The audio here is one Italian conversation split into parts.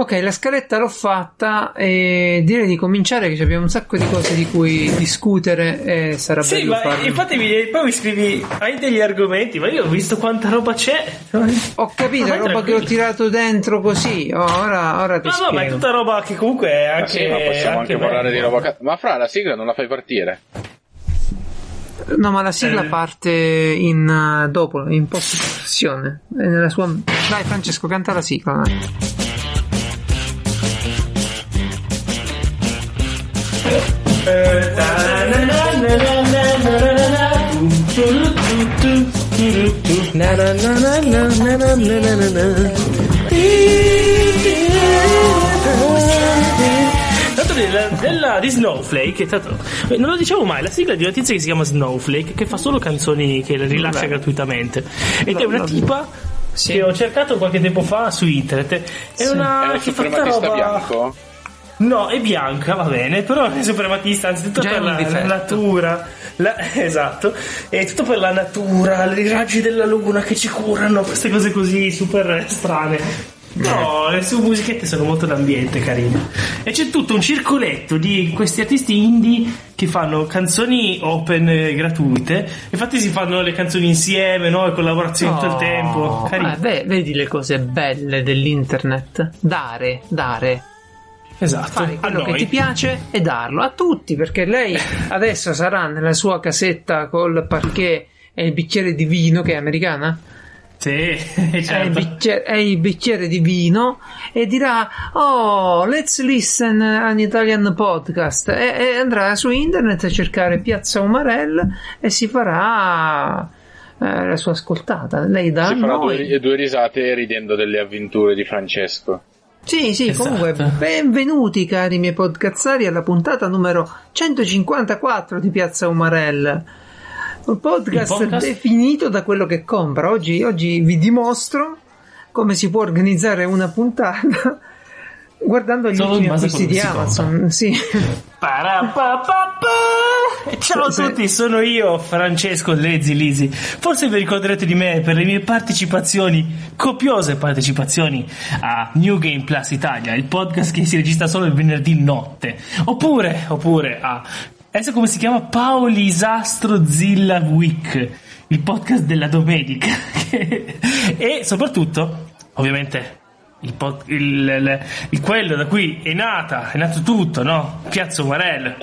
Ok, la scaletta l'ho fatta e direi di cominciare, che abbiamo un sacco di cose di cui discutere e sarà bello farlo. Infatti poi mi scrivi, hai degli argomenti, ma io ho visto quanta roba c'è. Ho capito, roba che ho tirato dentro così. Ora ti spiego. No, ma è tutta roba che comunque è anche... sì, ma possiamo anche parlare bello. di roba... Ma fra, la sigla non la fai partire? No, ma la sigla parte dopo, in post-produzione. Nella sua... Dai Francesco, canta la sigla. Dai. Della di Snowflake, non lo dicevo mai, la sigla di una tizia che si chiama Snowflake, che fa solo canzoni che rilascia gratuitamente, ed è una tipa che ho cercato qualche tempo fa su internet. È una che fa roba bianco? No, è bianca, va bene, però è suprematista, anzitutto per la natura. Esatto, è tutto per la natura, i raggi della luna che ci curano, queste cose così super strane. No, le sue musichette sono molto d'ambiente, carine. E c'è tutto un circoletto di questi artisti indie che fanno canzoni open gratuite. Infatti si fanno le canzoni insieme, no? E collaborazioni tutto il tempo. Vedi le cose belle dell'internet. Dare. Esatto. Fare quello che ti piace e darlo a tutti, perché lei adesso sarà nella sua casetta col parquet e il bicchiere di vino, che è americana. Sì, certo. È il bicchiere di vino e dirà: oh, let's listen an Italian podcast, e andrà su internet a cercare Piazza Umarell e si farà la sua ascoltata. Lei dà si farà due risate ridendo delle avventure di Francesco. Sì, esatto. Comunque benvenuti cari miei podcazzari alla puntata numero 154 di Piazza Umarell. Un podcast definito da quello che compra. Oggi vi dimostro come si può organizzare una puntata guardando gli ultimi acquisti di Amazon. Sì. Ciao a tutti, sono io, Francesco Lezzi Lisi. Forse vi ricorderete di me per le mie copiose partecipazioni a New Game Plus Italia, il podcast che si registra solo il venerdì notte. Oppure a... adesso come si chiama? Paulisastro Zilla Week, il podcast della domenica. E soprattutto, ovviamente, quello da cui è nato tutto, no? Piazza Umarell,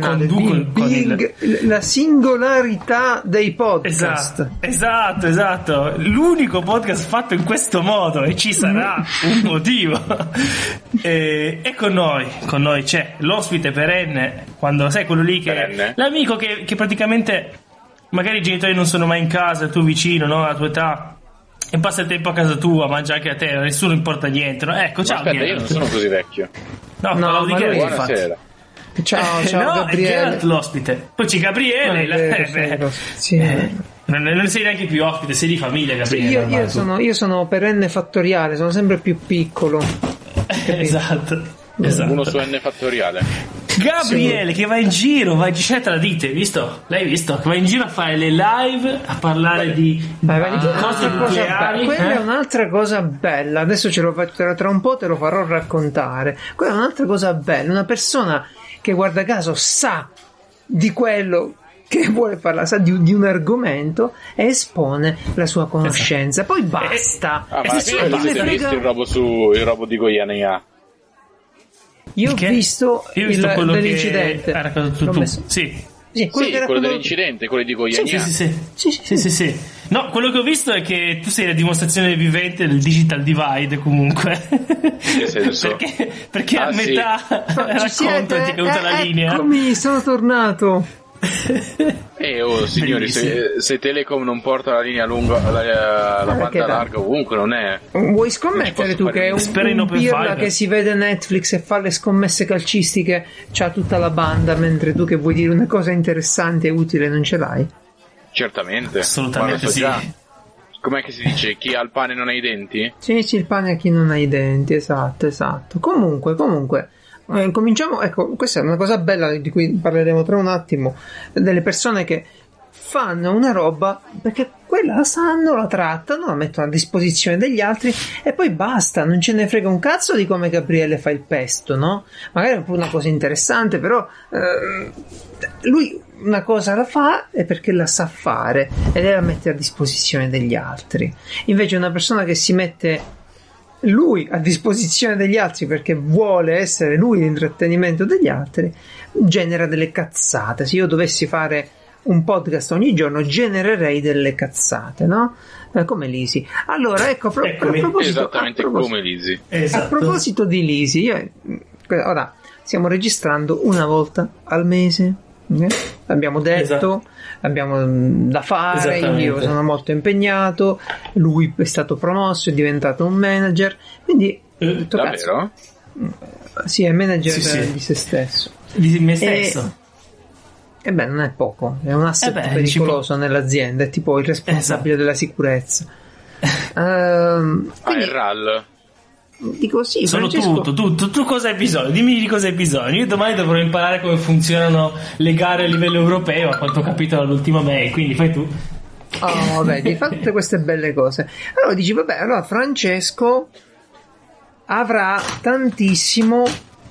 la singolarità dei podcast. Esatto. L'unico podcast fatto in questo modo, e ci sarà un motivo. E con noi c'è l'ospite perenne, quando sai quello lì che perenne. L'amico che praticamente magari i genitori non sono mai in casa, tu vicino, no? Alla tua età. E passa il tempo a casa tua, mangia anche a te, a nessuno importa niente, no? Ecco, ciao. Aspetta, io non sono così vecchio. No, buonasera. Ciao Gabriele. L'ospite. Poi c'è Gabriele. Non sei neanche più ospite, sei di famiglia, Gabriele. Io sono perenne fattoriale, sono sempre più piccolo. Esatto. Uno su n fattoriale. Gabriele che va in giro, te la dite, visto? L'hai visto? Va in giro a fare le live, a parlare di cose nucleari. Quella è un'altra cosa bella. Adesso tra un po' te lo farò raccontare. Quella è un'altra cosa bella. Una persona che guarda caso sa di quello che vuole parlare, sa di un argomento e espone la sua conoscenza. Esatto. Poi basta. Ma avete visto il robo di Goiania? Io ho visto quello dell'incidente. Che ha raccontato tu. Sì, quello dell'incidente, quello di Goiania. Sì. No, quello che ho visto è che tu sei la dimostrazione vivente del digital divide, comunque. Che senso? perché a metà racconto ti è caduta la linea. Eccomi, sono tornato. Signori, se Telecom non porta la linea lunga, la banda larga ovunque, non è. Vuoi scommettere tu che un pirla che si vede Netflix e fa le scommesse calcistiche c'ha tutta la banda, mentre tu che vuoi dire una cosa interessante e utile non ce l'hai? Certamente. Assolutamente sì. Già. Com'è che si dice? Chi ha il pane non ha i denti? Sì, il pane a chi non ha i denti, esatto. Comunque. Cominciamo, ecco, questa è una cosa bella di cui parleremo tra un attimo, delle persone che fanno una roba, perché quella la sanno, la trattano, la mettono a disposizione degli altri e poi basta, non ce ne frega un cazzo di come Gabriele fa il pesto, no? Magari è un po' una cosa interessante, però lui una cosa la fa è perché la sa fare e deve mettere a disposizione degli altri. Invece una persona che si mette lui a disposizione degli altri perché vuole essere lui l'intrattenimento degli altri, genera delle cazzate. Se io dovessi fare un podcast ogni giorno genererei delle cazzate, no? Come Lisi. Allora ecco, a proposito, esattamente come Lisi. Esatto. A proposito di Lisi, ora stiamo registrando una volta al mese, abbiamo detto, esatto. Abbiamo da fare, io sono molto impegnato, lui è stato promosso, è diventato un manager, quindi detto, davvero? Sì, è manager di se stesso, di me stesso. E beh, non è poco, è un asset pericoloso nell'azienda, è tipo il responsabile della sicurezza. Quindi, il RAL. Dico sì, sono Francesco... tutto. Tu cosa hai bisogno? Dimmi di cosa hai bisogno. Io domani dovrò imparare come funzionano le gare a livello europeo, a quanto ho capito dall'ultima mail, quindi fai tu. Oh, vedi, fa tutte queste belle cose. Allora dici, vabbè, allora Francesco avrà tantissimo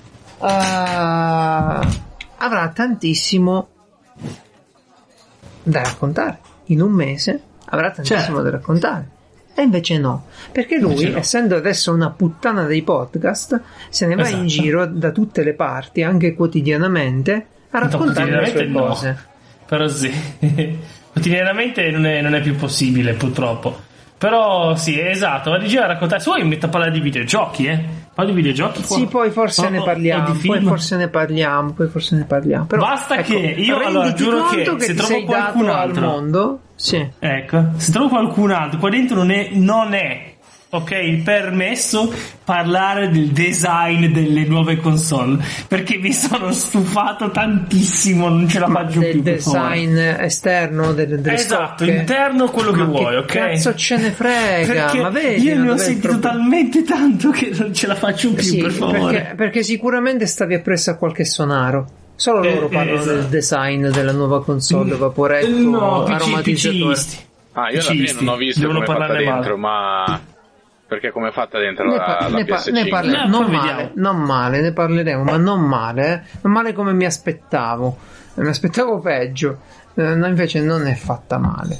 da raccontare. In un mese avrà tantissimo da raccontare. E invece no, perché lui, essendo adesso una puttana dei podcast, se ne va in giro da tutte le parti, anche quotidianamente, a raccontare le sue cose. Però sì, quotidianamente non è più possibile, purtroppo. Però sì, esatto, ma diceva raccontare. Se vuoi metto a parlare di videogiochi, Parli di videogiochi qua? Sì, poi forse ne parliamo. Poi forse ne parliamo. Però, basta che io allora giuro che se trovo qualcun altro al mondo, sì. Ecco, se trovo qualcun altro, qua dentro non è ok, permesso parlare del design delle nuove console, perché mi sono stufato tantissimo, non ce la faccio più. Del design esterno, delle esatto, interno, quello che vuoi, ok? Cazzo ce ne frega, perché ma vedi, io ne ho sentito talmente tanto che non ce la faccio più, per favore. Perché sicuramente stavi appresso a qualche sonaro. Solo loro parlano del design della nuova console, vaporetto, aromatizzatore. Io alla fine non ho visto come è fatta dentro, ma perché come è fatta dentro la PS5? Non male, ne parleremo, ma non male come mi aspettavo. Mi aspettavo peggio, no, invece non è fatta male.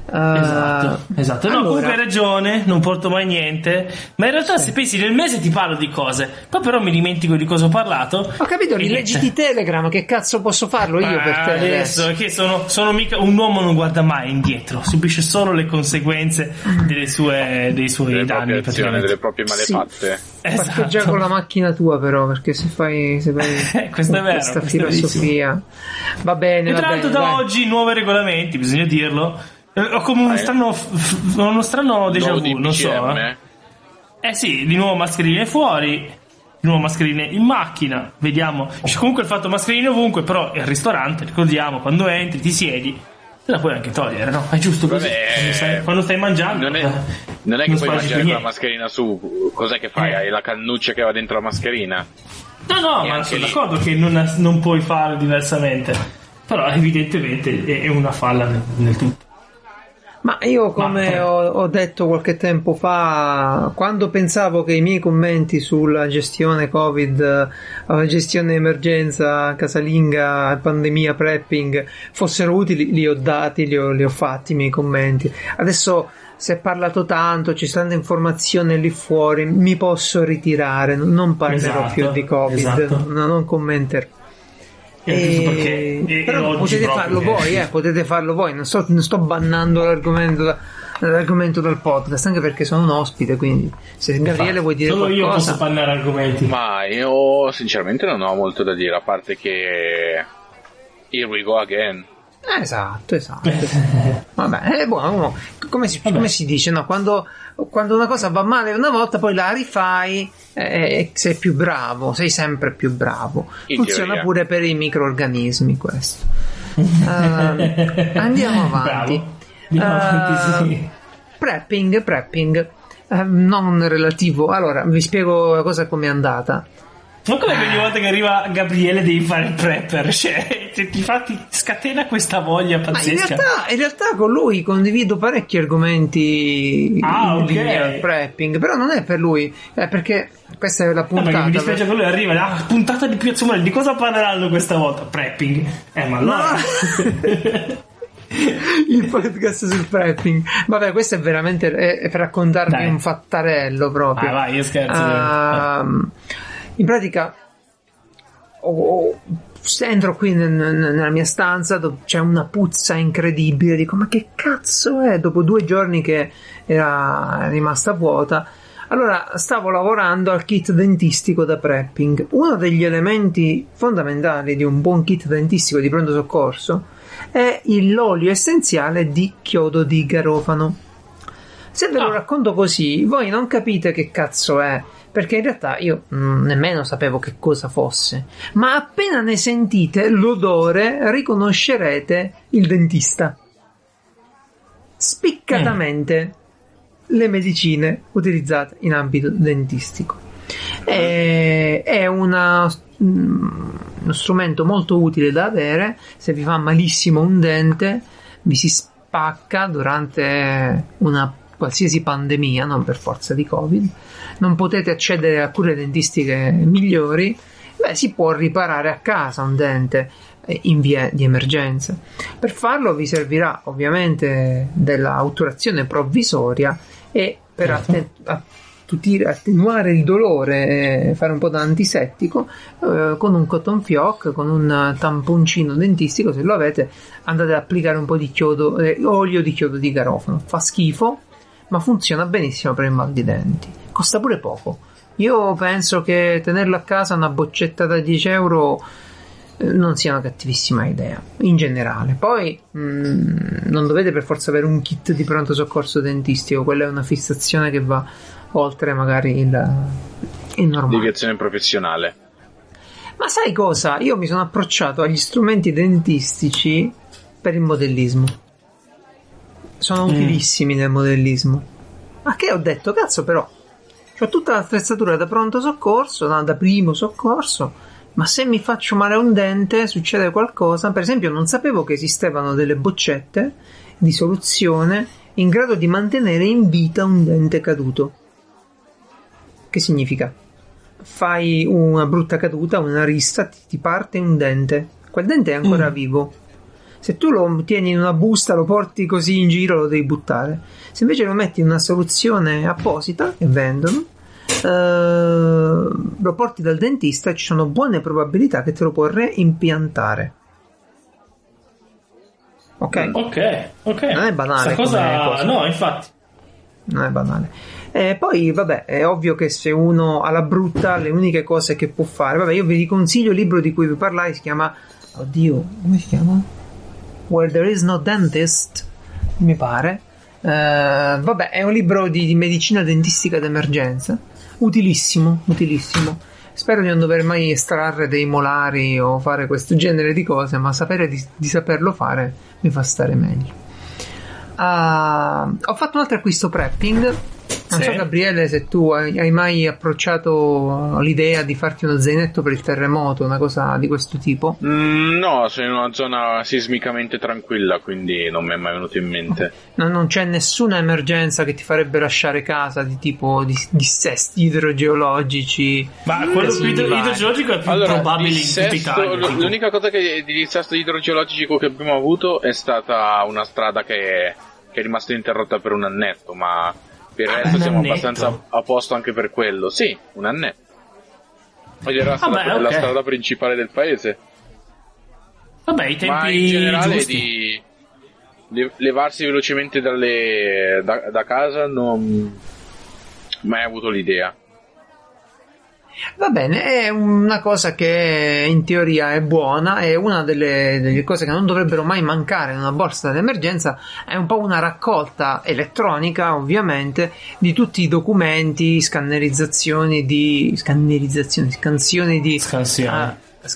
Esatto. No, comunque hai ragione, non porto mai niente. Ma in realtà se pensi nel mese ti parlo di cose, poi però mi dimentico di cosa ho parlato. Ho capito, rileggiti Telegram, che cazzo posso farlo io per te adesso? Che sono mica un uomo, non guarda mai indietro, subisce solo le conseguenze dei suoi danni, delle proprie malefatte. Parcheggia con la macchina tua, però, perché se fai questo è vero, questa filosofia va bene. E tra l'altro da oggi nuonuovi regolamenti, bisogna dirlo. Ho come uno strano déjà vu, non so. Sì, di nuovo mascherine fuori, di nuovo mascherine in macchina, vediamo. C'è comunque il fatto mascherine ovunque, però al ristorante, ricordiamo, quando entri, ti siedi, te la puoi anche togliere, no? È giusto così. Quando stai mangiando. Non è che puoi mangiare con la mascherina su, cos'è che fai? Hai la cannuccia che va dentro la mascherina? No, ma sono d'accordo che non puoi fare diversamente. Però evidentemente è una falla nel tutto. Ma io, come ho detto qualche tempo fa, quando pensavo che i miei commenti sulla gestione Covid, la gestione emergenza, casalinga, pandemia, prepping fossero utili, li ho dati, li ho fatti i miei commenti. Adesso si è parlato tanto, ci stanno informazioni lì fuori, mi posso ritirare, non parlerò più di Covid, non commenterò. Però potete farlo voi, non sto bannando l'argomento dal podcast, anche perché sono un ospite, quindi se Gabriele vuoi dire solo qualcosa, io posso bannare argomenti. Ma io sinceramente non ho molto da dire, a parte che here we go again. Esatto. Vabbè, buono, come si dice, no? Quando una cosa va male una volta, poi la rifai e sei più bravo, sei sempre più bravo. Funziona pure per i microorganismi questo. Andiamo avanti. Sì. Prepping, non relativo. Allora, vi spiego la cosa come è andata. Ma come ogni volta che arriva Gabriele devi fare il prepper? Cioè, ti scatena questa voglia pazzesca. In realtà con lui condivido parecchi argomenti al prepping, però non è per lui, è perché questa è la puntata. Mi dispiace che lui arriva, la puntata di Piazza Umarell, di cosa parleranno questa volta? Prepping. Ma allora... No. Il podcast sul prepping. Vabbè, questo è veramente è per raccontarvi un fattarello proprio. Vai, io scherzo. In pratica entro qui nella mia stanza dove c'è una puzza incredibile, dico ma che cazzo è, dopo 2 giorni che era rimasta vuota. Allora stavo lavorando al kit dentistico da prepping. Uno degli elementi fondamentali di un buon kit dentistico di pronto soccorso è l'olio essenziale di chiodo di garofano. Se ve lo racconto così voi non capite che cazzo è, perché in realtà io nemmeno sapevo che cosa fosse, ma appena ne sentite l'odore riconoscerete il dentista. Spiccatamente le medicine utilizzate in ambito dentistico. È uno strumento molto utile da avere se vi fa malissimo un dente, vi si spacca durante una qualsiasi pandemia, non per forza di Covid, non potete accedere a cure dentistiche migliori, si può riparare a casa un dente in via di emergenza. Per farlo vi servirà ovviamente della otturazione provvisoria e per attenuare il dolore e fare un po' da antisettico con un cotton fioc, con un tamponcino dentistico, se lo avete andate ad applicare un po' di chiodo, olio di chiodo di garofano. Fa schifo ma funziona benissimo per il mal di denti, costa pure poco. Io penso che tenerlo a casa una boccetta da 10 euro non sia una cattivissima idea in generale. Poi non dovete per forza avere un kit di pronto soccorso dentistico, quella è una fissazione che va oltre magari il normale. Deviazione professionale. Ma sai cosa? Io mi sono approcciato agli strumenti dentistici per il modellismo. Sono utilissimi nel modellismo. Ma che ho detto? Cazzo, però c'ho tutta l'attrezzatura da pronto soccorso, da primo soccorso, ma se mi faccio male a un dente succede qualcosa. Per esempio non sapevo che esistevano delle boccette di soluzione in grado di mantenere in vita un dente caduto. Che significa? Fai una brutta caduta, una rissa, ti parte un dente, quel dente è ancora vivo. Se tu lo tieni in una busta, lo porti così in giro, lo devi buttare. Se invece lo metti in una soluzione apposita che vendono, lo porti dal dentista e ci sono buone probabilità che te lo può reimpiantare. Ok. Non è banale. Cosa... No, infatti. Non è banale. Poi vabbè, è ovvio che se uno ha la brutta, le uniche cose che può fare, vabbè, io vi consiglio il libro di cui vi parlai, si chiama, oddio, come si chiama? Where There Is No Dentist, mi pare. Vabbè, è un libro di medicina dentistica d'emergenza, utilissimo. Spero di non dover mai estrarre dei molari o fare questo genere di cose, ma sapere di saperlo fare mi fa stare meglio. Ho fatto un altro acquisto prepping. Non so, Gabriele, se tu hai mai approcciato l'idea di farti uno zainetto per il terremoto, una cosa di questo tipo? No, sono in una zona sismicamente tranquilla, quindi non mi è mai venuto in mente. Non c'è nessuna emergenza che ti farebbe lasciare casa, di tipo dissesti idrogeologici? Ma quello idrogeologico è più probabile in tutta Italia. L'unica cosa di dissesto idrogeologico che abbiamo avuto è stata una strada che è rimasta interrotta per un annetto, ma... Per il resto siamo abbastanza a posto anche per quello. Sì, un annetto. Ed era la strada principale del paese. Vabbè, i tempi ma in generale giusti. Di levarsi velocemente da casa non mai avuto l'idea. Va bene, è una cosa che in teoria è buona, è una delle cose che non dovrebbero mai mancare in una borsa d'emergenza. È un po' una raccolta elettronica, ovviamente, di tutti i documenti, scansioni di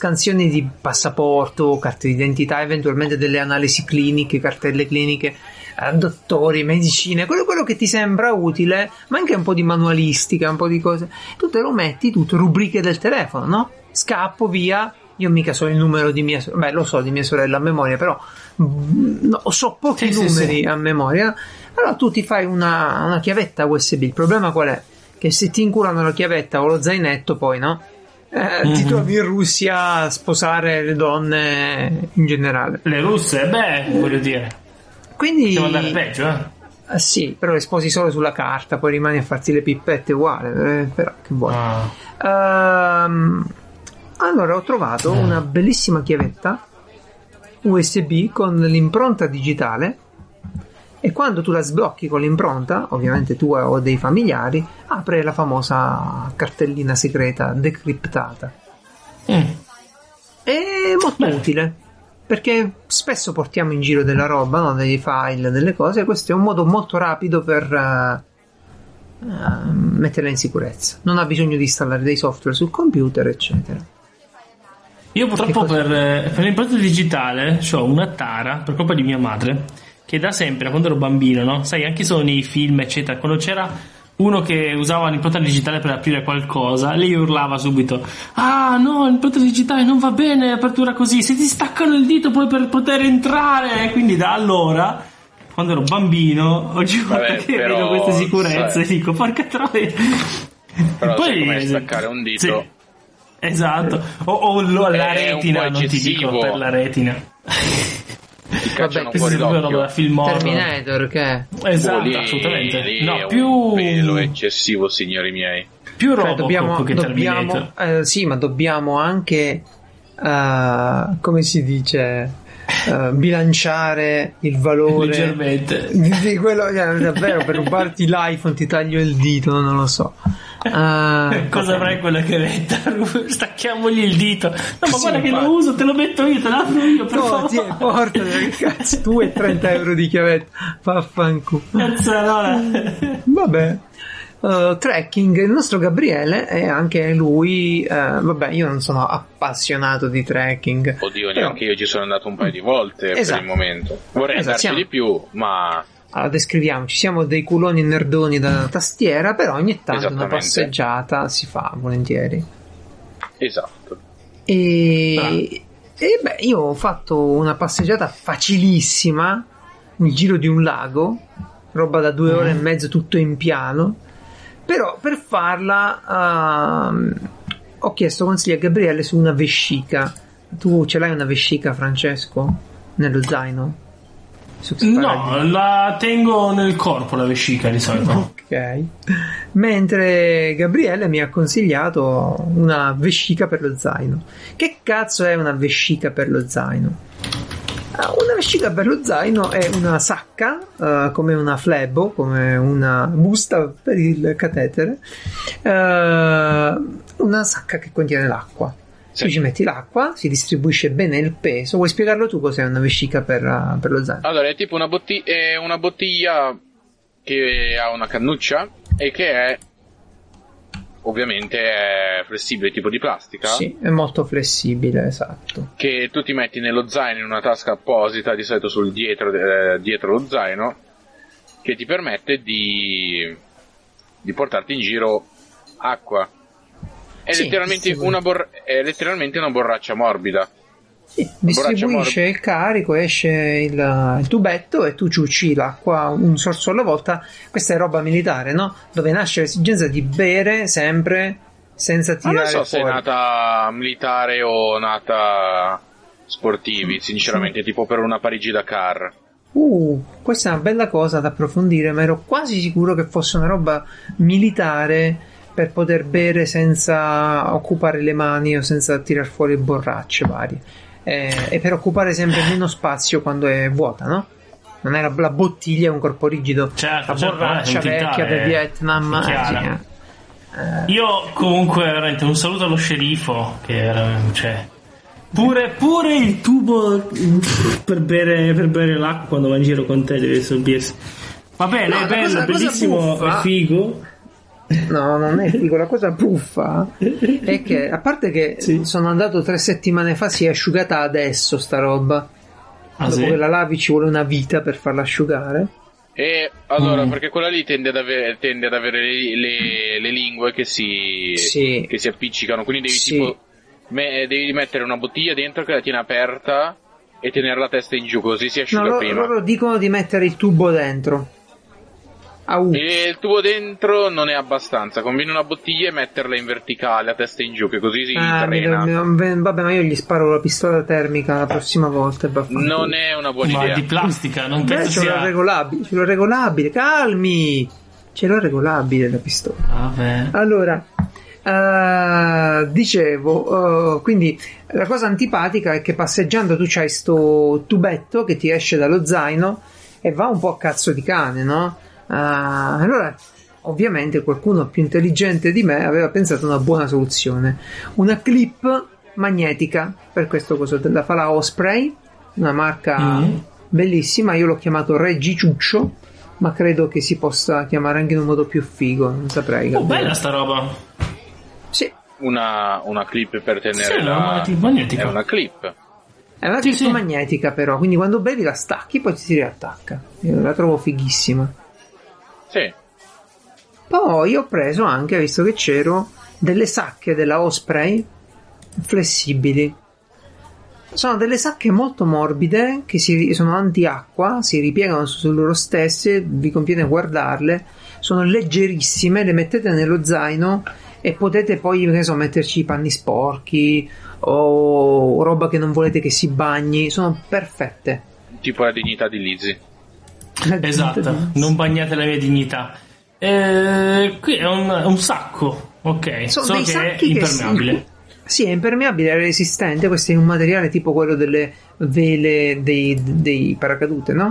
passaporto, carte d'identità, eventualmente delle analisi cliniche, cartelle cliniche, dottori, medicine, quello che ti sembra utile, ma anche un po' di manualistica, un po' di cose, tu te lo metti tutto, rubriche del telefono, no? Scappo via, io mica so il numero di mia sorella, lo so di mia sorella a memoria, però no, so pochi numeri a memoria. Allora tu ti fai una chiavetta USB. Il problema qual è? Che se ti inculano la chiavetta o lo zainetto, poi no? Ti trovi in Russia a sposare le donne in generale. Le russe? Voglio dire. Quindi possiamo andare peggio, sì, però le sposi solo sulla carta, poi rimani a farti le pippette uguale, però che vuoi. Allora ho trovato una bellissima chiavetta USB con l'impronta digitale, e quando tu la sblocchi con l'impronta, ovviamente tu o dei familiari, apre la famosa cartellina segreta decriptata. È molto utile, perché spesso portiamo in giro della roba, no? Dei file, delle cose. Questo è un modo molto rapido per metterla in sicurezza. Non ha bisogno di installare dei software sul computer, eccetera. Io purtroppo per l'impronta digitale ho una tara per colpa di mia madre, che da sempre, quando ero bambino, no? Sai, anche solo nei film, eccetera, quando c'era uno che usava l'impronta digitale per aprire qualcosa, lei urlava subito: ah no, l'impronta digitale non va bene, apertura così, se ti staccano il dito poi per poter entrare. Quindi da allora, quando ero bambino, oggi volta che vedo queste sicurezze, dico porca troia. Però poi come staccare un dito, sì, esatto, o la retina, non ti dico per la retina. Vabbè, fuori l'occhio. Terminator, che esatto, assolutamente. No, più pelo eccessivo, signori miei. Più Robocop che Terminator. Sì, ma dobbiamo anche come si dice, bilanciare il valore leggermente di quello, davvero, per rubarti l'iPhone ti taglio il dito, non lo so. Cosa avrai quella che vetta? Stacchiamogli il dito. No, ma guarda che lo uso, te lo metto io, te l'apro io, per favore. Porta, che cazzo, tu e 30 euro di chiavetta, vaffanculo. Vabbè. Trekking, il nostro Gabriele è anche lui, vabbè, io non sono appassionato di trekking. Oddio, neanche io ci sono andato un paio di volte, per il momento. Vorrei andarci di più, ma... Allora, descriviamoci, siamo dei culoni nerdoni da tastiera, però ogni tanto una passeggiata si fa volentieri. Esatto. E beh, io ho fatto una passeggiata facilissima nel giro di un lago, roba da 2 ore e mezzo, tutto in piano. Però per farla ho chiesto consigli a Gabriele su una vescica. Tu ce l'hai una vescica, Francesco? Nello zaino? No, la tengo nel corpo la vescica di solito. Ok. Mentre Gabriele mi ha consigliato una vescica per lo zaino. Che cazzo è una vescica per lo zaino? Una vescica per lo zaino è una sacca, come una flebo, come una busta per il catetere, una sacca che contiene l'acqua. Tu ci metti l'acqua, si distribuisce bene il peso. Vuoi spiegarlo tu cos'è una vescica per lo zaino? Allora, è tipo una bottiglia che ha una cannuccia e che è ovviamente è flessibile, tipo di plastica. Sì, è molto flessibile, esatto. Che tu ti metti nello zaino in una tasca apposita, di solito sul dietro lo zaino, che ti permette di portarti in giro acqua. È letteralmente una borraccia morbida. Sì, distribuisce il carico, esce il tubetto e tu ciucci l'acqua un sorso alla volta. Questa è roba militare, no? Dove nasce l'esigenza di bere sempre senza tirare fuori. Non so se è nata militare o nata sportivi, sinceramente, tipo per una Parigi-Dakar. Questa è una bella cosa da approfondire, ma ero quasi sicuro che fosse una roba militare per poter bere senza occupare le mani o senza tirar fuori borracce varie, e per occupare sempre meno spazio quando è vuota, no? Non è la bottiglia, è un corpo rigido, la borraccia vecchia del Vietnam. Io comunque veramente un saluto allo sceriffo, che era, pure il tubo per bere l'acqua quando va in giro con te deve sorbirsi. Va bene, è bello, bellissimo, è figo. No, non è figo. La cosa buffa è che, a parte che sono andato 3 settimane fa, si è asciugata adesso sta roba. Dopo che la lavi ci vuole una vita per farla asciugare. E allora, perché quella lì tende ad avere le lingue che si appiccicano, quindi devi mettere una bottiglia dentro che la tiene aperta e tenere la testa in giù, così si asciuga prima. Loro dicono di mettere il tubo dentro. E il tubo dentro non è abbastanza, conviene una bottiglia e metterla in verticale, a testa in giù, che così si trena. Vabbè, ma io gli sparo la pistola termica la prossima volta. Non è una buona idea. Ma di plastica, non penso sia... Ce l'ho regolabile, calmi! Ce l'ho regolabile la pistola. Vabbè. Allora, dicevo, quindi la cosa antipatica è che passeggiando tu c'hai sto tubetto che ti esce dallo zaino e va un po' a cazzo di cane, no? Allora ovviamente qualcuno più intelligente di me aveva pensato a una buona soluzione, una clip magnetica per questo coso. La fa la Osprey, una marca bellissima, io l'ho chiamato Reggiciuccio, ma credo che si possa chiamare anche in un modo più figo, non saprei. Bella sta roba. Sì, una clip per tenere magnetica. È una clip. È una clip magnetica, però, quindi quando bevi la stacchi poi ti si riattacca. Io la trovo fighissima. Sì. Poi ho preso anche, visto che c'ero, delle sacche della Osprey flessibili. Sono delle sacche molto morbide che sono anti-acqua, si ripiegano su loro stesse, vi conviene guardarle, sono leggerissime, le mettete nello zaino e potete poi, che ne so, metterci i panni sporchi o roba che non volete che si bagni, sono perfette. Tipo la dignità di Lizzy. Esatto, non bagnate la mia dignità. Qui è un sacco, ok, sono so dei che sacchi è impermeabile. Sì, è impermeabile, è resistente. Questo è un materiale tipo quello delle vele dei paracadute, no?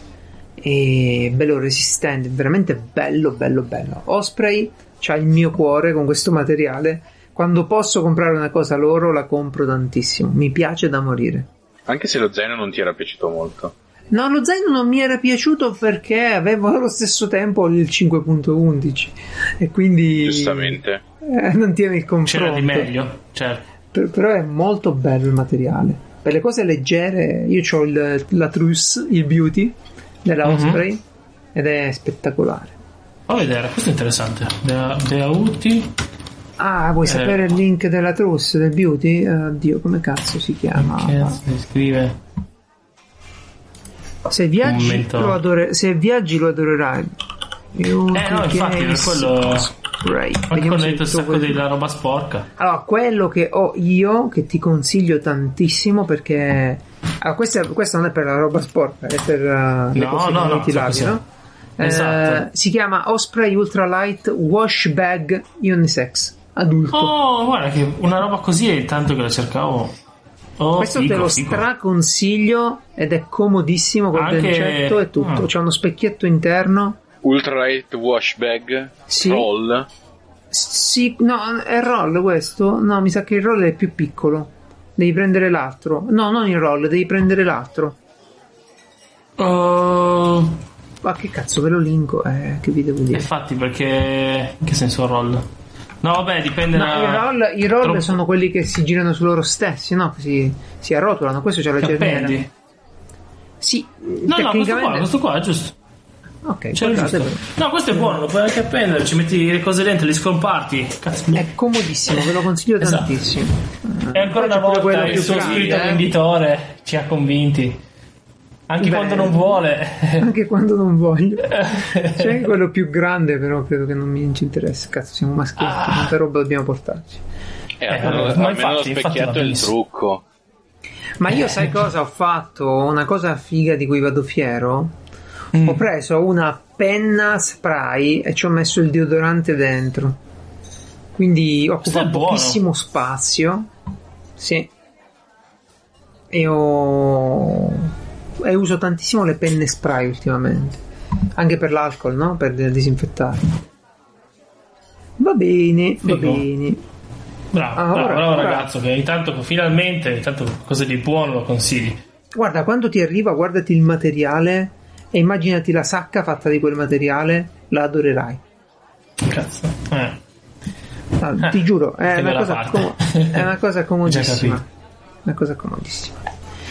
E bello resistente, veramente bello. Osprey c'ha il mio cuore con questo materiale. Quando posso comprare una cosa loro la compro tantissimo, mi piace da morire. Anche se lo zaino non ti era piaciuto molto. No, lo zaino non mi era piaciuto perché avevo allo stesso tempo il 5.11 e quindi giustamente non tiene il confronto. C'era di meglio, certo. Però è molto bello il materiale. Per le cose leggere io ho la Truss, il Beauty della Osprey ed è spettacolare. Fa vedere, questo è interessante. Beauty. Vuoi sapere il link della Truss, del Beauty? Oddio, come cazzo si chiama? Che si scrive? Se viaggi lo adorerai. No, infatti per quello quando ho detto il sacco della roba sporca. Allora, quello che ho io, che ti consiglio tantissimo, perché questa non è per la roba sporca, è per le cose che non ti lavi, no? Esatto. Si chiama Osprey Ultralight Wash Bag Unisex adulto. Oh, guarda che una roba così è tanto che la cercavo. Questo te lo straconsiglio ed è comodissimo col gancetto e tutto. C'è uno specchietto interno. Ultralight wash bag. Sì. Roll. Sì, no, è roll questo? No, mi sa che il roll è più piccolo. Devi prendere l'altro. No, non il roll, devi prendere l'altro. Ma che cazzo, ve lo linko? Che vi devo dire? Infatti, perché che senso roll? No, vabbè, dipende i roll sono quelli che si girano su loro stessi, no? Si arrotolano. Questo c'è la cerniera. Sì, no, questo qua è giusto. Ok, giusto. No, questo è buono, lo puoi anche appendere, ci metti le cose dentro, li scomparti. Cazzo. È comodissimo, ve lo consiglio tantissimo. E ancora una volta il suo spirito venditore ci ha convinti. Anche quando non vuole. Anche quando non voglio. C'è anche quello più grande, però credo che non mi ci interessa. Cazzo, siamo maschietti, quanta roba dobbiamo portarci. Almeno lo specchietto è il trucco. Ma io sai cosa ho fatto? Una cosa figa di cui vado fiero? Ho preso una penna spray e ci ho messo il deodorante dentro. Quindi occupa pochissimo spazio. Sì. E uso tantissimo le penne spray ultimamente, anche per l'alcol, no? Per disinfettare. Va bene. Bravo ragazzo, che intanto finalmente cose di buono lo consigli. Guarda, quando ti arriva, guardati il materiale e immaginati la sacca fatta di quel materiale, la adorerai. Cazzo. Ti giuro, è una cosa comodissima. Una cosa comodissima.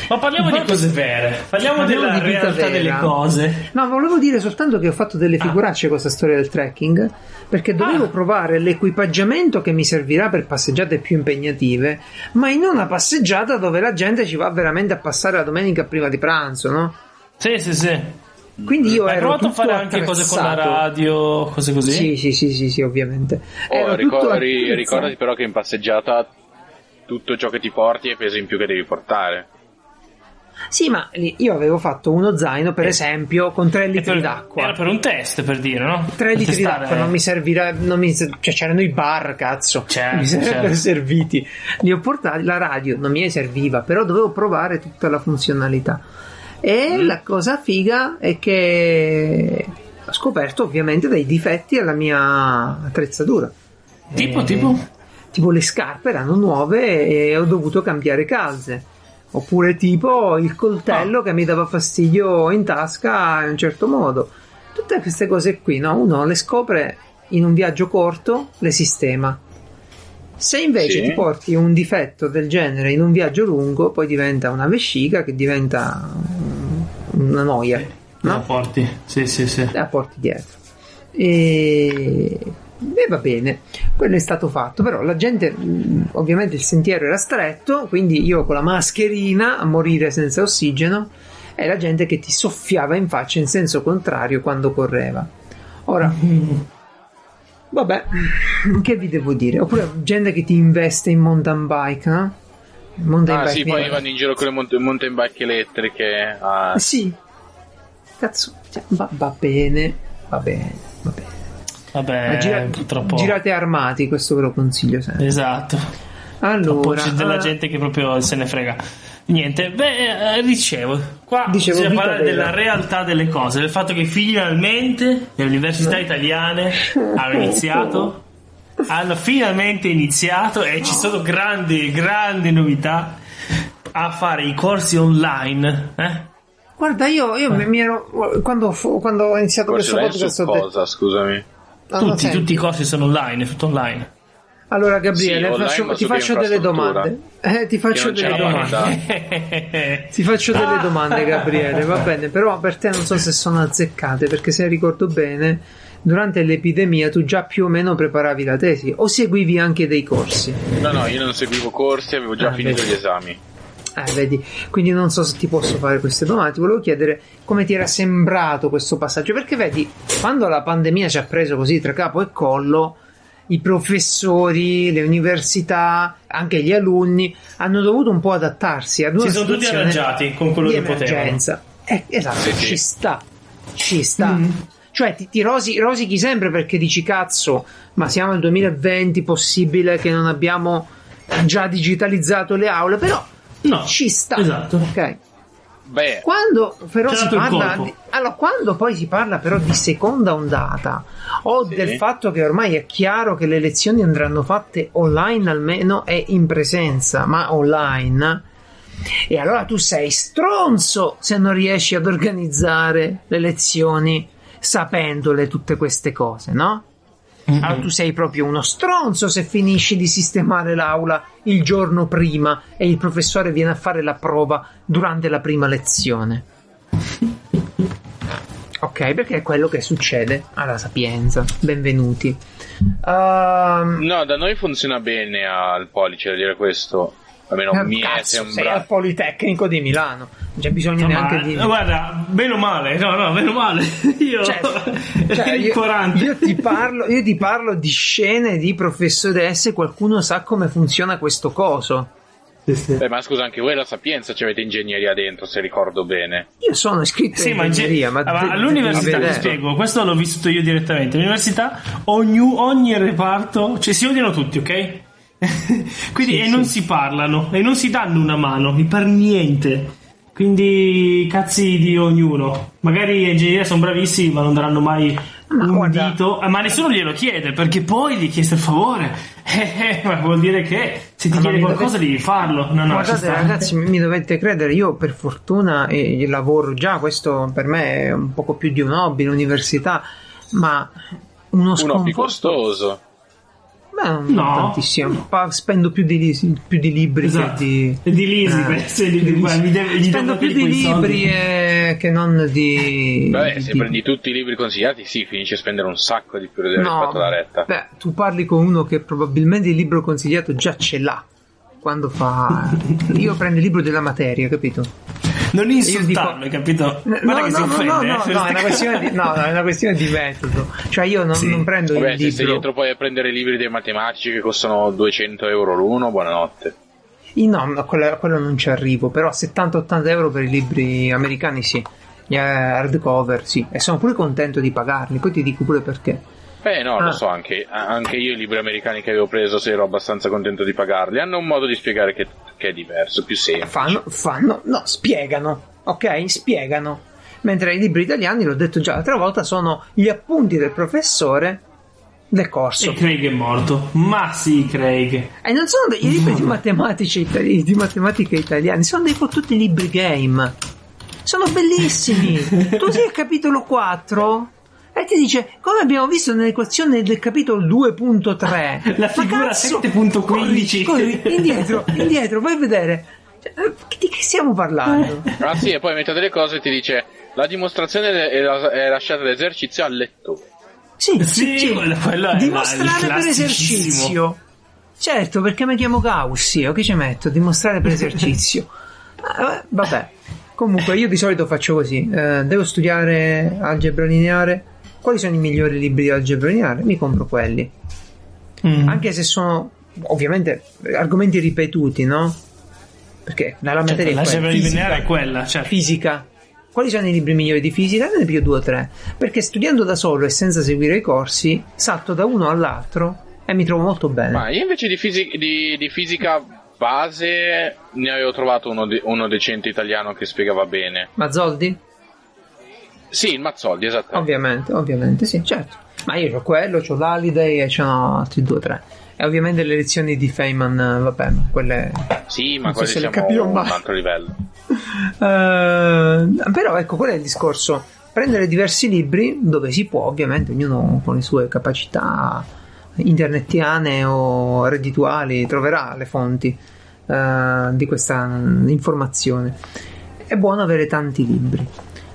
Ma parliamo di cose vere, parliamo della realtà delle cose. No, volevo dire soltanto che ho fatto delle figuracce con questa storia del trekking, perché dovevo provare l'equipaggiamento che mi servirà per passeggiate più impegnative, ma in una passeggiata dove la gente ci va veramente a passare la domenica prima di pranzo, no? Sì. Quindi io hai provato a fare anche cose con la radio, cose così? Sì, ovviamente. Ricordati però che in passeggiata tutto ciò che ti porti è peso in più che devi portare. Sì, ma io avevo fatto uno zaino, per esempio, con 3 litri d'acqua. Era per un test, per dire, no? 3 litri d'acqua non mi servirà. Cioè, c'erano i bar, cazzo. Mi sarebbero serviti. Li ho portati. La radio non mi serviva, però dovevo provare tutta la funzionalità. E la cosa figa è che ho scoperto ovviamente dei difetti alla mia attrezzatura. Tipo le scarpe erano nuove e ho dovuto cambiare calze. Oppure tipo il coltello che mi dava fastidio in tasca in un certo modo. Tutte queste cose qui, no? Uno le scopre in un viaggio corto, le sistema. Se invece ti porti un difetto del genere in un viaggio lungo, poi diventa una vescica che diventa una noia, no? La porti, sì. La porti dietro. E va bene, quello è stato fatto, però la gente, ovviamente il sentiero era stretto, quindi io con la mascherina a morire senza ossigeno e la gente che ti soffiava in faccia in senso contrario quando correva. Ora vabbè, che vi devo dire? Oppure gente che ti investe in mountain bike, no? Sì, poi vanno in giro con le mountain bike elettriche. Sì, cazzo, va bene. Vabbè, purtroppo girate armati, questo ve lo consiglio sempre. Esatto. Allora, c'è della gente che proprio se ne frega. Niente, dicevo bisogna parlare della realtà delle cose, del fatto che finalmente le università italiane hanno finalmente iniziato e ci sono grandi novità a fare i corsi online. Guarda, io mi ero quando ho iniziato questo podcast scusami. Tutti i corsi sono online, è tutto online. Allora Gabriele, ti faccio delle domande. Ti faccio delle domande, Gabriele, va bene, però per te non so se sono azzeccate, perché se ricordo bene, durante l'epidemia tu già più o meno preparavi la tesi o seguivi anche dei corsi? No, io non seguivo corsi, avevo già finito gli esami. Vedi, quindi non so se ti posso fare queste domande. Ti volevo chiedere come ti era sembrato questo passaggio, perché vedi, quando la pandemia ci ha preso così tra capo e collo, i professori, le università, anche gli alunni hanno dovuto un po' adattarsi ad una situazione. Si sono tutti arrangiati con quello che potevano. Esatto, ci sta. Cioè ti rosichi sempre perché dici cazzo, ma siamo nel 2020, possibile che non abbiamo già digitalizzato le aule? Però no, ci sta. Esatto. Ok. Beh, quando poi si parla però di seconda ondata o del fatto che ormai è chiaro che le lezioni andranno fatte online almeno e in presenza, ma online, e allora tu sei stronzo se non riesci ad organizzare le lezioni sapendole tutte queste cose, no? Allora tu sei proprio uno stronzo se finisci di sistemare l'aula il giorno prima e il professore viene a fare la prova durante la prima lezione. Ok, perché è quello che succede alla Sapienza. Benvenuti. No, da noi funziona bene al Police, a dire questo. Almeno mi è sembrato. Sei al Politecnico di Milano, non c'è bisogno neanche di. Guarda, meno male. Io ti parlo di scene di professoresse. Qualcuno sa come funziona questo coso? Sì. Ma scusa, anche voi la Sapienza ci avete ingegneria dentro, se ricordo bene. Io sono iscritto in ingegneria, ma all'università ti spiego, questo l'ho vissuto io direttamente. All'università ogni reparto, cioè si odiano tutti, ok? Quindi non si parlano e non si danno una mano per niente, quindi cazzi di ognuno. Magari ingegneria sono bravissimi ma non daranno mai dito, ma nessuno glielo chiede perché poi gli chiede il favore, ma vuol dire che se ti chiede qualcosa devi farlo. Guardate ragazzi, mi dovete credere, io per fortuna lavoro già, questo per me è un poco più di un hobby, l'università, ma uno hobby costoso. Non tantissimo. Spendo più di libri, esatto, che di Lisi. Spendo più di libri che non di. Vabbè, se prendi tutti i libri consigliati, sì, finisci a spendere un sacco di più rispetto alla retta. Beh, tu parli con uno che probabilmente il libro consigliato già ce l'ha quando fa. Io prendo il libro della materia, capito? Non insultarlo, capito? No, è una questione di metodo. Cioè io non prendo il libro. Se sei dietro poi a prendere libri dei matematici che costano 200 euro l'uno, buonanotte. No, quello non ci arrivo, però 70-80 euro per i libri americani sì, gli hardcover sì, e sono pure contento di pagarli, poi ti dico pure perché. Lo so, anche io i libri americani che avevo preso ero abbastanza contento di pagarli. Hanno un modo di spiegare che è diverso, più semplice. Spiegano. Mentre i libri italiani, l'ho detto già l'altra volta, sono gli appunti del professore del corso. E Craig è morto. Ma sì, Craig. E non sono dei libri di matematica italiani, sono dei fottuti libri game. Sono bellissimi. Tu sei al capitolo 4 e ti dice, come abbiamo visto nell'equazione del capitolo 2.3, la figura 7.15. indietro, vai a vedere. Di che stiamo parlando? Ah sì, e poi metà delle cose ti dice la dimostrazione è lasciata l'esercizio al lettore. Sì. Quello dimostrare per esercizio. Certo, perché mi chiamo Gaussio, che ci metto? Dimostrare per esercizio. Vabbè. Comunque io di solito faccio così, devo studiare algebra lineare. Quali sono i migliori libri di algebra lineare? Mi compro quelli. Anche se sono ovviamente argomenti ripetuti, no? Perché nella materia l'algebra lineare è quella, certo. Fisica. Quali sono i libri migliori di fisica? Ne più 2 o 3. Perché studiando da solo e senza seguire i corsi, salto da uno all'altro e mi trovo molto bene. Ma io invece di fisica base ne avevo trovato uno decente italiano che spiegava bene. Mazzoldi? Sì, il Mazzoldi, esatto. Ovviamente, sì, certo. Ma io c'ho quello, c'ho l'Haliday e c'ho altri 2 o 3. E ovviamente le lezioni di Feynman, vabbè, ma quelle. Sì, ma quelle siamo a un altro livello. Però ecco, qual è il discorso? Prendere diversi libri dove si può, ovviamente, ognuno con le sue capacità internetiane o reddituali troverà le fonti di questa informazione. È buono avere tanti libri.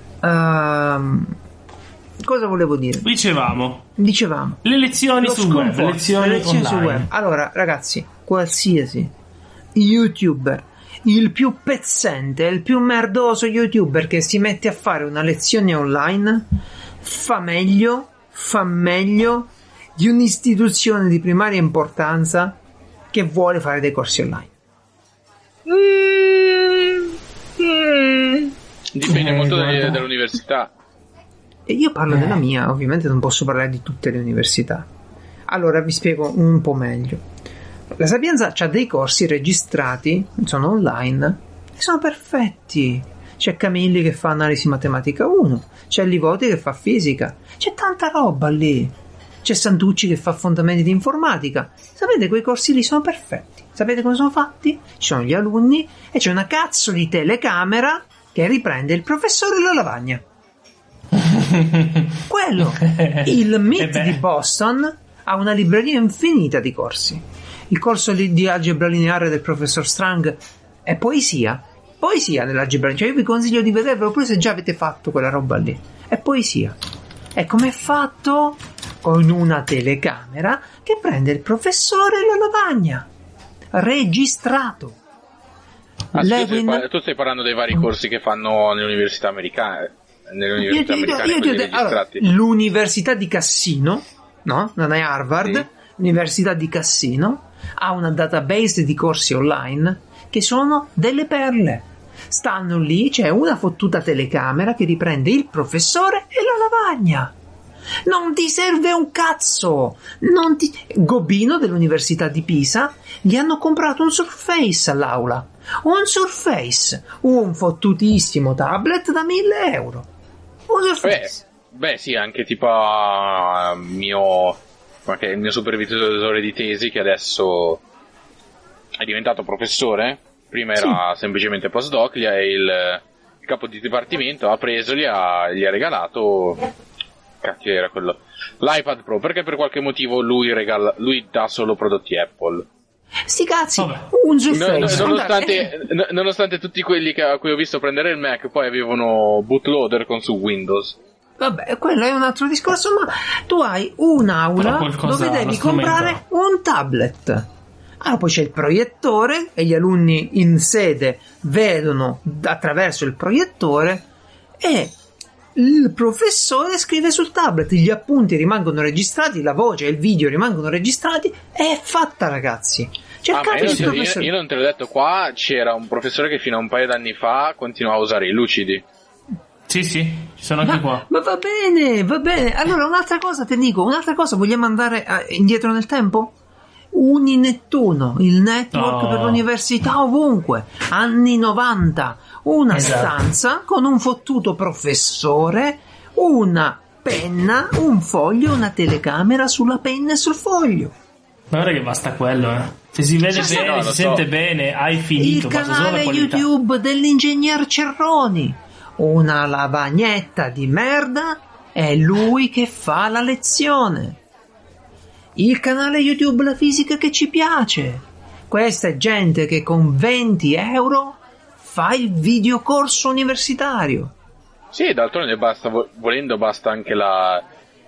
Cosa volevo dire? Dicevamo le lezioni su web, lezioni su web. Allora ragazzi, qualsiasi youtuber, il più pezzente, il più merdoso youtuber che si mette a fare una lezione online fa meglio di un'istituzione di primaria importanza che vuole fare dei corsi online. Dipende molto dall'università. E io parlo della mia, ovviamente non posso parlare di tutte le università. Allora vi spiego un po' meglio. La Sapienza ha dei corsi registrati, sono online, e sono perfetti. C'è Camilli che fa analisi matematica 1, c'è Livoti che fa fisica, c'è tanta roba lì. C'è Santucci che fa fondamenti di informatica. Sapete, quei corsi lì sono perfetti. Sapete come sono fatti? Ci sono gli alunni e c'è una cazzo di telecamera che riprende il professore e la lavagna. Quello. Il MIT di Boston ha una libreria infinita di corsi. Il corso di algebra lineare del professor Strang è poesia nell'algebra. Cioè io vi consiglio di vedervelo pure se già avete fatto quella roba lì. È poesia. E com'è fatto? Con una telecamera che prende il professore e la lavagna. Registrato. Tu stai parlando dei vari corsi che fanno nelle università americane. Allora, l'università di Cassino, no? Non è Harvard, sì. L'università di Cassino ha una database di corsi online che sono delle perle. Stanno lì, c'è una fottuta telecamera che riprende il professore e la lavagna. Non ti serve un cazzo. Gobino dell'università di Pisa gli hanno comprato un Surface all'aula. Un Surface, un fottutissimo tablet da 1.000 euro. Un Surface. Beh sì, anche tipo il mio supervisore di tesi, che adesso è diventato professore. Prima era semplicemente postdoc, il capo di dipartimento ha preso, gli ha regalato cacchio era quello? L'iPad Pro, perché per qualche motivo lui dà solo prodotti Apple. Sti cazzi, un Surface. Nonostante tutti quelli a cui ho visto prendere il Mac poi avevano bootloader con su Windows. Vabbè, quello è un altro discorso, ma tu hai un'aula dove devi comprare un tablet. Allora poi c'è il proiettore e gli alunni in sede vedono attraverso il proiettore e il professore scrive sul tablet, gli appunti rimangono registrati, la voce e il video rimangono registrati, è fatta, ragazzi. Io non te l'ho detto, qua c'era un professore che fino a un paio d'anni fa continuava a usare i lucidi. Sì, ci sono anche qua. Ma va bene. Allora, un'altra cosa te dico, vogliamo andare indietro nel tempo? Uninettuno, il network per l'università ovunque, anni 90, una stanza con un fottuto professore, una penna, un foglio, una telecamera sulla penna e sul foglio. Ma guarda che basta quello, Se si vede bene, si sente bene, hai finito. Il canale YouTube dell'ingegner Cerroni, una lavagnetta di merda, è lui che fa la lezione. Il canale YouTube La Fisica che ci piace. Questa è gente che con 20 euro fa il videocorso universitario. Sì, d'altronde volendo basta anche la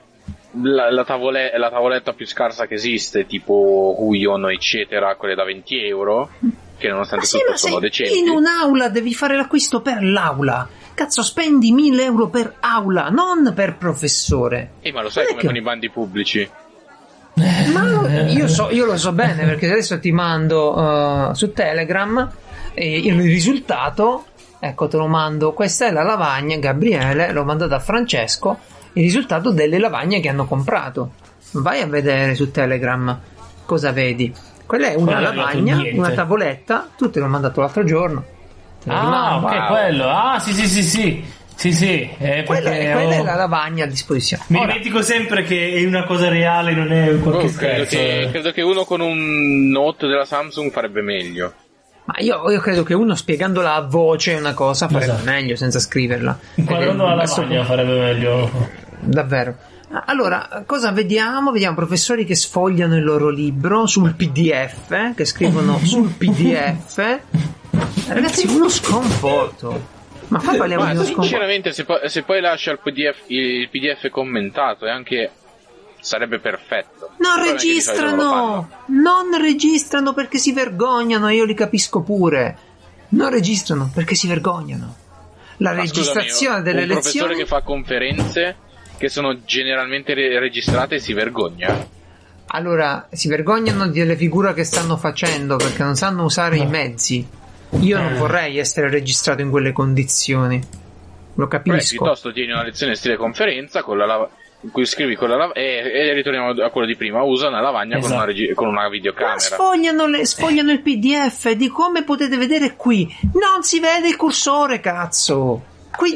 tavoletta più scarsa che esiste, tipo Huion eccetera, quelle da 20 euro, che nonostante tutto sono decenti. In un'aula devi fare l'acquisto per l'aula. Cazzo, spendi 1.000 euro per aula, non per professore. Ma lo sai come con i bandi pubblici? Ma io lo so bene, perché adesso ti mando su Telegram il risultato. Ecco, te lo mando. Questa è la lavagna, Gabriele, l'ho mandato a Francesco, il risultato delle lavagne che hanno comprato. Vai a vedere su Telegram cosa vedi. Quella è una lavagna, una tavoletta, tu te l'ho mandato l'altro giorno. Ok, quello. Sì. Quella è la lavagna a disposizione. Mi dimentico sempre che è una cosa reale, non è qualche scherzo. Credo che uno con un Note della Samsung farebbe meglio. Ma io credo che uno spiegandola a voce una cosa farebbe meglio senza scriverla. Guardando la lavagna farebbe meglio. Davvero. Allora, cosa vediamo? Vediamo professori che sfogliano il loro libro sul PDF, che scrivono sul PDF. Ragazzi, uno sconforto. Ma qua parliamo di uno sconforto. Sinceramente, se poi lascia il PDF commentato, anche sarebbe perfetto. Non registrano perché si vergognano, io li capisco pure. Non registrano perché si vergognano. La registrazione delle lezioni. Un professore che fa conferenze che sono generalmente registrate si vergogna. Allora, si vergognano delle figure che stanno facendo perché non sanno usare i mezzi. Io non vorrei essere registrato in quelle condizioni. Lo capisco. Piuttosto tieni una lezione stile conferenza in cui scrivi con la e ritorniamo a quello di prima. Usa una lavagna con una videocamera. Ma sfogliano il PDF di come potete vedere qui. Non si vede il cursore, cazzo. Qui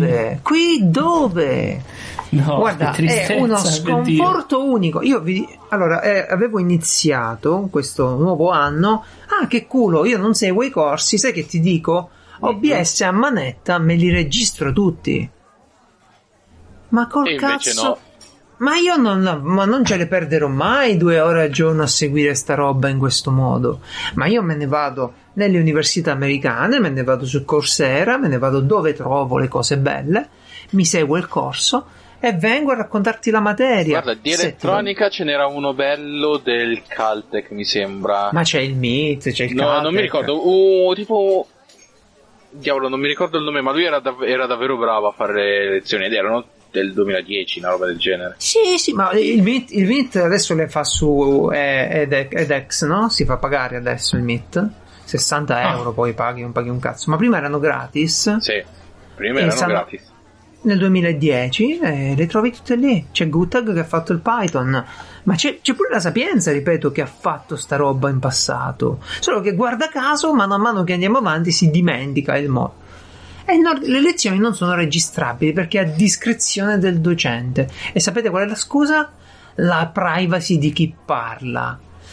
dove? No, guarda, è uno sconforto unico. Io avevo iniziato questo nuovo anno. Che culo, io non seguo i corsi, sai che ti dico? OBS a manetta, me li registro tutti. Ma col cazzo no. Ma io non ce le perderò mai 2 ore al giorno a seguire sta roba in questo modo. Ma io me ne vado nelle università americane, me ne vado su Coursera, me ne vado dove trovo le cose belle, mi seguo il corso e vengo a raccontarti la materia. Guarda, di elettronica ce n'era uno bello del Caltech, mi sembra. Ma c'è il MIT, c'è il Caltech. No, non mi ricordo, tipo... Diavolo, non mi ricordo il nome, ma lui era davvero bravo a fare le lezioni, ed erano del 2010, una roba del genere. Sì, ma il MIT adesso le fa su edX, no? Si fa pagare adesso il MIT. 60 euro poi paghi, non paghi un cazzo. Ma prima erano gratis. Sì, prima erano gratis. Nel 2010 le trovi tutte lì. C'è Guttag che ha fatto il Python, ma c'è pure la Sapienza, ripeto, che ha fatto sta roba in passato, solo che guarda caso mano a mano che andiamo avanti si dimentica il modo. E le lezioni non sono registrabili perché è a discrezione del docente. E sapete qual è la scusa? La privacy di chi parla.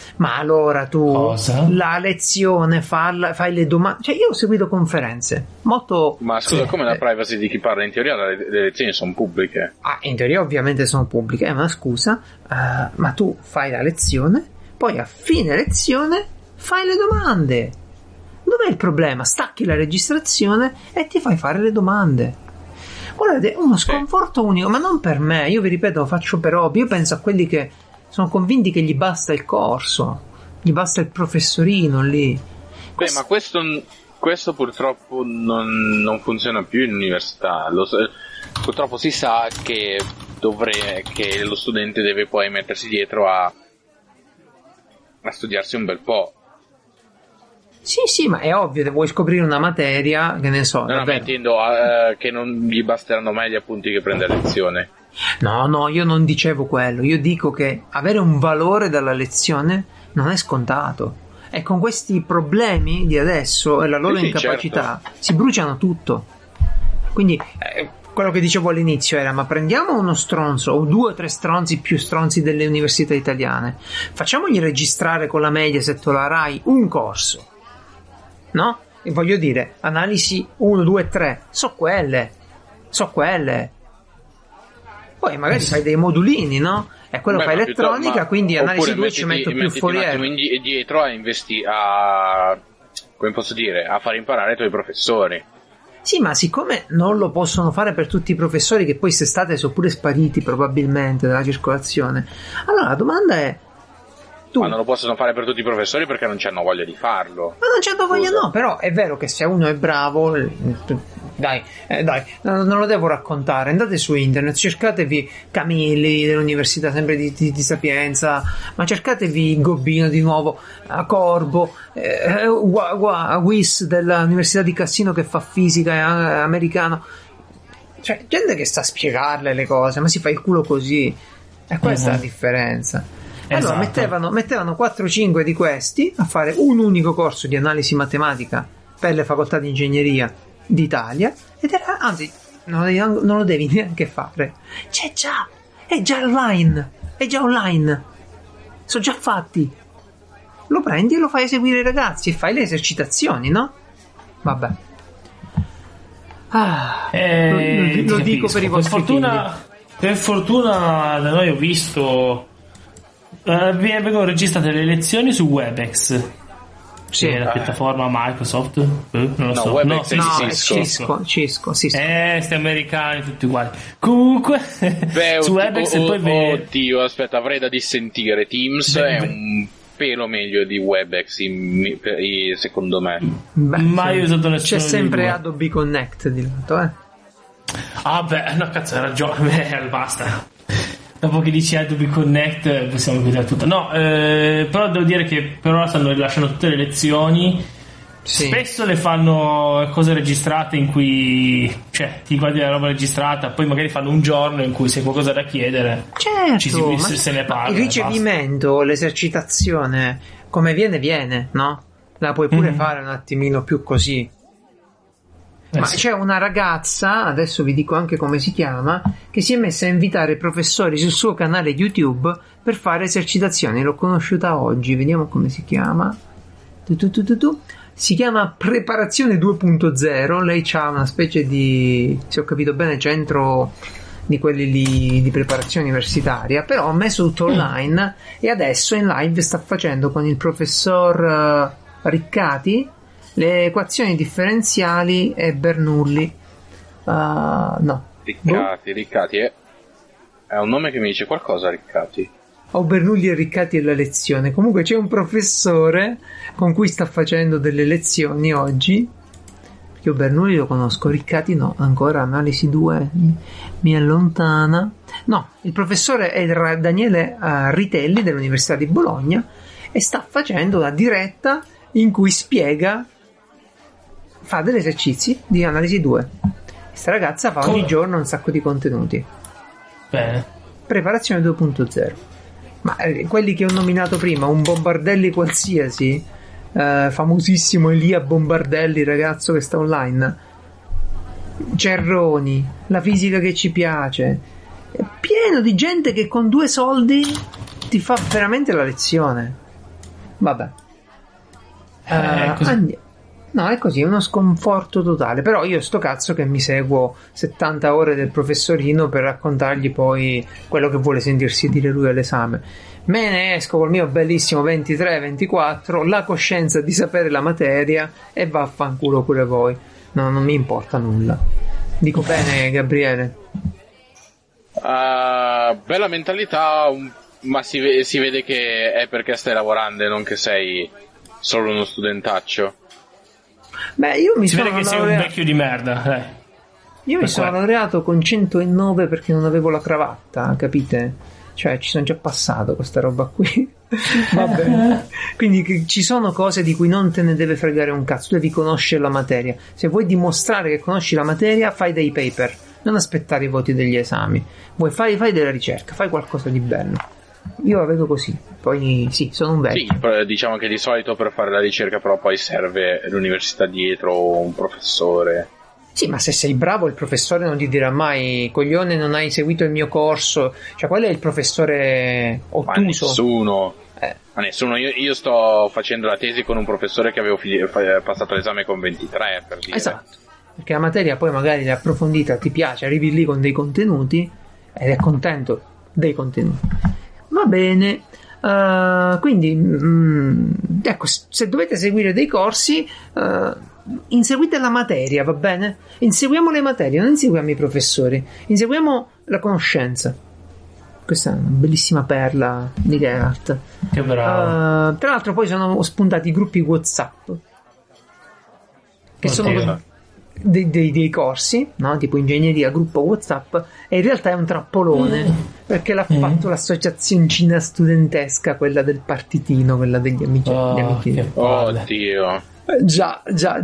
Ma allora tu la lezione fai le domande, cioè io ho seguito conferenze molto. Ma scusa, come la privacy di chi parla? In teoria le lezioni sono pubbliche. In teoria ovviamente sono pubbliche, ma scusa, ma tu fai la lezione, poi a fine lezione fai le domande. Dov'è il problema? Stacchi la registrazione e ti fai fare le domande. Guardate, uno sconforto unico, ma non per me, io vi ripeto, lo faccio per hobby. Io penso a quelli che sono convinti che gli basta il corso, gli basta il professorino lì. Ma questo purtroppo non funziona più in università. Purtroppo si sa che lo studente deve poi mettersi dietro a studiarsi un bel po'. Sì, ma è ovvio, vuoi scoprire una materia, che ne so. No, ma intendo che non gli basteranno mai gli appunti che prende a lezione. No, io non dicevo quello. Io dico che avere un valore dalla lezione non è scontato. E con questi problemi di adesso e la loro incapacità, certo, si bruciano tutto. Quindi quello che dicevo all'inizio era: ma prendiamo uno stronzo o 2 o 3 stronzi più stronzi delle università italiane, facciamogli registrare con la Mediaset o la Rai un corso, no? E voglio dire, analisi 1, 2, 3 so quelle. Poi magari fai dei modulini, no? E quello fa elettronica, quindi analisi 2 ci metto più Fourier. E dietro a come posso dire, a far imparare i tuoi professori. Sì, ma siccome non lo possono fare per tutti i professori, che poi quest'estate sono pure spariti probabilmente dalla circolazione, allora la domanda è: ma non lo possono fare per tutti i professori perché non c'hanno voglia di farlo. Ma non c'hanno voglia, no, però è vero che se uno è bravo, dai, non lo devo raccontare, andate su internet, cercatevi Camilli dell'università sempre di Sapienza, ma cercatevi Gobbino di nuovo, Corbo, Wyss dell'università di Cassino che fa fisica, americano, cioè gente che sa spiegarle le cose, ma si fa il culo così, e questa è la differenza. Allora mettevano 4-5 di questi a fare un unico corso di analisi matematica per le facoltà di ingegneria d'Italia, ed era, anzi, non lo devi neanche fare, è già online, sono già fatti, lo prendi e lo fai eseguire ai ragazzi e fai le esercitazioni, no? Vabbè, lo dico per i vostri per fortuna da noi ho visto vengono registrate le lezioni su Webex. Sì, la piattaforma Microsoft, non lo so. Webex Cisco. Sti americani tutti uguali. Comunque su Webex e poi oddio, aspetta, avrei da dissentire. Teams è un pelo meglio di Webex secondo me. Mai usato nessuno. C'è sempre Adobe Connect di lato, no, cazzo, hai ragione. Basta. Dopo che dici Adobe Connect possiamo vedere tutto. No, però devo dire che per ora stanno rilasciando tutte le lezioni. Sì. Spesso le fanno cose registrate in cui, cioè, ti guardi la roba registrata, poi magari fanno un giorno in cui se hai qualcosa da chiedere, certo, se ne parla. Il ricevimento, l'esercitazione, come viene, no? La puoi pure fare un attimino più così. Ma c'è una ragazza, adesso vi dico anche come si chiama, che si è messa a invitare i professori sul suo canale YouTube per fare esercitazioni. L'ho conosciuta oggi, vediamo come si chiama. Si chiama Preparazione 2.0. Lei ha una specie di, se ho capito bene, centro di quelli lì di preparazione universitaria, però ha messo tutto online e adesso in live sta facendo con il professor Riccati le equazioni differenziali e Bernoulli. Riccati è un nome che mi dice qualcosa. Riccati o Bernoulli e Riccati è la lezione. Comunque c'è un professore con cui sta facendo delle lezioni oggi. Io Bernoulli lo conosco, Riccati no, ancora analisi 2 mi allontana. No, il professore è Daniele Ritelli dell'Università di Bologna e sta facendo una diretta in cui fa degli esercizi di analisi 2. Questa ragazza fa ogni giorno un sacco di contenuti. Bene. Preparazione 2.0. Ma quelli che ho nominato prima, un Bombardelli qualsiasi, famosissimo Elia Bombardelli, ragazzo che sta online, Cerroni, la fisica che ci piace, è pieno di gente che con 2 soldi ti fa veramente la lezione. Vabbè. No, è così, è uno sconforto totale. Però io sto cazzo che mi seguo 70 ore del professorino per raccontargli poi quello che vuole sentirsi dire lui all'esame. Me ne esco col mio bellissimo 23-24, la coscienza di sapere la materia, e vaffanculo pure voi. No, non mi importa nulla. Dico bene, Gabriele? Bella mentalità, ma si vede che è perché stai lavorando e non che sei solo uno studentaccio. Beh, io mi si sono vede che sei un vecchio di merda. Io mi sono laureato con 109 perché non avevo la cravatta, capite? Cioè, ci sono già passato questa roba qui. Va bene. Quindi ci sono cose di cui non te ne deve fregare un cazzo, tu devi conoscere la materia. Se vuoi dimostrare che conosci la materia, fai dei paper, non aspettare i voti degli esami. Fai della ricerca, fai qualcosa di bello. Io la vedo così. Poi sì, sono un vecchio. Sì, diciamo che di solito per fare la ricerca però poi serve l'università dietro o un professore. Sì, ma se sei bravo il professore non ti dirà mai coglione non hai seguito il mio corso. Cioè, quello è il professore ottuso. Ma nessuno. Io sto facendo la tesi con un professore che avevo passato l'esame con 23, per dire. Esatto, perché la materia poi magari l'hai approfondita, ti piace, arrivi lì con dei contenuti ed è contento dei contenuti. Va bene. Quindi ecco, se dovete seguire dei corsi, inseguite la materia, va bene? Inseguiamo le materie, non inseguiamo i professori, inseguiamo la conoscenza. Questa è una bellissima perla di Gerhardt. Che bravo. Tra l'altro poi sono spuntati i gruppi WhatsApp che sono dei corsi, no? Tipo ingegneria, gruppo WhatsApp, e in realtà è un trappolone perché l'ha fatto l'associazioncina studentesca, quella del partitino, quella degli amici. Oddio. Già.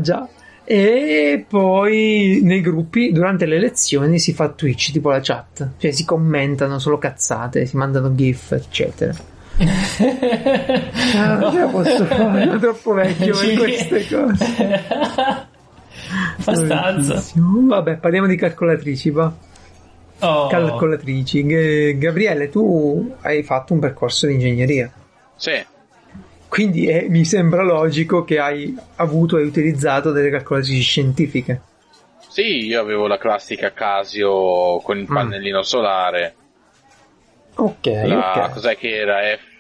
E poi nei gruppi durante le lezioni si fa Twitch, tipo la chat, cioè si commentano solo cazzate, si mandano gif, eccetera. Non ce la posso fare, sono troppo vecchio per queste cose. Abbastanza. Vabbè, parliamo di calcolatrici, va. Calcolatrici. Gabriele, tu hai fatto un percorso di ingegneria. Sì. Quindi mi sembra logico che hai avuto e utilizzato delle calcolatrici scientifiche. Sì, io avevo la classica Casio con il pannellino solare. Ok. Cos'è che era?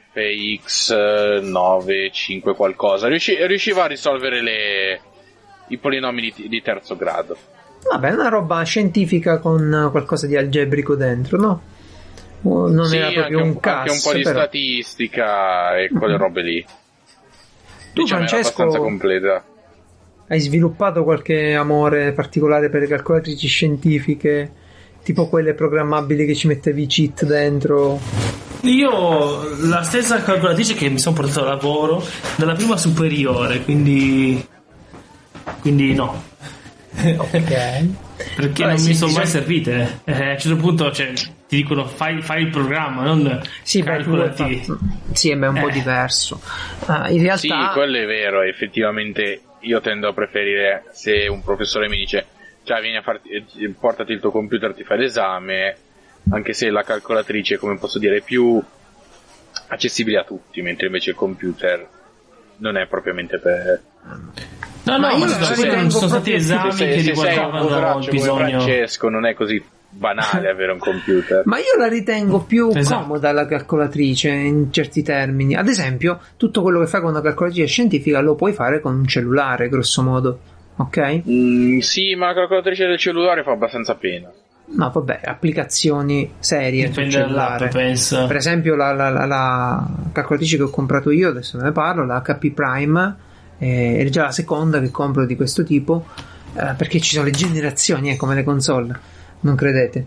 FX95 qualcosa. Riusciva a risolvere i polinomi di terzo grado. Vabbè, una roba scientifica con qualcosa di algebrico dentro, no? Non sì, era proprio un caso. Anche un po' di statistica e quelle robe lì. Tu, diciamo, Francesco, era abbastanza completa. Hai sviluppato qualche amore particolare per le calcolatrici scientifiche, tipo quelle programmabili che ci mettevi i cheat dentro? Io la stessa calcolatrice che mi sono portato a lavoro dalla prima superiore, quindi no. Ok. Perché non mi sono mai servite. A un certo punto, cioè, ti dicono fai il programma, non calcolati. Sì, è un po' diverso. In realtà, sì, quello è vero. Effettivamente io tendo a preferire, se un professore mi dice vieni a portati il tuo computer, ti fai l'esame, anche se la calcolatrice, come posso dire, è più accessibile a tutti, mentre invece il computer non è propriamente per... No, ma sono stati esami che riguardavano il bisogno. Francesco, non è così banale avere un computer. Ma io la ritengo più comoda la calcolatrice in certi termini. Ad esempio, tutto quello che fai con una calcolatrice scientifica lo puoi fare con un cellulare, grosso modo. Ok? Sì, ma la calcolatrice del cellulare fa abbastanza pena. No, vabbè, applicazioni serie sul cellulare. Per esempio la calcolatrice che ho comprato io, adesso ne parlo, la HP Prime, è già la seconda che compro di questo tipo, perché ci sono le generazioni, come le console, non credete?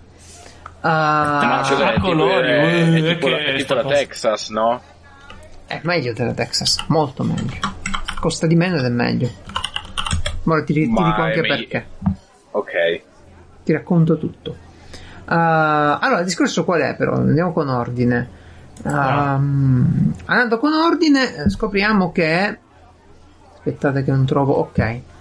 È tipo la Texas, no? È meglio della Texas, molto meglio, costa di meno ed è meglio. Ora ti dico anche perché. Ok, ti racconto tutto. Allora, il discorso qual è, però? Andiamo con ordine. Andando con ordine, scopriamo che... Aspettate che non trovo... Ok.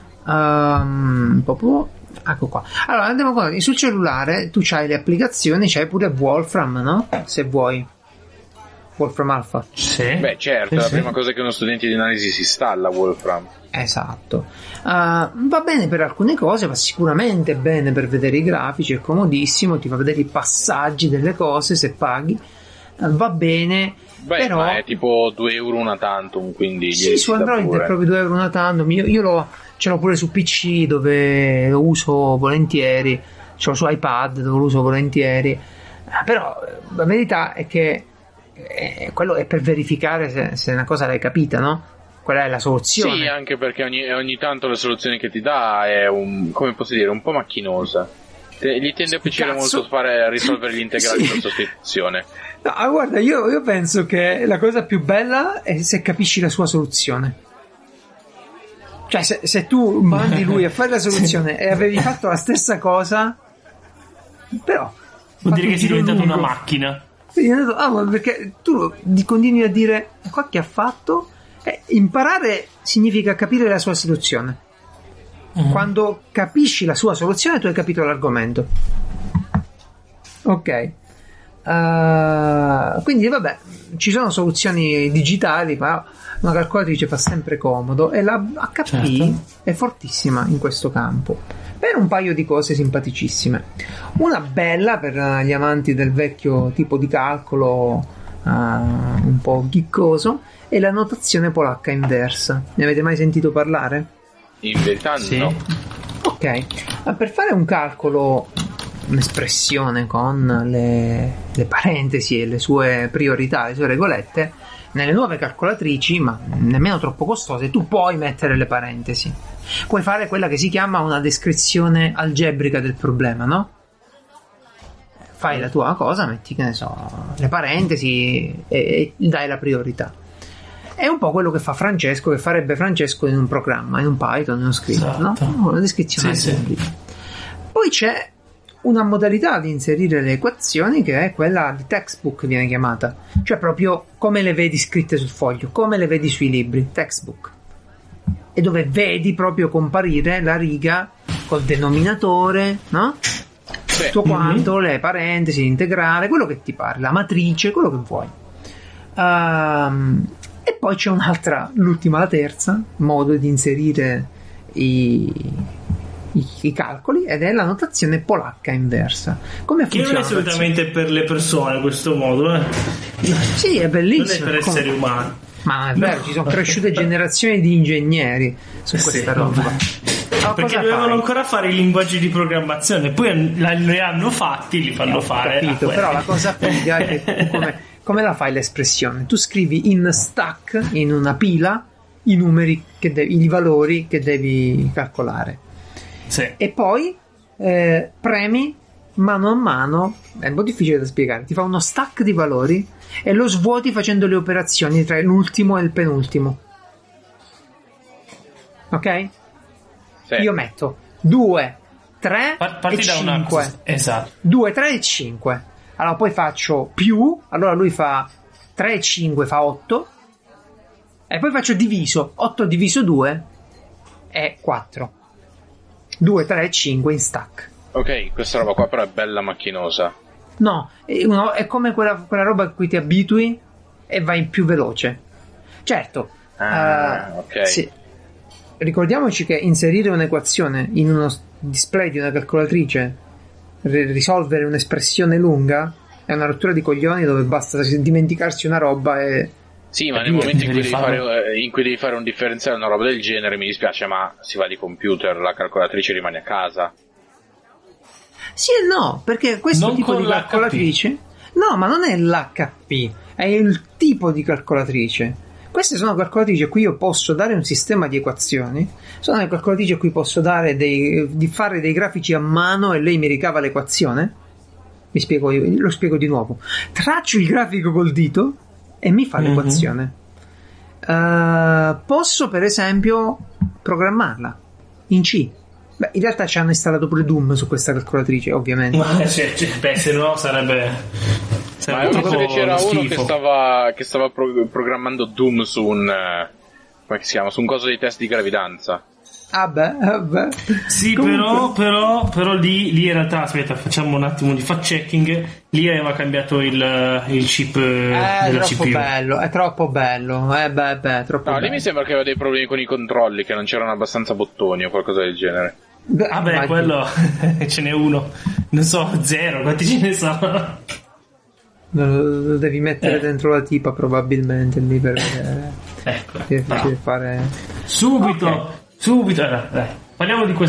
Ecco qua. Allora, andiamo con ordine. Sul cellulare tu c'hai le applicazioni, c'hai pure Wolfram, no? Se vuoi. Wolfram Alpha? Sì. Beh, certo, è la prima cosa che uno studente di analisi si installa, Wolfram. Esatto. Va bene per alcune cose, va sicuramente bene per vedere i grafici, è comodissimo, ti fa vedere i passaggi delle cose se paghi. Va bene. Beh, però ma è tipo 2 euro una tantum, quindi sì, su Android è proprio 2 euro una tantum. Io ce l'ho pure su PC dove lo uso volentieri, ce l'ho su iPad dove lo uso volentieri, però la verità è che quello è per verificare se una cosa l'hai capita, no? Quella è la soluzione. Sì, anche perché ogni tanto la soluzione che ti dà è come posso dire, un po' macchinosa. Gli tende a piacere molto risolvere gli integrali per sostituzione. No, guarda, io penso che la cosa più bella è se capisci la sua soluzione. Cioè, se tu mandi lui a fare la soluzione e avevi fatto la stessa però vuol dire che sei diventato una macchina. Ma perché tu continui a dire qua che ha fatto. Imparare significa capire la sua soluzione. Quando capisci la sua soluzione tu hai capito l'argomento. Ok. Quindi vabbè, ci sono soluzioni digitali, ma una calcolatrice fa sempre comodo e la HP è fortissima in questo campo per un paio di cose simpaticissime. Una bella per gli amanti del vecchio tipo di calcolo, un po' chiccoso, è la notazione polacca inversa. Ne avete mai sentito parlare? In verità no. Ok, per fare un calcolo, un'espressione con le parentesi e le sue priorità, le sue regolette, nelle nuove calcolatrici, ma nemmeno troppo costose, tu puoi mettere le parentesi. Puoi fare quella che si chiama una descrizione algebrica del problema, no? Fai la tua cosa, metti, che ne so, le parentesi e dai la priorità. È un po' quello che fa Francesco, che farebbe Francesco in un programma, in un Python, in uno script, esatto. No? Una descrizione algebrica. Poi c'è una modalità di inserire le equazioni che è quella di textbook, viene chiamata, cioè proprio come le vedi scritte sul foglio, come le vedi sui libri, textbook, e dove vedi proprio comparire la riga col denominatore, no? Tutto quanto, le parentesi, l'integrale, quello che ti pare, la matrice, quello che vuoi. E poi c'è un'altra, l'ultima, la terza modo di inserire i calcoli, ed è la notazione polacca inversa. Come funziona? Che non è solitamente per le persone questo modo, Sì, è bellissimo. Non è per esseri umani. Ma non è vero, ci sono cresciute generazioni di ingegneri su questa roba. Perché dovevano ancora fare i linguaggi di programmazione, poi li hanno fatti, li fanno fare. Capito, però la cosa figa è che tu come la fai l'espressione? Tu scrivi in stack, in una pila, i numeri i valori che devi calcolare. Sì. E poi premi mano a mano, è un po' difficile da spiegare, ti fa uno stack di valori e lo svuoti facendo le operazioni tra l'ultimo e il penultimo. Ok? Sì. Io metto 2, 3 e 5. Esatto. 2, 3 e 5. Allora poi faccio più, allora lui fa 3 e 5 fa 8, e poi faccio diviso, 8 diviso 2 è 4. 2, 3 e 5 in stack. Ok, questa roba qua però è bella macchinosa. No, è come quella roba a cui ti abitui e vai più veloce. Certo. Ok. Sì. Ricordiamoci che inserire un'equazione in uno display di una calcolatrice, risolvere un'espressione lunga, è una rottura di coglioni dove basta dimenticarsi una roba e... Sì, ma nel momento in cui devi fare un differenziale, una roba del genere, mi dispiace, ma si va di computer, la calcolatrice rimane a casa. Sì e no, perché questo non tipo di calcolatrice... No, ma non è l'HP, è il tipo di calcolatrice. Queste sono calcolatrici a cui io posso dare un sistema di equazioni, sono le calcolatrici a cui posso dare di fare dei grafici a mano e lei mi ricava l'equazione. Lo spiego di nuovo. Traccio il grafico col dito e mi fa l'equazione. Posso per esempio programmarla in C. Beh, in realtà ci hanno installato pure Doom su questa calcolatrice, ovviamente. Se no sarebbe... Ma ho visto che c'era uno che stava programmando Doom su un come si chiama? Su un coso dei test di gravidanza. Vabbè. Sì, però lì in realtà, aspetta, facciamo un attimo di fact checking. Lì aveva cambiato il chip della CPU. È troppo bello. Troppo bello. Lì mi sembra che aveva dei problemi con i controlli, che non c'erano abbastanza bottoni o qualcosa del genere. Quello ce n'è uno. Non so, 0, quanti ce ne sono? Lo devi mettere dentro la tipa probabilmente lì per vedere. Ecco. Devi fare subito. Dai. Parliamo di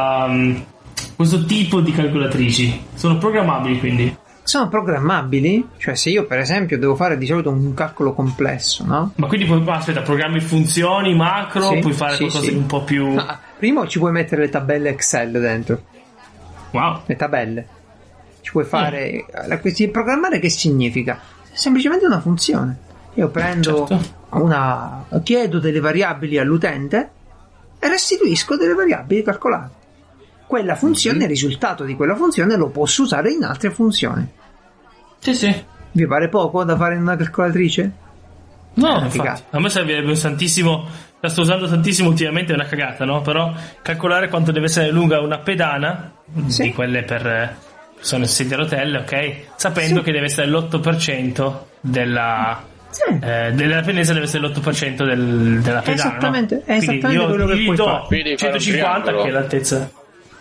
questo tipo di calcolatrici. Sono programmabili, quindi? Sono programmabili? Cioè, se io per esempio devo fare di solito un calcolo complesso, no? Ma quindi programmi funzioni, macro, puoi fare qualcosa di un po' più... Primo ci puoi mettere le tabelle Excel dentro. Wow. Le tabelle. Ci puoi fare... Programmare che significa? Semplicemente una funzione. Io prendo chiedo delle variabili all'utente e restituisco delle variabili calcolate. Quella funzione, il risultato di quella funzione lo posso usare in altre funzioni. Sì. Vi pare poco da fare in una calcolatrice? No, infatti. A me servirebbe tantissimo. La sto usando tantissimo ultimamente, è una cagata, no? Però calcolare quanto deve essere lunga una pedana, di quelle per sono sedia a rotelle, ok? Sapendo che deve essere l'8% della pendenza, deve essere l'8% della pedana. È esattamente quello che puoi fare. 150 che è l'altezza.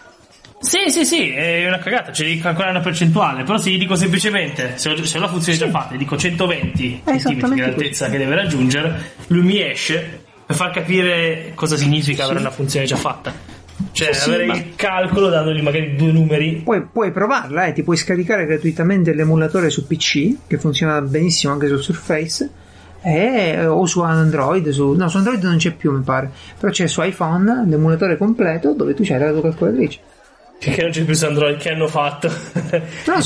Sì, è una cagata, cioè devi calcolare una percentuale, però se gli dico semplicemente, se ho la funzione già fatta, dico 120 cm che è l'altezza che deve raggiungere, lui mi esce per far capire cosa significa avere una funzione già fatta. Cioè avere il calcolo dandogli magari 2 numeri. Puoi provarla, ti puoi scaricare gratuitamente l'emulatore su PC, che funziona benissimo anche su Surface, o su Android. Su Android non c'è più, mi pare, però c'è su iPhone l'emulatore completo dove tu c'hai la tua calcolatrice. Perché non c'è più su Android? Che hanno fatto? Non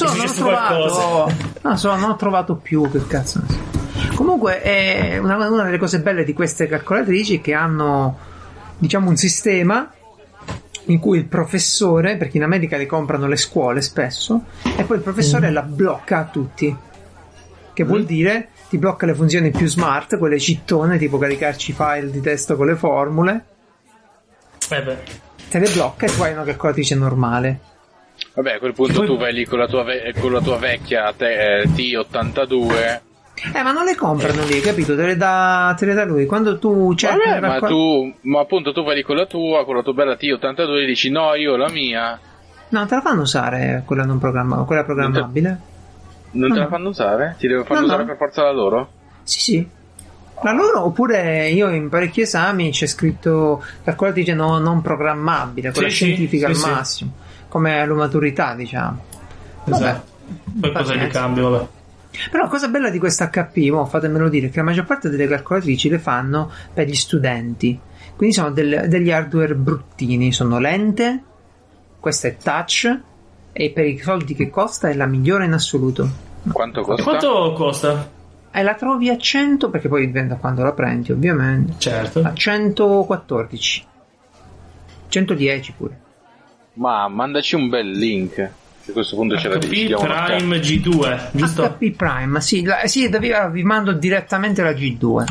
ho trovato più, che cazzo ne so. Comunque è una delle cose belle di queste calcolatrici, che hanno, diciamo, un sistema in cui il professore, perché in America le comprano le scuole spesso, e poi il professore la blocca a tutti, che vuol dire ti blocca le funzioni più smart, quelle cittone, tipo caricarci file di testo con le formule, te le blocca e tu hai una calcolatrice normale. Vabbè, a quel punto tu vai lì con la tua vecchia T82. Ma non le comprano lì, capito? Te le dà lui. Quando tu cerchi. Ma appunto tu vai lì con la tua bella T82 e dici no, io la mia. No, te la fanno usare quella quella programmabile. Non te la fanno usare? Ti devo far usare per forza la loro? Sì. La loro, oppure io in parecchi esami c'è scritto calcolatrice non programmabile, quella scientifica al massimo, come alla maturità, diciamo. Esatto. Poi cosa di cambio, vabbè. Però la cosa bella di questa HP, fatemelo dire, che la maggior parte delle calcolatrici le fanno per gli studenti, quindi sono degli hardware bruttini, sono lente, questa è touch, e per i soldi che costa è la migliore in assoluto. Quanto costa? Quanto costa? La trovi a 100, perché poi dipende da quando la prendi, ovviamente. Certo. A 114, 110 pure. Ma mandaci un bel link. A questo punto c'è la HP Prime G2, giusto? HP Prime, sì, vi mando direttamente la G2.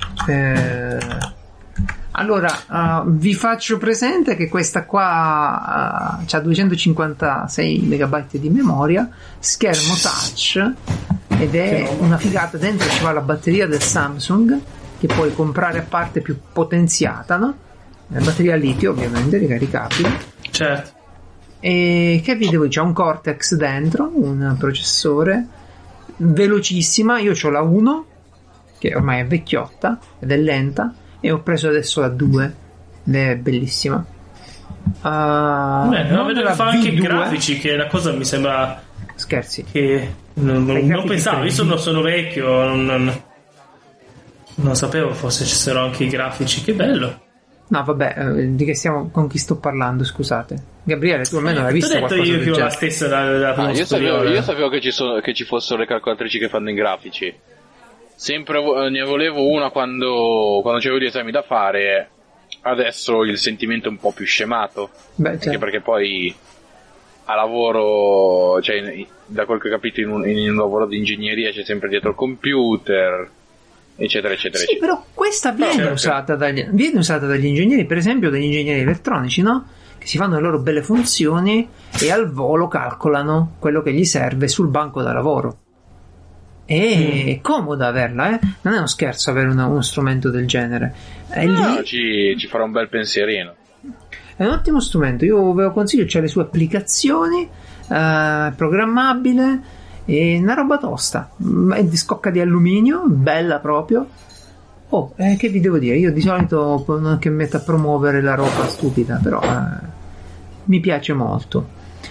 Allora, vi faccio presente che questa qua ha 256 MB di memoria, schermo touch, ed è una figata. Dentro ci va la batteria del Samsung, che puoi comprare a parte più potenziata, no? La batteria a litio, ovviamente, ricaricabile. Certo. E che vi devo dire? C'è un Cortex dentro, un processore velocissima. Io ho la 1, che ormai è vecchiotta ed è lenta, e ho preso adesso la 2 ed è bellissima. Non vedo fa anche grafici, che è la cosa mi sembra. Scherzi, che non pensavo. Io sono vecchio, non sapevo fosse ci fossero anche i grafici. Che bello. No, vabbè, con chi sto parlando, scusate. Gabriele, tu almeno l'hai vista qualcosa io che ho la stessa da io sapevo che ci fossero le calcolatrici che fanno i grafici. Sempre ne volevo una quando c'avevo gli esami da fare. Adesso il sentimento è un po' più scemato. Anche perché poi a lavoro, cioè da quel che ho capito in un lavoro di ingegneria c'è sempre dietro il computer. eccetera eccetera. Sì, eccetera. però questa viene usata dagli ingegneri, per esempio dagli ingegneri elettronici, no? Che si fanno le loro belle funzioni e al volo calcolano quello che gli serve sul banco da lavoro. È comoda averla, non è uno scherzo avere uno strumento del genere. Lì ci farà un bel pensierino. È un ottimo strumento, io ve lo consiglio, c'ha le sue applicazioni, programmabile, è una roba tosta, è di scocca di alluminio, bella proprio. Che vi devo dire, io di solito non è che metto a promuovere la roba stupida, però mi piace molto.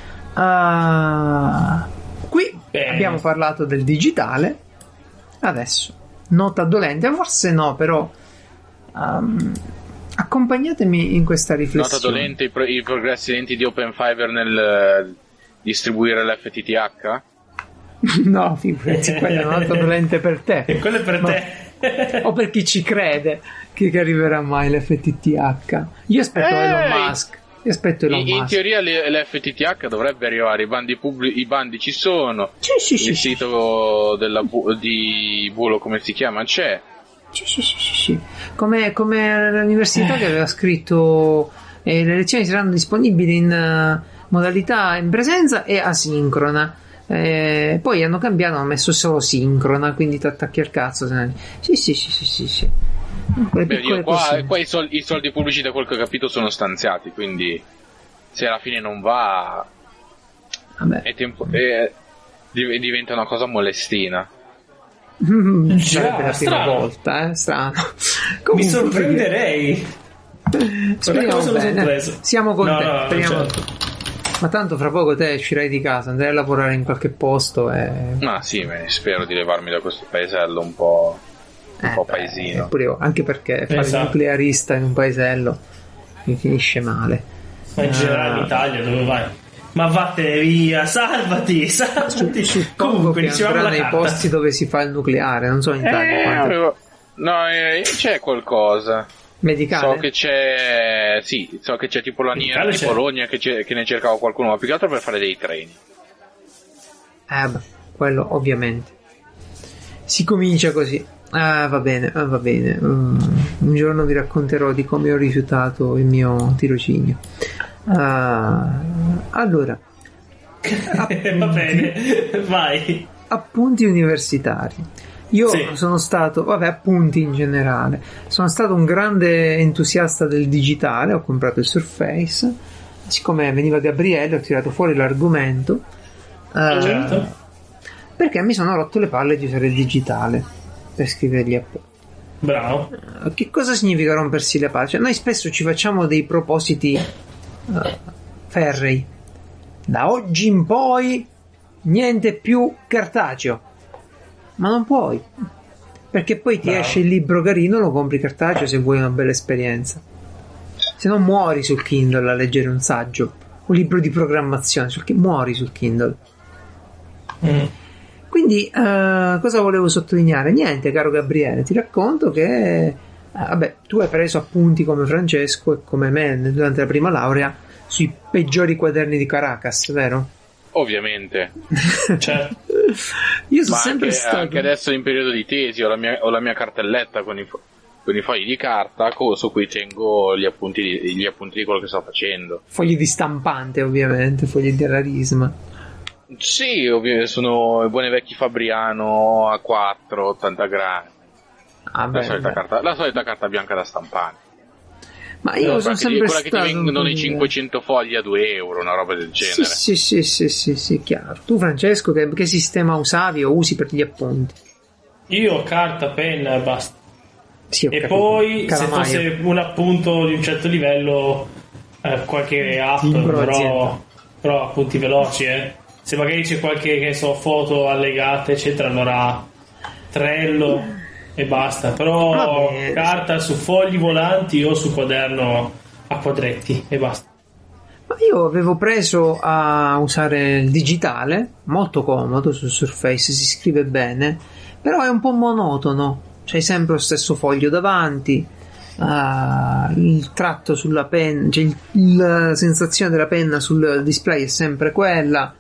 Qui abbiamo parlato del digitale, adesso nota dolente, forse no, però accompagnatemi in questa riflessione. Nota dolente i progressi lenti di OpenFiber nel distribuire l'FTTH? No, figurati, quella è una nota dolente per te. E quello è per te. O per chi ci crede che arriverà mai l'FTTH. Io aspetto Elon Musk. In teoria l'FTTH dovrebbe arrivare, i bandi ci sono. Il sito di Bulo, come si chiama, c'è. Sì. Come l'università che aveva scritto le lezioni saranno disponibili in modalità in presenza e asincrona. Poi hanno cambiato, hanno messo solo sincrona, quindi ti attacchi al cazzo. Sì. Qua i soldi pubblici, da quel che ho capito, sono stanziati, quindi se alla fine non va, diventa una cosa molestina. Sarebbe la prima volta, strano. Comunque, mi sorprenderei. Speriamo bene. Siamo contenti. Ma tanto fra poco te uscirai di casa, andrai a lavorare in qualche posto Ma sì, spero di levarmi da questo paesello un po' paesino. Pure io, anche perché fare il nuclearista in un paesello mi finisce male. Ma in generale in Italia dove vai? Ma vattene via, salvati. Comunque dicevamo nei posti dove si fa il nucleare, non so in Italia c'è qualcosa medicale. So che c'è tipo la NIR di Bologna che ne cercava qualcuno, ma più che altro per fare dei treni. Quello ovviamente si comincia così. Va bene. Un giorno vi racconterò di come ho rifiutato il mio tirocinio. Allora va bene, vai. Appunti universitari. Io sono stato, appunti in generale, sono stato un grande entusiasta del digitale, ho comprato il Surface, siccome veniva Gabriele ho tirato fuori l'argomento, perché mi sono rotto le palle di usare il digitale per scrivergli appunti. Bravo. Che cosa significa rompersi le palle? Cioè, noi spesso ci facciamo dei propositi ferrei. Da oggi in poi niente più cartaceo. Ma non puoi, perché poi ti esce il libro carino, lo compri cartaceo se vuoi una bella esperienza. Se no muori sul Kindle a leggere un saggio, un libro di programmazione, muori sul Kindle. Quindi cosa volevo sottolineare? Niente, caro Gabriele, ti racconto che tu hai preso appunti come Francesco e come me durante la prima laurea sui peggiori quaderni di Caracas, vero? Ovviamente. Certo. Io sono sempre stato anche adesso in periodo di tesi ho la mia cartelletta con i fogli di carta su cui tengo gli appunti di quello che sto facendo. Fogli di stampante, ovviamente, fogli di rarisma. Sì, ovviamente sono i buoni vecchi Fabriano A4 80 grammi. La solita carta bianca da stampare. Ma io sono sempre quella stato che ti vendono i 500 fogli a 2 euro, una roba del genere. Sì, chiaro. Tu, Francesco, che sistema usavi o usi per gli appunti? Io carta, penna e basta. Sì, e poi se fosse un appunto di un certo livello qualche app, però appunti veloci, se magari c'è qualche, che so, foto allegate eccetera, allora Trello e basta, però carta su fogli volanti o su quaderno a quadretti e basta. Ma io avevo preso a usare il digitale, molto comodo sul Surface, si scrive bene, però è un po' monotono, c'hai sempre lo stesso foglio davanti, il tratto sulla penna, cioè la sensazione della penna sul display è sempre quella.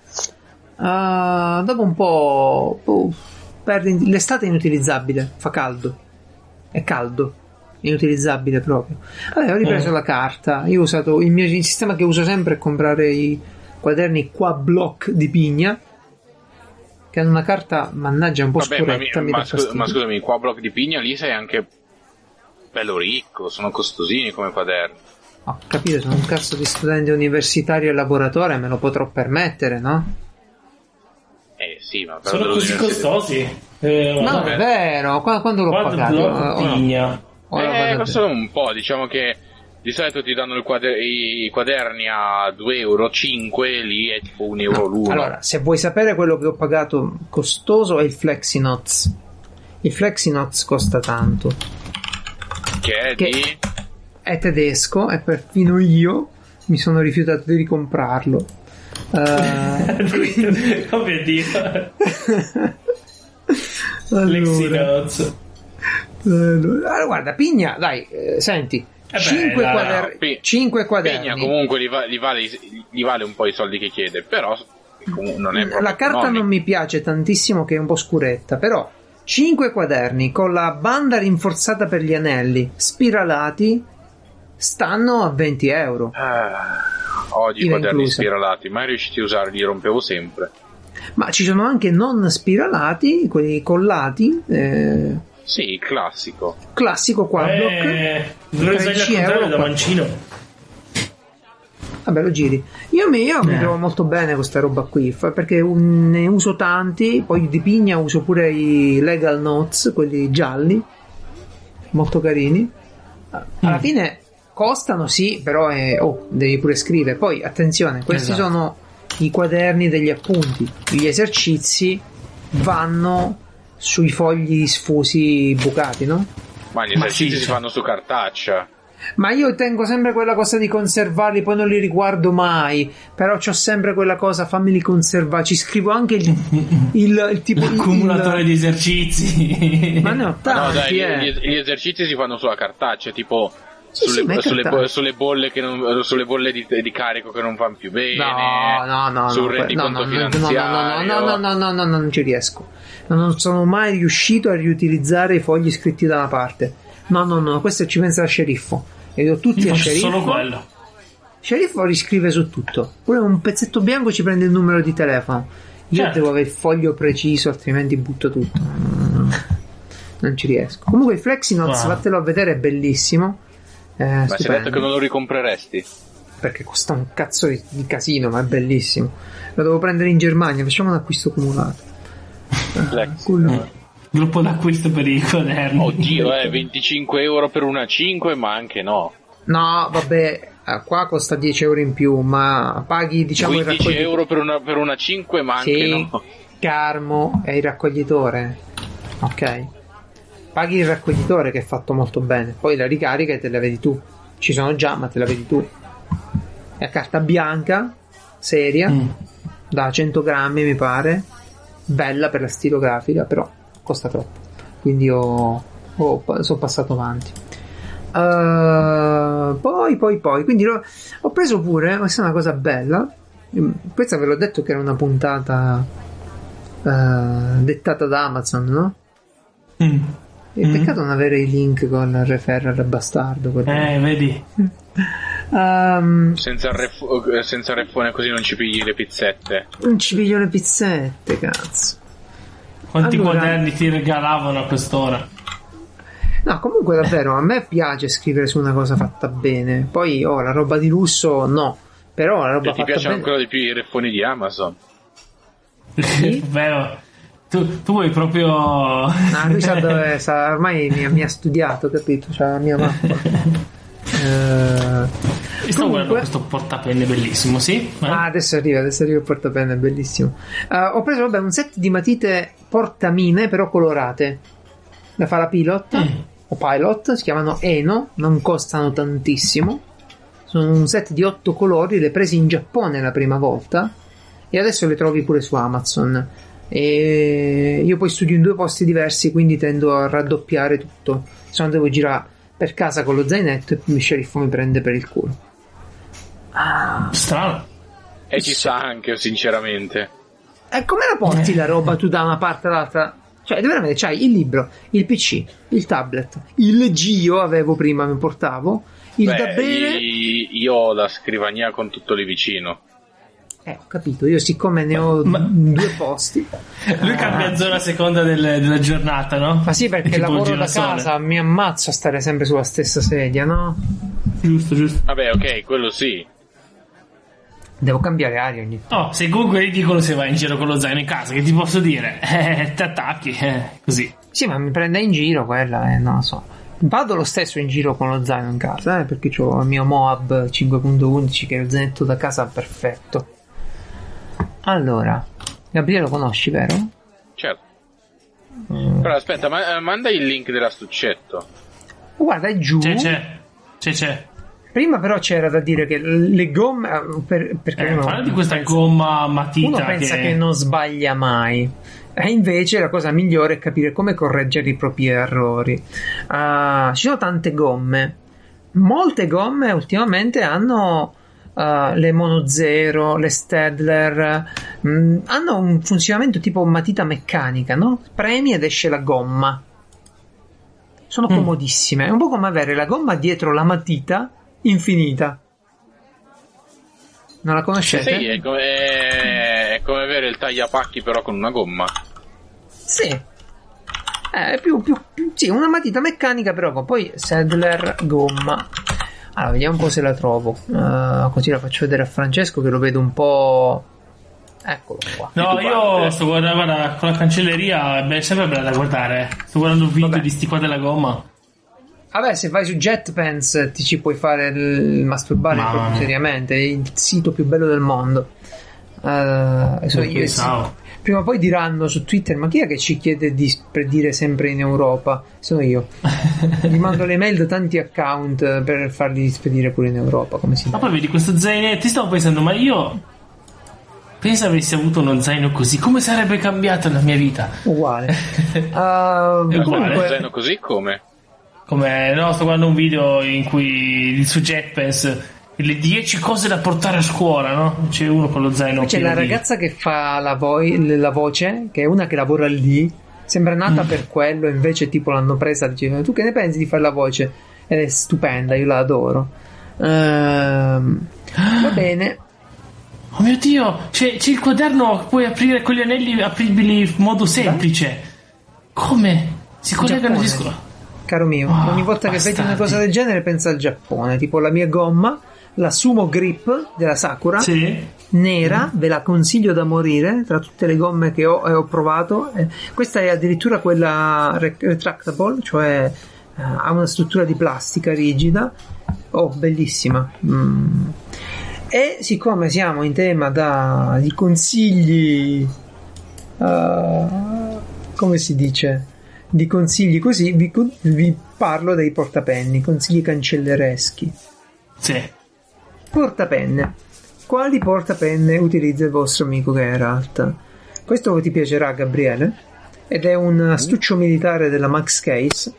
Dopo un po' l'estate è inutilizzabile, fa caldo, è caldo, inutilizzabile proprio. Vabbè, ho ripreso la carta. Io ho usato il sistema che uso sempre è comprare i quaderni Quablock di Pigna, che hanno una carta, mannaggia, un po' scuretta. Ma scusami, il Quablock di Pigna lì sei anche bello ricco, sono costosini come quaderni. Ho capito, sono un cazzo di studente universitario e lavoratore, me lo potrò permettere, no? Sì, ma però sono così costosi? No, è vero, quando l'ho pagato? Pigna. Costano un po', diciamo che di solito ti danno i quaderni a 2 euro, 5, lì è tipo 1 euro l'uno. Allora, se vuoi sapere quello che ho pagato costoso è il FlexiNotes. Il FlexiNotes costa tanto. È tedesco e perfino io mi sono rifiutato di ricomprarlo. Come dire? FlexiNotes. Allora, guarda, Pigna, dai, senti, 5 quaderni. Pigna comunque gli vale un po' i soldi che chiede, però non è proprio la carta economico. Non mi piace tantissimo, che è un po' scuretta, però 5 quaderni con la banda rinforzata per gli anelli spiralati stanno a 20 euro. Oggi i quaderni spiralati mai riusciti a usarli, li rompevo sempre. Ma ci sono anche non spiralati, quelli collati. Sì, il classico Quadblock. Dovrei usare da mancino. Vabbè, lo giri. Io mi trovo molto bene questa roba qui, perché ne uso tanti. Poi di Pigna uso pure i Legal Notes, quelli gialli, molto carini. Alla fine costano, sì, però devi pure scrivere. Poi attenzione, questi sono i quaderni degli appunti. Gli esercizi vanno sui fogli sfusi bucati, no? Ma gli esercizi si fanno su cartaccia. Ma io tengo sempre quella cosa di conservarli, poi non li riguardo mai. Però c'ho sempre quella cosa, fammeli conservare. Ci scrivo anche il tipo l'accumulatore di esercizi. Ma ne ho tanti. Gli esercizi si fanno sulla cartaccia, tipo sulle bolle sulle bolle di carico che non vanno più bene. No, sul rendiconto finanziario. No, non ci riesco. Non sono mai riuscito a riutilizzare i fogli scritti da una parte. No, questo ci pensa la sceriffo. E do tutti a sceriffo. Solo quello. Sceriffo riscrive su tutto. Pure un pezzetto bianco ci prende il numero di telefono. Io devo avere il foglio preciso, altrimenti butto tutto. Non ci riesco. Comunque il FlexiNotes, vattelo a vedere, è bellissimo. Ma si è detto che non lo ricompreresti? Perché costa un cazzo di casino, ma è bellissimo. Lo devo prendere in Germania. Facciamo un acquisto accumulato. Gruppo d'acquisto per i quaderni. Oddio, 25 euro per una 5, ma anche no. No, vabbè, qua costa 10 euro in più, ma paghi, diciamo, 15 euro per una 5, ma anche no. Carmo è il raccoglitore, ok? Paghi il raccoglitore, che è fatto molto bene, poi la ricarica e te la vedi tu. Ci sono già, ma te la vedi tu. È a carta bianca, seria, da 100 grammi mi pare, bella per la stilografica, però costa troppo, quindi sono passato avanti. Poi quindi ho preso pure, questa è una cosa bella, questa ve l'ho detto che era una puntata dettata da Amazon, no? Peccato non avere i link con il referral bastardo, vedi. Senza il refone, così non ci pigli le pizzette. Non ci piglio le pizzette, cazzo. Quanti quaderni ti regalavano a quest'ora? No, comunque davvero a me piace scrivere su una cosa fatta bene. Poi la roba di lusso no, però la roba fatta bene. Ti piacciono ancora di più i refoni di Amazon? Sì? Vero. Tu vuoi proprio... lui sa dove ormai mi ha studiato, capito? C'ha la mia mappa. Sto guardando questo portapenne bellissimo, sì? Adesso arriva il portapenne, è bellissimo. Ho preso un set di matite portamine, però colorate, da fa la Pilot o Pilot, si chiamano Eno, non costano tantissimo, sono un set di 8 colori, le presi in Giappone la prima volta e adesso le trovi pure su Amazon. E io poi studio in 2 posti diversi, quindi tendo a raddoppiare tutto, se no devo girare per casa con lo zainetto e il sceriffo mi prende per il culo. Strano. E ci sta anche, sinceramente. E come la porti la roba tu da una parte all'altra? Cioè veramente c'hai il libro, il PC, il tablet, il Gio avevo prima, mi portavo, il da bere. Io ho la scrivania con tutto lì vicino. Ho capito, io siccome ne ho 2 posti. Lui cambia zona a seconda della giornata, no? Ma sì, perché lavoro da casa, mi ammazzo a stare sempre sulla stessa sedia, no? Giusto. Vabbè, ok, quello sì. Devo cambiare aria ogni tanto. Oh, se comunque ridicolo se vai in giro con lo zaino in casa, che ti posso dire? Ti attacchi, così. Sì, ma mi prende in giro quella, non lo so. Vado lo stesso in giro con lo zaino in casa, perché ho il mio Moab 5.11 che è il zainetto da casa perfetto. Allora, Gabriele lo conosci, vero? Certo. Però aspetta, manda il link dell'astuccetto. Guarda, è giù. C'è. Prima però c'era da dire che le gomme perché parla di questa gomma matita. Uno pensa che non sbaglia mai, e invece la cosa migliore è capire come correggere i propri errori. Ci sono tante gomme. Molte gomme ultimamente hanno le Mono Zero, le Stadler, hanno un funzionamento tipo matita meccanica, no? Premi ed esce la gomma. Sono comodissime. È un po' come avere la gomma dietro la matita infinita. Non la conoscete? Sì, è come avere il tagliapacchi però con una gomma. Sì. È più sì, una matita meccanica però poi Sadler gomma. Allora, vediamo un po' se la trovo. Così la faccio vedere a Francesco che lo vedo un po'. Eccolo qua. No, io sto guardando, guarda, con la cancelleria è sempre bella da guardare. Sto guardando un video di sti qua della gomma. Vabbè, se vai su JetPants ti ci puoi fare il masturbare proprio seriamente. È il sito più bello del mondo. Prima o poi diranno su Twitter: ma chi è che ci chiede di spedire sempre in Europa? Sono io. Gli mando le mail da tanti account per farli spedire pure in Europa. Come si ma poi vedi questo zainetto, ti stavo pensando, ma io penso avessi avuto uno zaino così, come sarebbe cambiata la mia vita? Uguale. Uguale. Un zaino così come? No, sto guardando un video in cui su JetPants le 10 cose da portare a scuola, no? C'è uno con lo zaino. C'è la ragazza che fa la voce, che è una che lavora lì, sembra nata per quello, invece tipo l'hanno presa, diceva: tu che ne pensi di fare la voce? Ed è stupenda, io la adoro. Va bene. Oh mio Dio, c'è il quaderno, puoi aprire con gli anelli apribili in modo semplice. Come? Si collegano di scuola. Caro mio, ogni volta che vedi una cosa del genere pensa al Giappone. Tipo la mia gomma, la Sumo Grip della Sakura, nera, ve la consiglio da morire tra tutte le gomme che ho provato. Questa è addirittura quella retractable, cioè ha una struttura di plastica rigida. Bellissima. E siccome siamo in tema di consigli, come si dice? Di consigli così, vi parlo dei portapenni, consigli cancellereschi. Sì. Portapenne. Quali portapenne utilizza il vostro amico Geralt? Questo ti piacerà, Gabriele, ed è un astuccio militare della Max Case.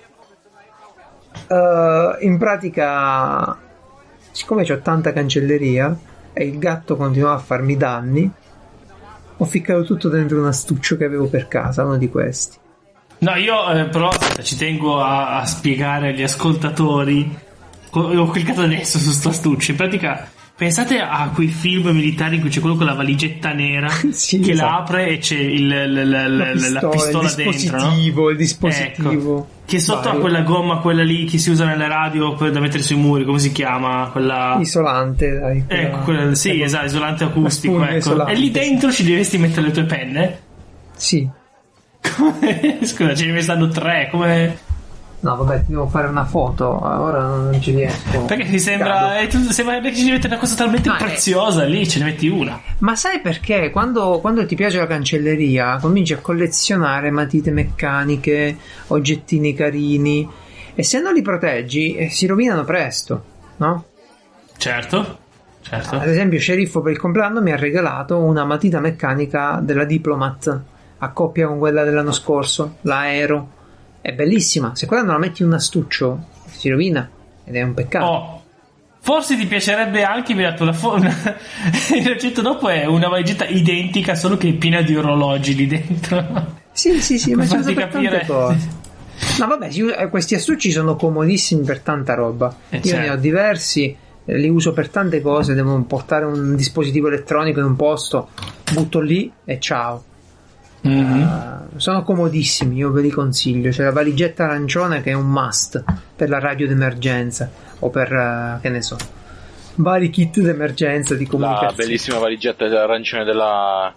In pratica, siccome c'ho tanta cancelleria e il gatto continuava a farmi danni, ho ficcato tutto dentro un astuccio che avevo per casa, uno di questi. No, io però aspetta, ci tengo a spiegare agli ascoltatori. Ho cliccato adesso su sto astuccio. In pratica, pensate a quei film militari in cui c'è quello con la valigetta nera sì, che la apre e c'è la pistola dentro, no? Il dispositivo. Ecco, che sotto ha quella gomma, quella lì che si usa nelle radio da mettere sui muri, come si chiama? Quella isolante, dai. Ecco, sì, esatto, isolante acustico. Ecco. Isolante, e lì dentro ci dovresti mettere le tue penne? Sì. Scusa, ce ne stanno 3, come? No, vabbè, ti devo fare una foto, ora non ci riesco. Perché mi sembra che ci metti una cosa talmente preziosa, lì ce ne metti una. Ma sai perché? Quando ti piace la cancelleria, cominci a collezionare matite meccaniche, oggettini carini, e se non li proteggi si rovinano presto, no? Certo. Ad esempio, Sceriffo per il compleanno mi ha regalato una matita meccanica della Diplomat a coppia con quella dell'anno scorso, la Aero. È bellissima, se quella non la metti in un astuccio si rovina ed è un peccato. Forse ti piacerebbe anche, mi ha dato il raggetto dopo è una valigetta identica, solo che è piena di orologi lì dentro. Sì, ma si usa per tante cose. No, vabbè, questi astucci sono comodissimi per tanta roba. Io ne ho diversi, li uso per tante cose. Devo portare un dispositivo elettronico in un posto, butto lì e ciao. Sono comodissimi, io ve li consiglio. C'è la valigetta arancione che è un must per la radio d'emergenza o per che ne so, vari kit d'emergenza di comunicazione. La bellissima valigetta arancione della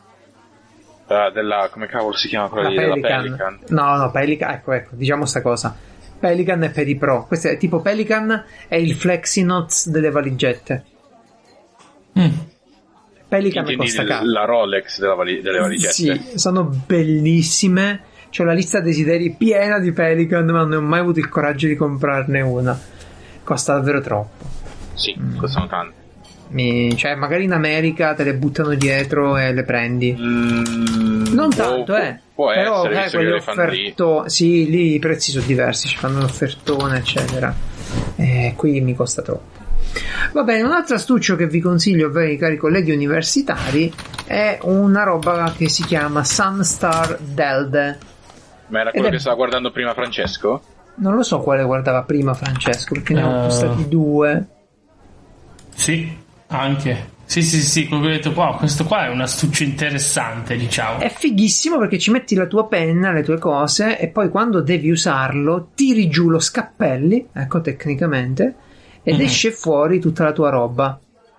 come cavolo si chiama quella della Pelican? No, Pelican, ecco, diciamo sta cosa. Pelican è per i pro. Questo è tipo Pelican è il Flexinots delle valigette. Pelican costa caro. La Rolex delle valigette. Sì, sono bellissime. C'ho la lista desideri piena di Pelican, ma non ho mai avuto il coraggio di comprarne una. Costa davvero troppo. Sì, costano tanto. Cioè, magari in America te le buttano dietro e le prendi. Non tanto, può però essere, sì, lì i prezzi sono diversi, ci fanno l'offertone, eccetera. Qui mi costa troppo. Va bene, un altro astuccio che vi consiglio, ovvero i cari colleghi universitari, è una roba che si chiama Sunstar Delde. Ma era quello che stava guardando prima Francesco? Non lo so quale guardava prima Francesco, perché ne ho stati due. Sì, anche. Sì, come ho detto qua, questo qua è un astuccio interessante, diciamo. È fighissimo perché ci metti la tua penna, le tue cose, e poi quando devi usarlo tiri giù lo scappelli, ecco, tecnicamente, ed esce fuori tutta la tua roba.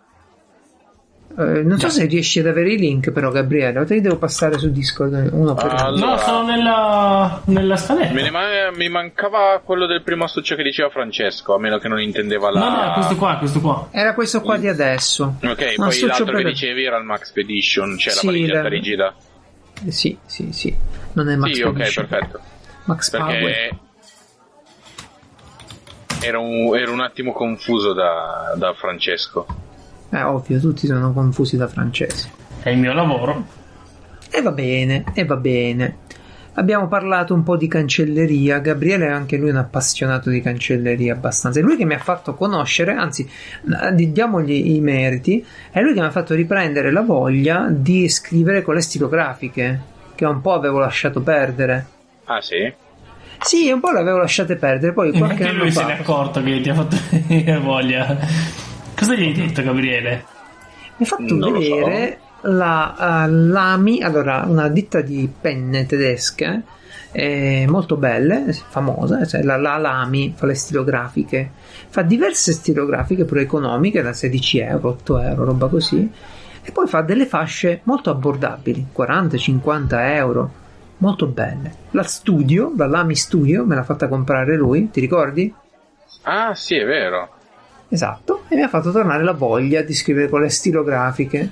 Non so se riesci ad avere i link, però, Gabriele, o te li devo passare su Discord uno per uno. No, sono nella scaletta. Mi mancava quello del primo astuccio che diceva Francesco, a meno che non intendeva No, questo qua. Era questo qua di adesso. Ok, poi l'altro che dicevi era il Max Expedition, cioè la valigetta rigida. Sì. Non è Max Expedition. Ok, perfetto. Max Perché ero un attimo confuso da Francesco. Ovvio, tutti sono confusi da Francesco. È il mio lavoro. E va bene. Abbiamo parlato un po' di cancelleria. Gabriele è anche lui un appassionato di cancelleria abbastanza. È lui che mi ha fatto conoscere, anzi, diamogli i meriti, è lui che mi ha fatto riprendere la voglia di scrivere con le stilografiche, che un po' avevo lasciato perdere. Ah, sì? Sì, un po' l'avevo lasciate perdere, poi qualche anno lui fa... se ne è accorto che ti ha fatto venire voglia. Cosa gli hai detto, Gabriele? Mi ha fatto vedere la Lamy, allora, una ditta di penne tedesche molto belle, famosa, cioè la Lamy fa le stilografiche, fa diverse stilografiche pure economiche da 16 euro, 8 euro, roba così, e poi fa delle fasce molto abbordabili, 40-50 euro, molto belle. La Lamy Studio me l'ha fatta comprare lui, ti ricordi? Ah, sì, è vero. Esatto, e mi ha fatto tornare la voglia di scrivere con le stilografiche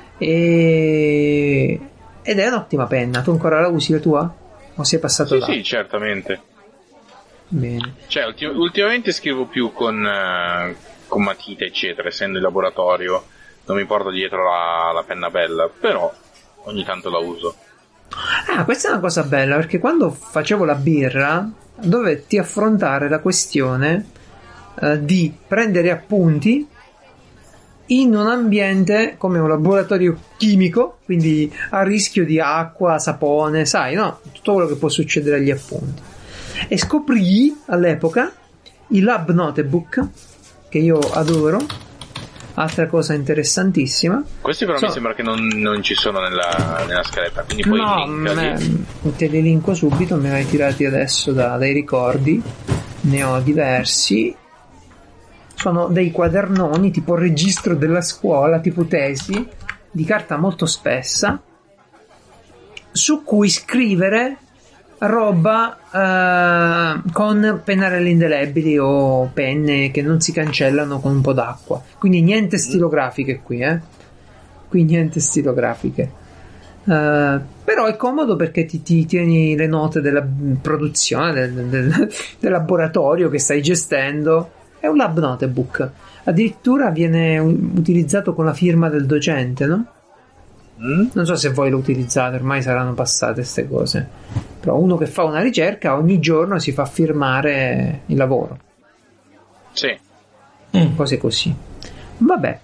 ed è un'ottima penna. Tu ancora la usi la tua? O sei passato là? Sì, certamente. Bene. Cioè, ultimamente scrivo più con matita, eccetera, essendo in laboratorio non mi porto dietro la penna bella, però ogni tanto la uso. Questa è una cosa bella, perché quando facevo la birra dovetti affrontare la questione di prendere appunti in un ambiente come un laboratorio chimico, quindi a rischio di acqua, sapone, sai, no? Tutto quello che può succedere agli appunti. E scoprì all'epoca i Lab Notebook, che io adoro, altra cosa interessantissima. Questi però mi sembra che non ci sono nella scaletta, quindi poi te li linko subito, me li hai tirati adesso dai ricordi, ne ho diversi. Sono dei quadernoni tipo registro della scuola, tipo tesi, di carta molto spessa, su cui scrivere roba con pennarelli indelebili o penne che non si cancellano con un po' d'acqua. Quindi niente stilografiche qui, Qui niente stilografiche. Però è comodo perché ti tieni le note della produzione, del laboratorio che stai gestendo. È un Lab Notebook, addirittura viene utilizzato con la firma del docente, no? Non so se voi lo utilizzate, ormai saranno passate queste cose, però uno che fa una ricerca ogni giorno si fa firmare il lavoro. Sì. Cose così. Vabbè,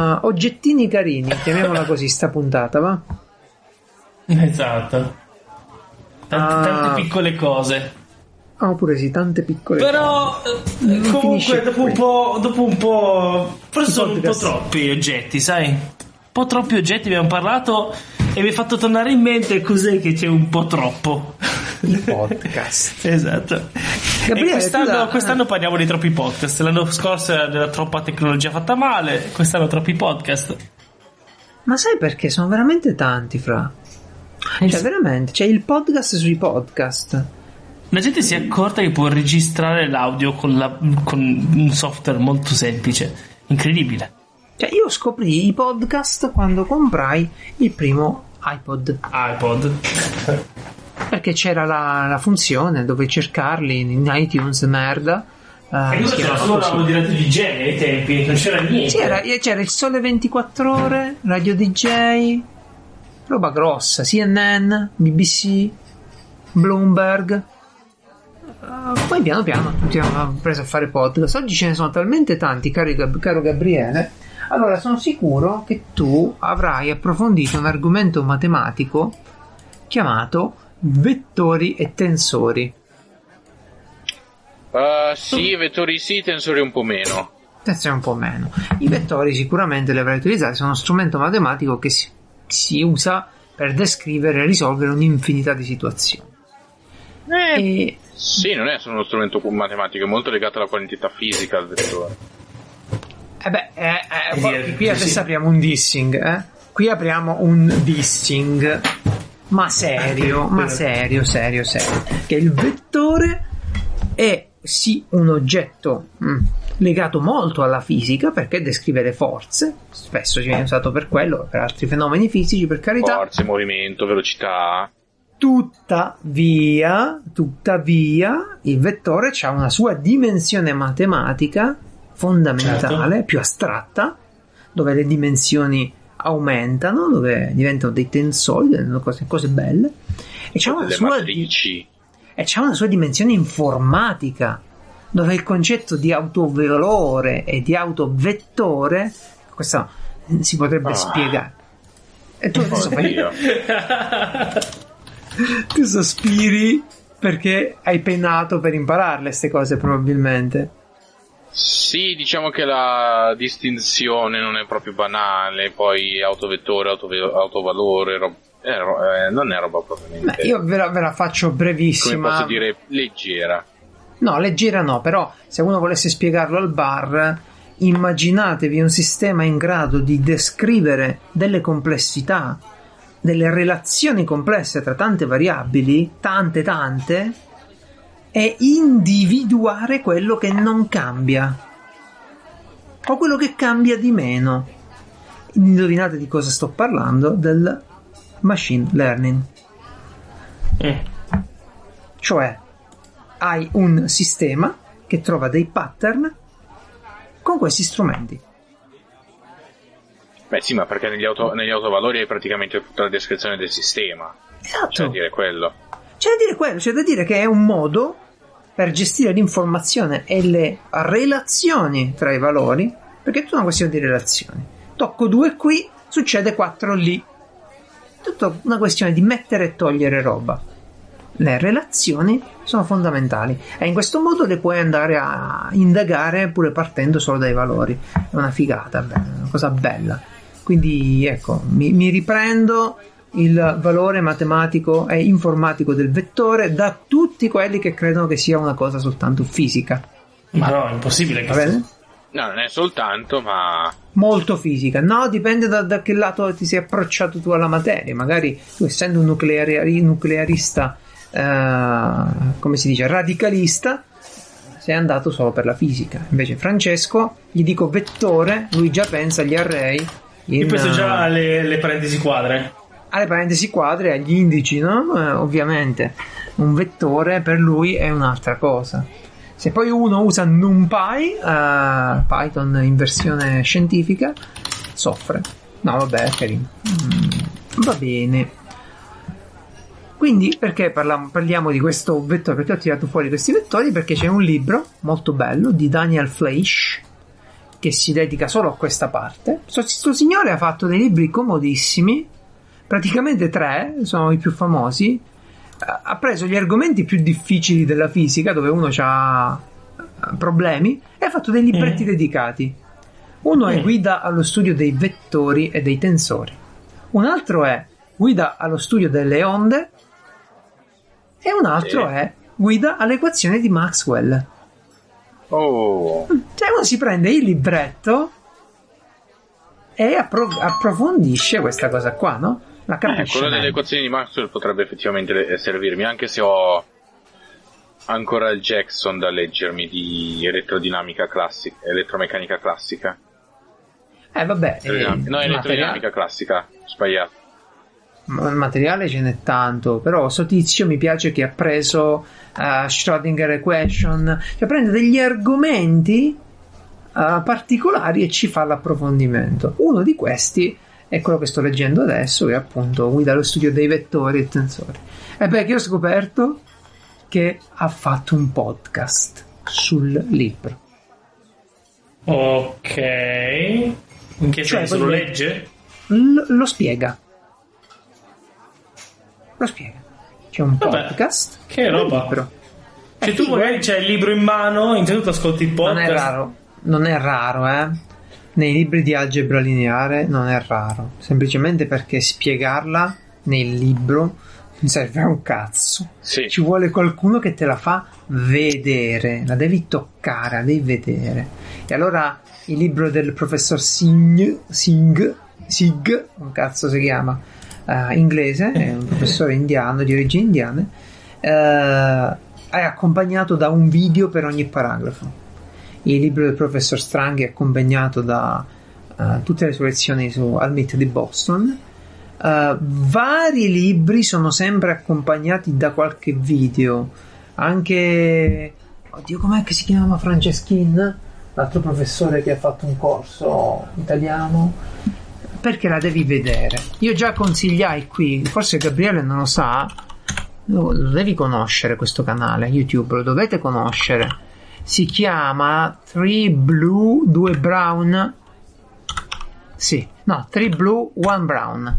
oggettini carini, chiamiamola così sta puntata, va? Esatto. tante piccole cose. Oppure sì, tante piccole però comunque dopo un po' forse sono un po' troppi oggetti, sai? Un po' troppi oggetti abbiamo parlato e mi ha fatto tornare in mente cos'è che c'è un po' troppo. I podcast. Esatto. Gabriele, quest'anno parliamo di troppi podcast. L'anno scorso era della troppa tecnologia fatta male, quest'anno troppi podcast. Ma sai perché? Sono veramente tanti, fra. Cioè veramente, c'è il podcast sui podcast. La gente si è accorta che può registrare l'audio con un software molto semplice. Incredibile. Cioè io scoprì i podcast quando comprai il primo iPod. Perché c'era la funzione dove cercarli in iTunes, merda. E cosa c'era solo l'audio di Radio DJ ai tempi? Non c'era niente. Sì, c'era il Sole 24 Ore, Radio DJ, roba grossa, CNN, BBC, Bloomberg. Poi piano piano tutti hanno preso a fare podcast. Oggi ce ne sono talmente tanti, caro Gabriele. Allora sono sicuro che tu avrai approfondito un argomento matematico chiamato vettori e tensori. Sì, vettori sì, tensori un po' meno. Tensori un po' meno. I vettori sicuramente li avrai utilizzati, sono uno strumento matematico che si usa per descrivere e risolvere un'infinità di situazioni. Sì, non è solo uno strumento matematico, è molto legato alla quantità fisica del vettore. Qui adesso apriamo un dissing, Qui apriamo un dissing, ma serio, serio. Che il vettore è sì un oggetto legato molto alla fisica, perché descrive le forze, spesso viene usato per quello, per altri fenomeni fisici, per carità. Forze, movimento, velocità. Tuttavia, il vettore ha una sua dimensione matematica fondamentale, certo, più astratta, dove le dimensioni aumentano, dove diventano dei tensori, diventano cose belle, e c'è una sua dimensione informatica, dove il concetto di autovalore e di autovettore, questo si potrebbe spiegare. E tu adesso tu sospiri perché hai penato per impararle queste cose, probabilmente. Sì, diciamo che la distinzione non è proprio banale, poi autovettore, autovalore, non è roba propriamente. Io ve la faccio brevissima. Come posso dire, leggera. No, leggera no, però se uno volesse spiegarlo al bar, immaginatevi un sistema in grado di descrivere delle complessità, delle relazioni complesse tra tante variabili, tante, e individuare quello che non cambia o quello che cambia di meno. Indovinate di cosa sto parlando? Del machine learning. Cioè hai un sistema che trova dei pattern con questi strumenti. Beh sì, ma perché negli autovalori hai praticamente tutta la descrizione del sistema. Esatto. C'è da dire quello. C'è da dire che è un modo per gestire l'informazione e le relazioni tra i valori, perché è tutta una questione di relazioni. Tocco 2 qui, succede 4 lì. Tutta una questione di mettere e togliere roba. Le relazioni sono fondamentali e in questo modo le puoi andare a indagare pure partendo solo dai valori. È una figata, è una cosa bella. Quindi ecco, mi riprendo il valore matematico e informatico del vettore da tutti quelli che credono che sia una cosa soltanto fisica. Ma no, è impossibile. Va bene? No, non è soltanto, ma molto fisica. No, dipende da che lato ti sei approcciato tu alla materia. Magari tu, essendo un nuclearista, come si dice, radicalista, sei andato solo per la fisica. Invece Francesco, gli dico vettore, lui già pensa agli array. Io penso già alle parentesi quadre. Alle parentesi quadre, agli indici, no? Ovviamente un vettore per lui è un'altra cosa. Se poi uno usa NumPy, Python in versione scientifica, soffre. No, vabbè, è carino. Va bene. Quindi perché parliamo di questo vettore? Perché ho tirato fuori questi vettori? Perché c'è un libro molto bello di Daniel Fleisch che si dedica solo a questa parte. Questo signore ha fatto dei libri comodissimi, praticamente 3, sono i più famosi. ha preso gli argomenti più difficili della fisica, dove uno ha problemi, e ha fatto dei libretti dedicati. Uno è guida allo studio dei vettori e dei tensori, un altro è guida allo studio delle onde, e un altro è guida alle equazioni di Maxwell. Cioè uno si prende il libretto e approfondisce questa cosa qua, no? La capisce. Quello delle equazioni di Maxwell potrebbe effettivamente servirmi, anche se ho ancora il Jackson da leggermi di elettromeccanica classica. Vabbè. Elettrodinamica classica, sbagliato. Materiale ce n'è tanto, però sto tizio mi piace che ha preso Schrödinger equation, cioè prende degli argomenti particolari e ci fa l'approfondimento. Uno di questi è quello che sto leggendo adesso, che appunto guida allo studio dei vettori e tensori. E beh, che ho scoperto che ha fatto un podcast sul libro. Ok, in che senso lo legge? Lo spiega. C'è un podcast. Che roba. Libro. Cioè tu magari c'hai il libro in mano, intanto ascolti il podcast. Non è raro, nei libri di algebra lineare non è raro, semplicemente perché spiegarla nel libro non serve a un cazzo. Sì. Ci vuole qualcuno che te la fa vedere, la devi toccare, la devi vedere. E allora il libro del professor Sig, un cazzo si chiama, inglese, è un professore indiano di origini indiane, è accompagnato da un video per ogni paragrafo. Il libro del professor Strang è accompagnato da tutte le sue lezioni al MIT di Boston. Vari libri sono sempre accompagnati da qualche video, anche com'è che si chiama, Franceschin, l'altro professore che ha fatto un corso italiano, perché la devi vedere. Io già consigliai qui, forse Gabriele non lo sa, lo devi conoscere questo canale YouTube, lo dovete conoscere, si chiama 3 Blue 2 Brown, 3 Blue 1 Brown.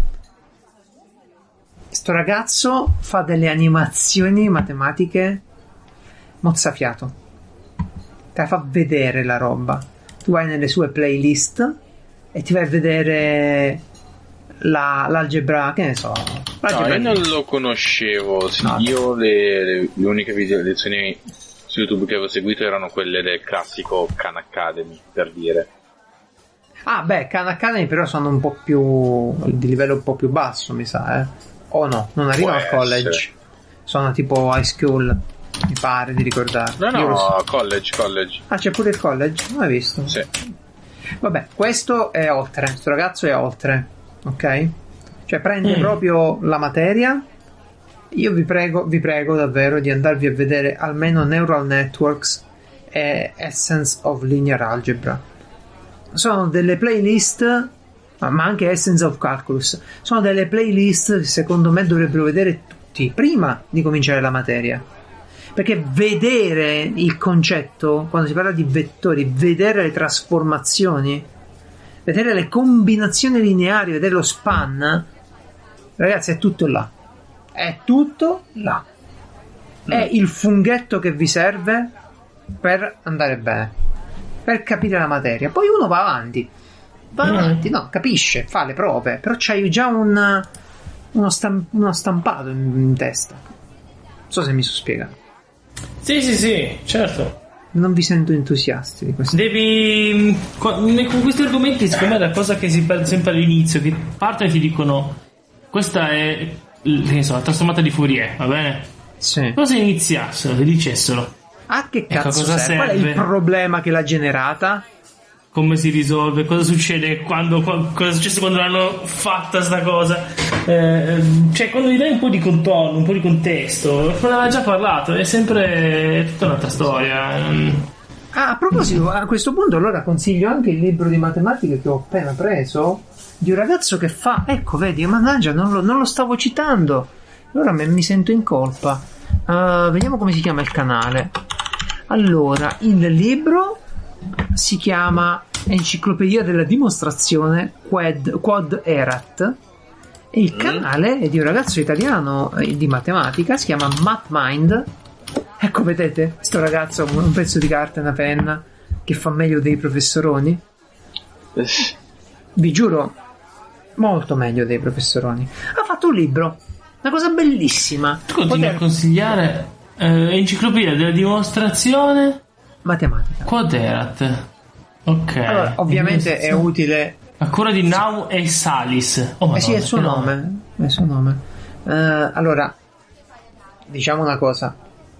Sto ragazzo fa delle animazioni matematiche mozzafiato, te la fa vedere la roba. Tu vai nelle sue playlist e ti vai a vedere l'algebra, che ne so. No, io non lo conoscevo. Io le uniche lezioni su YouTube che avevo seguito erano quelle del classico Khan Academy, per dire. Khan Academy però sono un po' più di livello un po' più basso, mi sa, o no, non arrivano al college, sono tipo high school, mi pare di ricordare. No, college. C'è pure il college, non hai visto? Sì. Vabbè, questo è oltre, sto ragazzo è oltre, ok? Cioè prende proprio la materia. Io vi prego davvero di andarvi a vedere almeno Neural Networks e Essence of Linear Algebra. Sono delle playlist, ma anche Essence of Calculus, sono delle playlist che secondo me dovrebbero vedere tutti prima di cominciare la materia, perché vedere il concetto, quando si parla di vettori, vedere le trasformazioni, vedere le combinazioni lineari, vedere lo span, ragazzi, è tutto là. È il funghetto che vi serve per andare bene, per capire la materia. Poi uno va avanti, no, capisce, fa le prove, però c'hai già uno stampato in testa. Non so se mi so spiegare. Sì, certo. Non vi sento entusiasti di questo. Devi con questi argomenti, secondo me, la cosa che si perde sempre all'inizio, che partono e ti dicono questa è la trasformata di Fourier, va bene? Sì. Cosa iniziassero, se dicessero che cazzo serve? Qual è il problema che l'ha generata? Come si risolve? Cosa succede cosa è successo quando l'hanno fatta sta cosa? Cioè, quando gli dai un po' di contorno, un po' di contesto, non aveva già parlato, è sempre tutta un'altra storia. A proposito, a questo punto allora consiglio anche il libro di matematica che ho appena preso, di un ragazzo che fa, ecco, vedi, mannaggia, non lo stavo citando, allora mi sento in colpa. Vediamo come si chiama il canale. Allora, il libro si chiama Enciclopedia della dimostrazione Quod Erat, E il canale è di un ragazzo italiano di matematica, si chiama MathMind. Ecco, vedete, questo ragazzo con un pezzo di carta e una penna che fa meglio dei professoroni. Vi giuro, molto meglio dei professoroni. Ha fatto un libro, una cosa bellissima. Continui a consigliare Enciclopedia della dimostrazione matematica. Quaderat. Ok. Allora, ovviamente è utile. A cura di Nau e Salis. Sì, è il suo nome. È il suo nome. Allora, diciamo una cosa.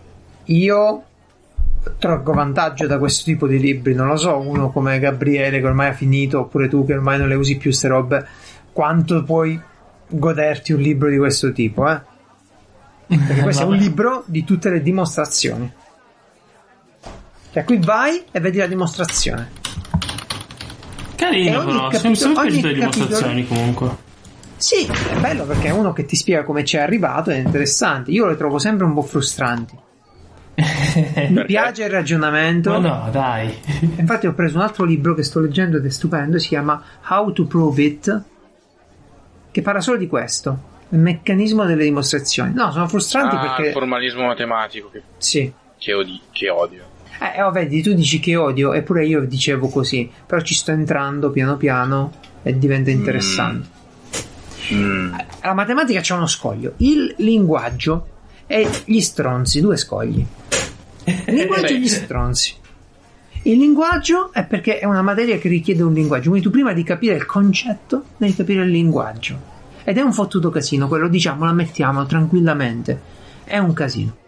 Io traggo vantaggio da questo tipo di libri. Non lo so, uno come Gabriele che ormai ha finito, oppure tu che ormai non le usi più ste robe, quanto puoi goderti un libro di questo tipo, Perché questo è un libro di tutte le dimostrazioni. Cioè qui vai e vedi la dimostrazione. Carino, però mi sono piaciute le dimostrazioni comunque. Sì, è bello perché è uno che ti spiega come ci è arrivato, è interessante. Io le trovo sempre un po' frustranti. Mi piace il ragionamento. Ma no, dai. Infatti ho preso un altro libro che sto leggendo ed è stupendo, si chiama How to Prove It, che parla solo di questo, il meccanismo delle dimostrazioni. No, sono frustranti perché il formalismo matematico sì. Che odio. Vedi, tu dici che odio, eppure io dicevo così, però ci sto entrando piano piano e diventa interessante. La matematica c'è uno scoglio, il linguaggio e gli stronzi, due scogli. Il linguaggio e gli stronzi. Il linguaggio è perché è una materia che richiede un linguaggio, quindi tu prima di capire il concetto devi capire il linguaggio, ed è un fottuto casino quello, diciamo, la mettiamo tranquillamente, è un casino.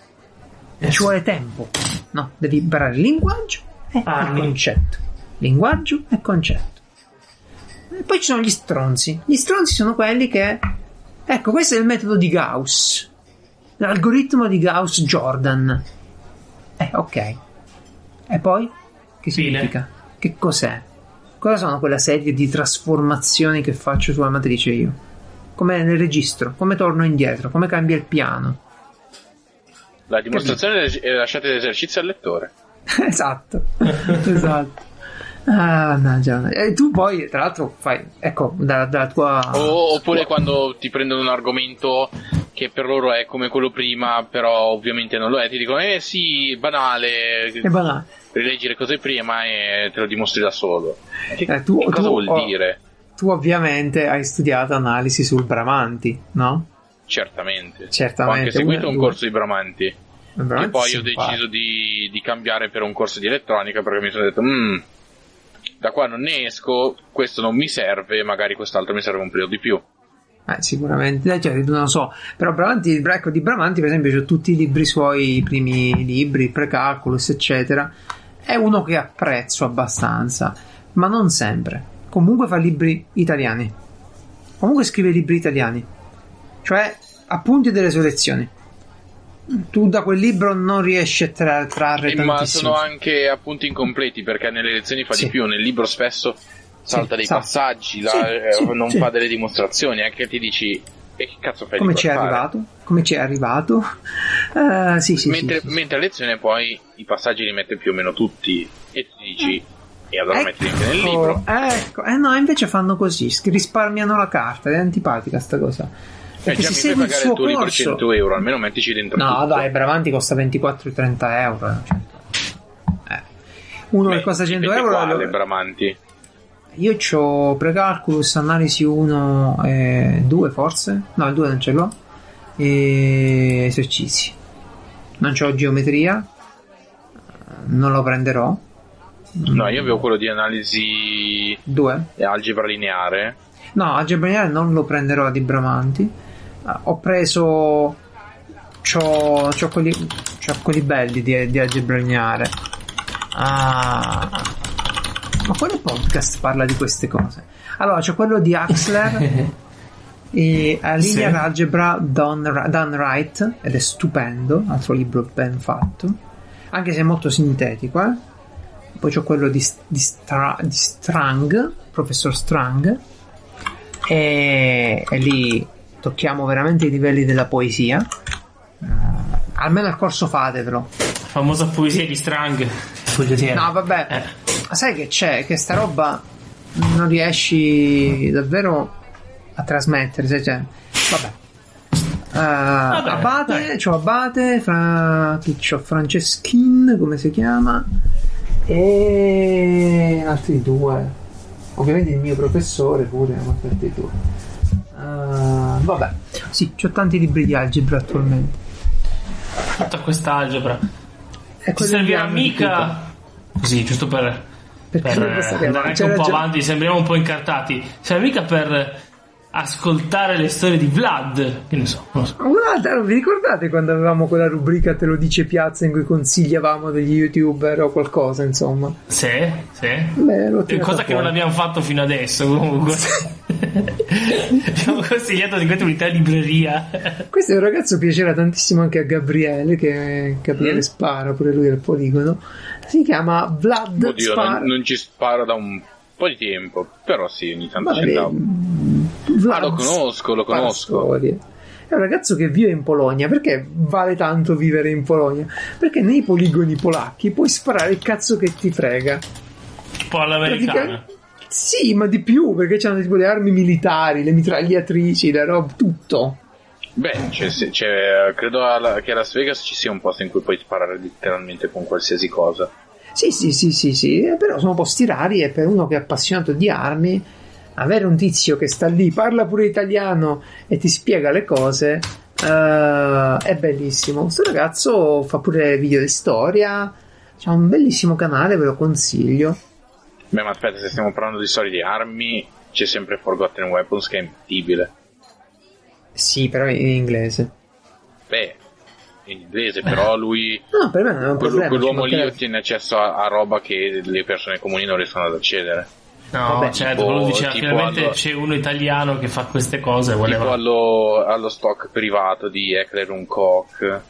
Ci vuole tempo, no? Devi imparare il linguaggio e il concetto. Linguaggio e concetto. E poi ci sono gli stronzi. Gli stronzi sono quelli che, ecco, questo è il metodo di Gauss, l'algoritmo di Gauss-Jordan. Ok. E poi? Che significa? Che cos'è? Cosa sono quella serie di trasformazioni che faccio sulla matrice io? Come nel registro? Come torno indietro? Come cambia il piano? La dimostrazione è lasciate l'esercizio al lettore. Esatto. E tu poi tra l'altro fai, ecco, dalla tua oppure quando ti prendono un argomento che per loro è come quello prima, però ovviamente non lo è, ti dicono sì, banale, è banale, rileggi le cose prima e te lo dimostri da solo. Cosa vuol dire? Tu ovviamente hai studiato analisi sul Bramanti, no? Certamente. Ho anche seguito un corso di Bramanti. E poi ho deciso di cambiare per un corso di elettronica, perché mi sono detto da qua non ne esco, questo non mi serve, magari quest'altro mi serve un periodo di più. Sicuramente, cioè, non lo so, però Bramanti, ecco, di Bramanti per esempio c'ho tutti i libri suoi, i primi libri, Precalculus eccetera. È uno che apprezzo abbastanza, ma non sempre. Comunque fa libri italiani, comunque scrive libri italiani, cioè appunti delle sue lezioni. Tu da quel libro non riesci a trarre tantissimo. Ma sono anche appunti incompleti, perché nelle lezioni fa di più, nel libro spesso salta dei passaggi, non fa delle dimostrazioni, anche ti dici e che cazzo fai? Come ci è arrivato? Come ci è arrivato? Mentre a lezione poi i passaggi li mette più o meno tutti e ti dici e allora metti anche nel libro. Ecco, no, invece fanno così, risparmiano la carta, è antipatica sta cosa. Perché già se segui il suo libro corso, 100 euro, almeno mettici dentro. No, tutto. dai, Bramanti costa 24-30 euro. Uno che costa 100 euro. Quale Bramanti? Io c'ho Precalculus, analisi 1 e 2 forse. No, il 2 non ce l'ho. E esercizi. Non c'ho geometria. Non lo prenderò. No, io avevo quello di analisi 2 e algebra lineare. No, algebra lineare non lo prenderò di Bramanti. Ho preso c'ho quelli belli di algebra lineare. Ma quale podcast parla di queste cose? Allora c'ho quello di Axler e Linear Algebra done right, ed è stupendo, altro libro ben fatto, anche se è molto sintetico. Poi c'ho quello di Strang, professor Strang, e lì tocchiamo veramente i livelli della poesia. Almeno il corso fatevelo. La famosa poesia di Strang. No, vabbè, sai che c'è? Che sta roba non riesci davvero a trasmettere, cioè, vabbè. Abate, c'ho Abate, c'ho Franceschin, come si chiama, e altri due, ovviamente il mio professore pure, altri due. Vabbè, sì, c'ho tanti libri di algebra attualmente. Tutta questa algebra ti servirà mica così, giusto per andare anche un po' avanti, sembriamo un po' incartati, serve mica per ascoltare le storie di Vlad, che ne so, non so. Guarda, vi ricordate quando avevamo quella rubrica Te lo dice Piazza in cui consigliavamo degli youtuber o qualcosa, insomma? Sì. Beh, cosa che non abbiamo fatto fino adesso, comunque. Abbiamo consigliato di un'intera libreria. Questo è un ragazzo che piaceva tantissimo anche a Gabriele, che Gabriele spara pure lui al poligono. Si chiama Vlad. Oddio, non ci spara da un po' di tempo, però sì, ogni tanto c'entravo. Lo conosco. È un ragazzo che vive in Polonia. Perché vale tanto vivere in Polonia? Perché nei poligoni polacchi puoi sparare il cazzo che ti frega. Un po' all'americana. Sì, ma di più, perché c'hanno tipo le armi militari, le mitragliatrici, la roba, tutto. Beh, credo che a Las Vegas ci sia un posto in cui puoi sparare letteralmente con qualsiasi cosa. Sì, però sono posti rari, e per uno che è appassionato di armi, avere un tizio che sta lì, parla pure italiano e ti spiega le cose, è bellissimo. Questo ragazzo fa pure video di storia, c'ha un bellissimo canale, ve lo consiglio. Beh, ma aspetta, se stiamo parlando di storie di armi, c'è sempre Forgotten Weapons, che è imbattibile. Sì, però in inglese. Beh, in inglese, però lui... No, per me non è un problema. Quell'uomo lì ottiene accesso a roba che le persone comuni non riescono ad accedere. No, vabbè, certo, quello diceva, finalmente c'è uno italiano che fa queste cose. Tipo allo stock privato di Eckler Koch,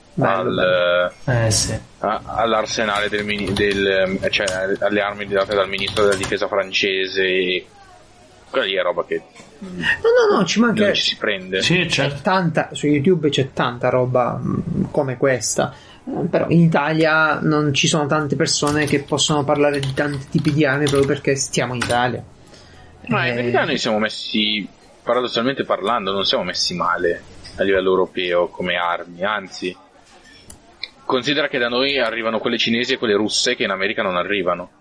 sì. all'arsenale cioè alle armi date dal ministro della difesa francese. Quella lì è roba che no, ci manca, non ci si prende. Sì, certo. C'è tanta, su YouTube c'è tanta roba come questa, però in Italia non ci sono tante persone che possono parlare di tanti tipi di armi, proprio perché stiamo in Italia. Ma in verità noi siamo messi, paradossalmente parlando, non siamo messi male a livello europeo come armi, anzi, considera che da noi arrivano quelle cinesi e quelle russe che in America non arrivano.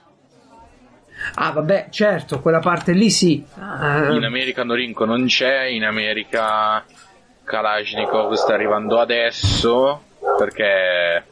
Ah, vabbè, certo, quella parte lì sì. In America Norinco non c'è, in America Kalashnikov sta arrivando adesso, perché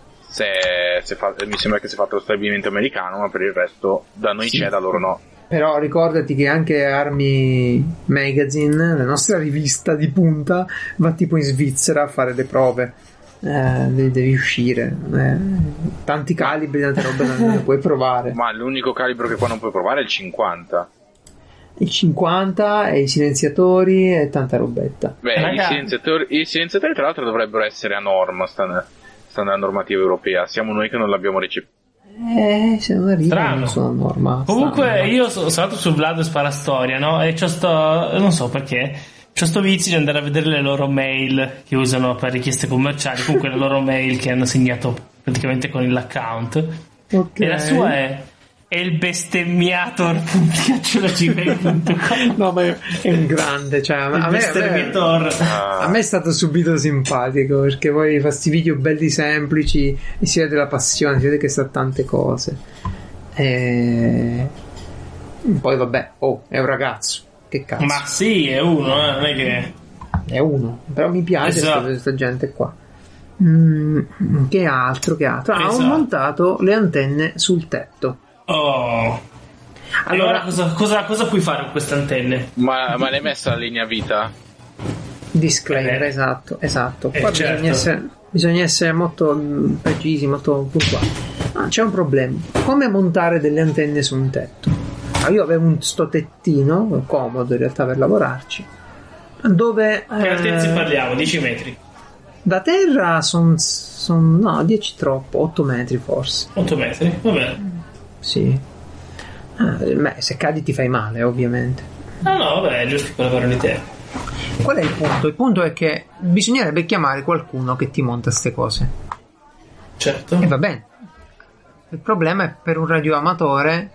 mi sembra che si è fatto lo stabilimento americano, ma per il resto da noi c'è, da loro no. Però ricordati che anche Army Magazine, la nostra rivista di punta, va tipo in Svizzera a fare le prove. Devi uscire, tanti calibri, tante robe non le puoi provare. Ma l'unico calibro che qua non puoi provare è il 50. Il 50 e i silenziatori e tanta robetta. Beh, i silenziatori tra l'altro dovrebbero essere a norma, stanno nella normativa europea. Siamo noi che non l'abbiamo recepito. Se non arrivano non sono norma. Comunque io sono andato su Vlad Sparastoria, no? E non so perché c'ho sto vizio di andare a vedere le loro mail che usano per richieste commerciali, comunque le loro mail che hanno segnato praticamente con l'account. Okay. E la sua è il bestemmiator.gmail.com. No, ma è un grande, cioè a me è stato subito simpatico, perché poi fa questi video belli semplici e si vede la passione, si vede che sa tante cose. E poi vabbè, è un ragazzo. Che cazzo. Ma sì, è uno, non è che... È uno, però mi piace questa gente qua. Che altro? Ho montato le antenne sul tetto. Allora cosa puoi fare con queste antenne? Ma l'hai messa la linea vita? Disclaimer, esatto. Qua certo. bisogna essere molto precisi, molto puntuali. C'è un problema: come montare delle antenne su un tetto? Io avevo sto tettino comodo in realtà per lavorarci, dove che altezze parliamo? 10 metri da terra no, 10 troppo, 8 metri forse. 8 metri? Vabbè, sì. Se cadi ti fai male, ovviamente. No, vabbè, è giusto per lavorare di te. Qual è il punto? Il punto è che bisognerebbe chiamare qualcuno che ti monta ste cose. Certo. E va bene. Il problema è per un radioamatore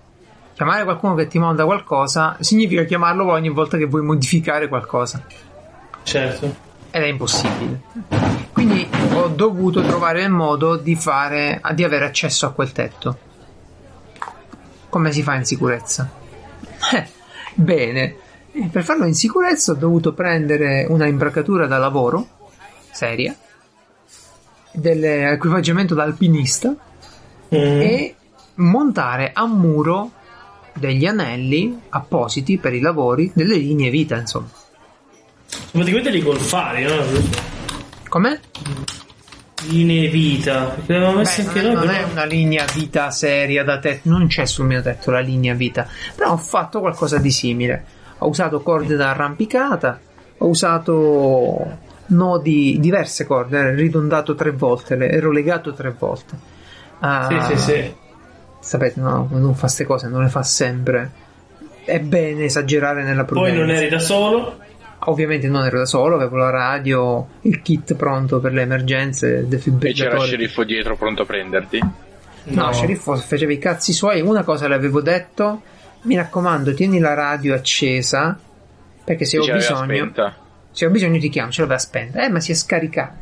chiamare qualcuno che ti manda qualcosa significa chiamarlo ogni volta che vuoi modificare qualcosa. Certo. Ed è impossibile. Quindi ho dovuto trovare il modo di avere accesso a quel tetto. Come si fa in sicurezza? Bene, per farlo in sicurezza ho dovuto prendere una imbracatura da lavoro seria, dell'equipaggiamento da alpinista e montare a muro degli anelli appositi per i lavori, delle linee vita, insomma. Praticamente dei golfari, no? Com'è? Linee vita, perché l'avevamo messo anche noi. Non è una linea vita seria da tetto, non c'è sul mio tetto la linea vita, però ho fatto qualcosa di simile. Ho usato corde da arrampicata, ho usato nodi, diverse corde, ridondato 3 volte, ero legato 3 volte. Sì. Sapete, no, non fa ste cose, non le fa sempre. È bene esagerare nella prudenza. Poi non eri da solo? Ovviamente non ero da solo, avevo la radio, il kit pronto per le emergenze, e c'era il sceriffo dietro pronto a prenderti? No, il sceriffo faceva i cazzi suoi. Una cosa le avevo detto: mi raccomando, tieni la radio accesa, perché se ho bisogno ti chiamo. Ce l'aveva spenta, ma si è scaricata.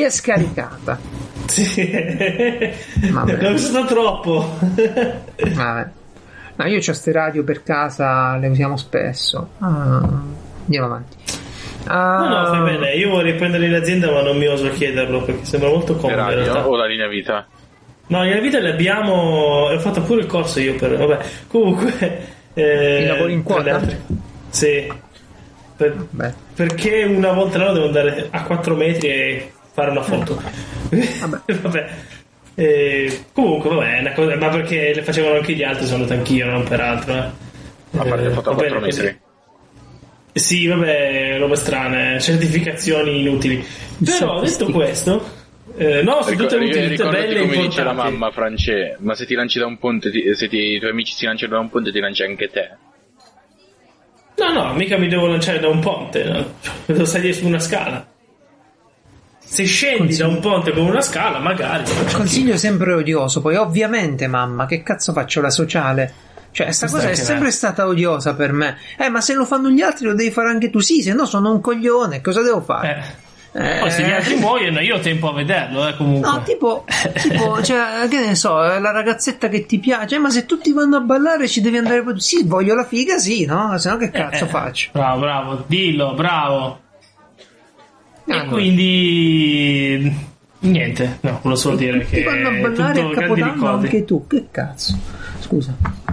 Sì. L'ho usato troppo. Vabbè. No, io c'ho ste radio per casa, le usiamo spesso. Andiamo avanti. No, fai bene. Io vorrei prendere l'azienda, ma non mi oso chiederlo perché sembra molto comodo. La radio o la linea vita? No, la linea vita le abbiamo. Ho fatto pure il corso io per. Vabbè, comunque. I lavori in quota? Sì. Perché una volta l'anno devo andare a 4 metri e fare una foto. Vabbè. Comunque, vabbè, è una cosa. Ma perché le facevano anche gli altri, sono andato anch'io, non per altro. A parte foto a 4 metri. Così. Sì, vabbè, robe strane, certificazioni inutili. Però detto questo, no, sono tutte utili, tutte belle, come importanti. dice la mamma France, ma se ti lanci da un ponte, se i tuoi amici si lanciano da un ponte, ti lanci anche te. No, mica mi devo lanciare da un ponte, no? Devo salire su una scala. Se scendi da un ponte con una scala, magari. Consiglio sempre odioso. Poi, ovviamente, mamma, che cazzo faccio la sociale? Cioè, sta cosa è sempre stata odiosa per me. Ma se lo fanno gli altri lo devi fare anche tu. Sì, se no sono un coglione. Cosa devo fare? Poi se gli altri muoiono io ho tempo a vederlo, comunque. No, tipo cioè, che ne so, la ragazzetta che ti piace, ma se tutti vanno a ballare ci devi andare. Sì, voglio la figa, sì, no? Se no che cazzo faccio? Bravo, dillo, bravo. E quindi niente, no, volevo solo dire che vanno a ballare a Capodanno anche tu, che cazzo? Scusa.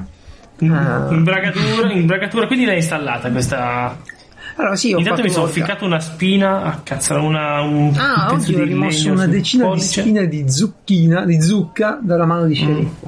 Imbragatura, quindi l'hai installata questa. Allora sì, intanto mi sono ficcato una spina a cazzare oggi ho rimosso una decina di spine di zucca dalla mano di sceriffo.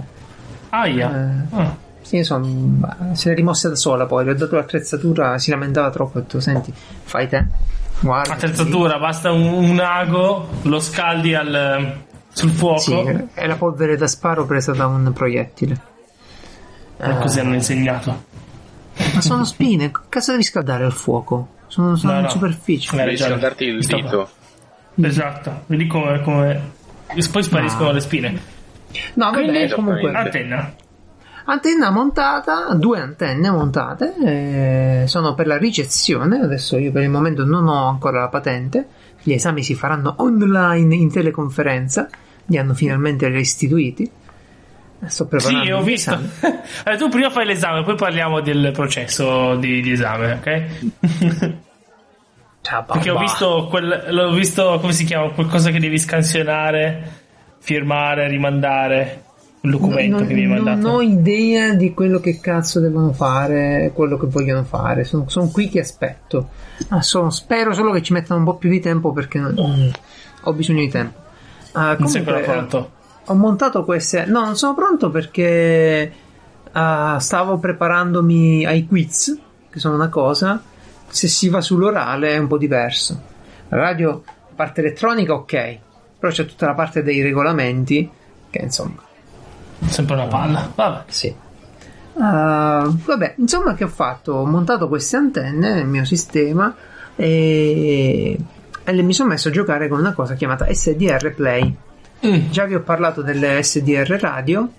Sì, insomma, se l'è rimossa da sola, poi le ho dato l'attrezzatura, si lamentava troppo, ho detto senti, fai te, guarda. Attrezzatura, sì. Basta un ago, lo scaldi sul fuoco. Sì, è la polvere da sparo presa da un proiettile. Così hanno insegnato. Ma sono spine, cazzo devi scaldare al fuoco? Sono in superficie. Devi scaldarti il dito. Esatto, vedi come poi spariscono le spine. No, vabbè, comunque antenna montata, 2 antenne montate, sono per la ricezione. Adesso io per il momento non ho ancora la patente, gli esami si faranno online in teleconferenza, li hanno finalmente restituiti. Sto preparando. Sì, ho visto. Allora, tu prima fai l'esame, poi parliamo del processo di esame, ok? Perché ho visto come si chiama, qualcosa che devi scansionare, firmare, rimandare, un documento che mi hai mandato. Non ho idea di quello che cazzo devono fare, quello che vogliono fare. Sono qui che aspetto. Spero solo che ci mettano un po' più di tempo, perché ho bisogno di tempo. Non sei ancora pronto? Ho montato queste. No, non sono pronto perché stavo preparandomi ai quiz, che sono una cosa. Se si va sull'orale è un po' diverso. La radio, parte elettronica, ok, però c'è tutta la parte dei regolamenti che insomma sempre una palla. Vabbè. Sì. Vabbè, insomma, che ho fatto? Ho montato queste antenne nel mio sistema e mi sono messo a giocare con una cosa chiamata SDR Play. Già vi ho parlato delle SDR radio,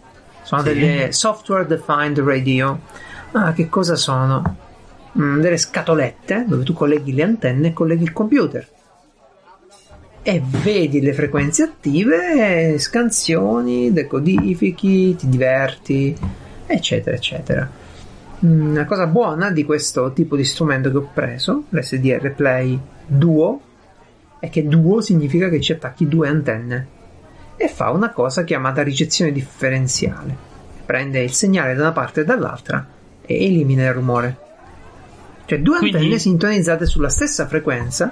Sono delle software defined radio. Che cosa sono? Delle scatolette dove tu colleghi le antenne e colleghi il computer e vedi le frequenze attive, scansioni, decodifichi, ti diverti, eccetera eccetera. Una cosa buona di questo tipo di strumento che ho preso, l'SDR Play Duo, è che Duo significa che ci attacchi 2 antenne e fa una cosa chiamata ricezione differenziale. Prende il segnale da una parte e dall'altra e elimina il rumore. Cioè 2 antenne sintonizzate sulla stessa frequenza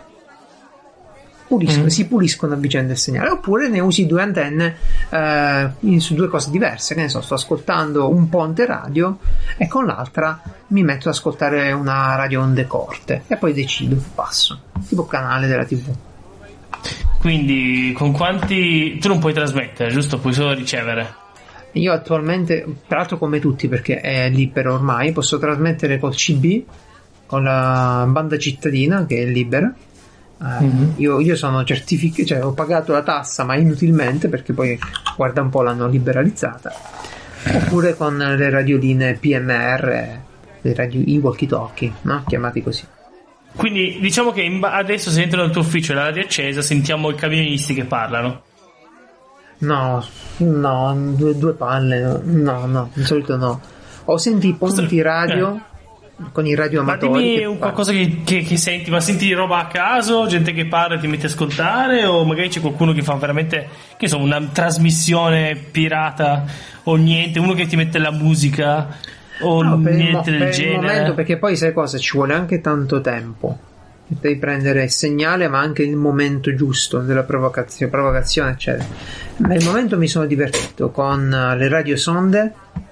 si puliscono a vicenda il segnale. Oppure ne usi 2 antenne su 2 cose diverse, che ne so, sto ascoltando un ponte radio e con l'altra mi metto ad ascoltare una radio onde corte e poi decido, passo, tipo canale della TV. Quindi con quanti tu non puoi trasmettere, giusto? Puoi solo ricevere. Io attualmente, peraltro come tutti perché è libero ormai, posso trasmettere col CB, con la banda cittadina che è libera. Io sono certificato, cioè ho pagato la tassa ma inutilmente, perché poi guarda un po' l'hanno liberalizzata. Oppure con le radioline PMR, i walkie talkie, no? Chiamati così. Quindi diciamo che adesso se entro nel tuo ufficio e la radio è accesa sentiamo i camionisti che parlano. No, due palle, no, di solito no. O senti i ponti radio con i radioamatori. Ma dimmi un qualcosa che senti, ma senti roba a caso, gente che parla e ti metti a ascoltare, o magari c'è qualcuno che fa veramente, che so, una trasmissione pirata o niente, uno che ti mette la musica o niente del genere? Per il momento, perché poi sai cosa, ci vuole anche tanto tempo. Devi prendere il segnale ma anche il momento giusto della provocazione eccetera. Ma al momento mi sono divertito con le radiosonde,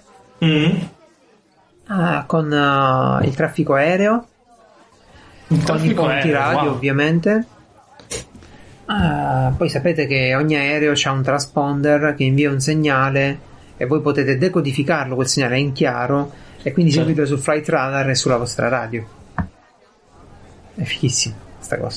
con il traffico aereo, con i ponti radio, wow. Ovviamente. Poi sapete che ogni aereo c'ha un transponder che invia un segnale e voi potete decodificarlo, quel segnale è in chiaro, e quindi seguitelo sul Flight Radar e sulla vostra radio. È fighissima sta cosa.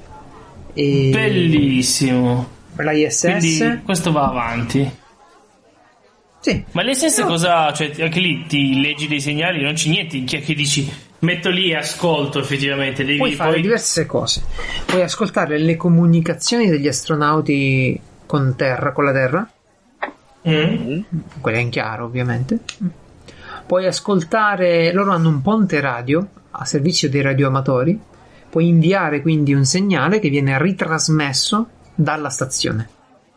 Bellissimo. La ISS, quindi questo va avanti. Sì. Ma l'ISS cosa? Cioè anche lì ti leggi dei segnali, non c'è niente che dici metto lì e ascolto effettivamente. Puoi fare diverse cose. Puoi ascoltare le comunicazioni degli astronauti con la Terra. Quella in chiaro ovviamente. Puoi ascoltare, loro hanno un ponte radio a servizio dei radioamatori. Puoi inviare quindi un segnale che viene ritrasmesso dalla stazione.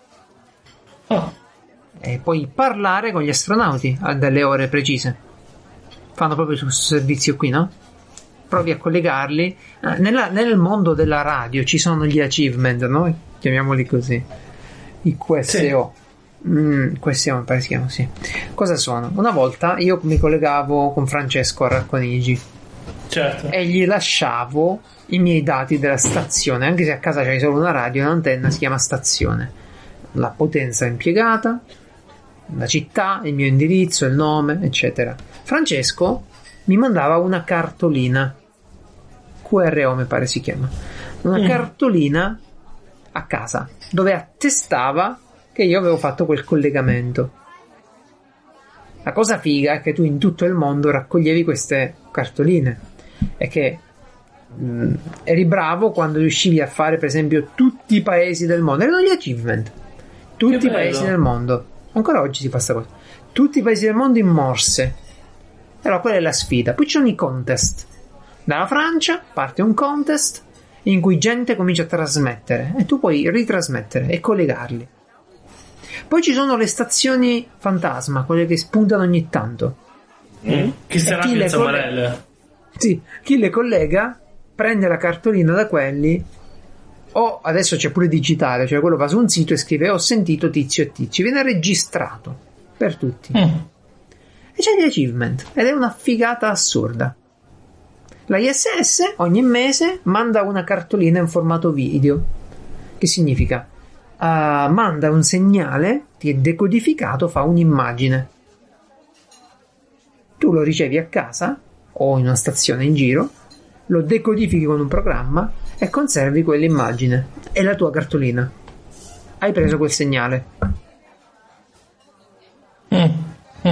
E puoi parlare con gli astronauti a delle ore precise. Fanno proprio questo servizio qui, no? Provi a collegarli. Nel mondo della radio ci sono gli achievement, no? Chiamiamoli così. I QSO. QSO mi pare si chiamano, sì. Cosa sono? Una volta io mi collegavo con Francesco a Racconigi. Certo. E gli lasciavo i miei dati della stazione, anche se a casa c'hai solo una radio e un'antenna, si chiama stazione, la potenza impiegata, la città, il mio indirizzo, il nome, eccetera. Francesco mi mandava una cartolina QRO, mi pare si chiama, una cartolina a casa dove attestava che io avevo fatto quel collegamento. La cosa figa è che tu in tutto il mondo raccoglievi queste cartoline e che eri bravo quando riuscivi a fare per esempio tutti i paesi del mondo. Erano gli achievement. Tutti i paesi del mondo. Ancora oggi si fa sta cosa. Tutti i paesi del mondo in morse. Allora quella è la sfida. Poi ci sono i contest. Dalla Francia parte un contest in cui gente comincia a trasmettere e tu puoi ritrasmettere e collegarli. Poi ci sono le stazioni fantasma, quelle che spuntano ogni tanto. Che sarà Piazza Umarell. Sì, chi le collega prende la cartolina da quelli, o adesso c'è pure digitale, cioè quello va su un sito e scrive ho sentito tizio e tizio, viene registrato per tutti. E c'è gli achievement ed è una figata assurda. La ISS ogni mese manda una cartolina in formato video. Che significa? Manda un segnale che è decodificato, fa un'immagine. Tu lo ricevi a casa o in una stazione in giro, lo decodifichi con un programma e conservi quell'immagine. È la tua cartolina. Hai preso quel segnale.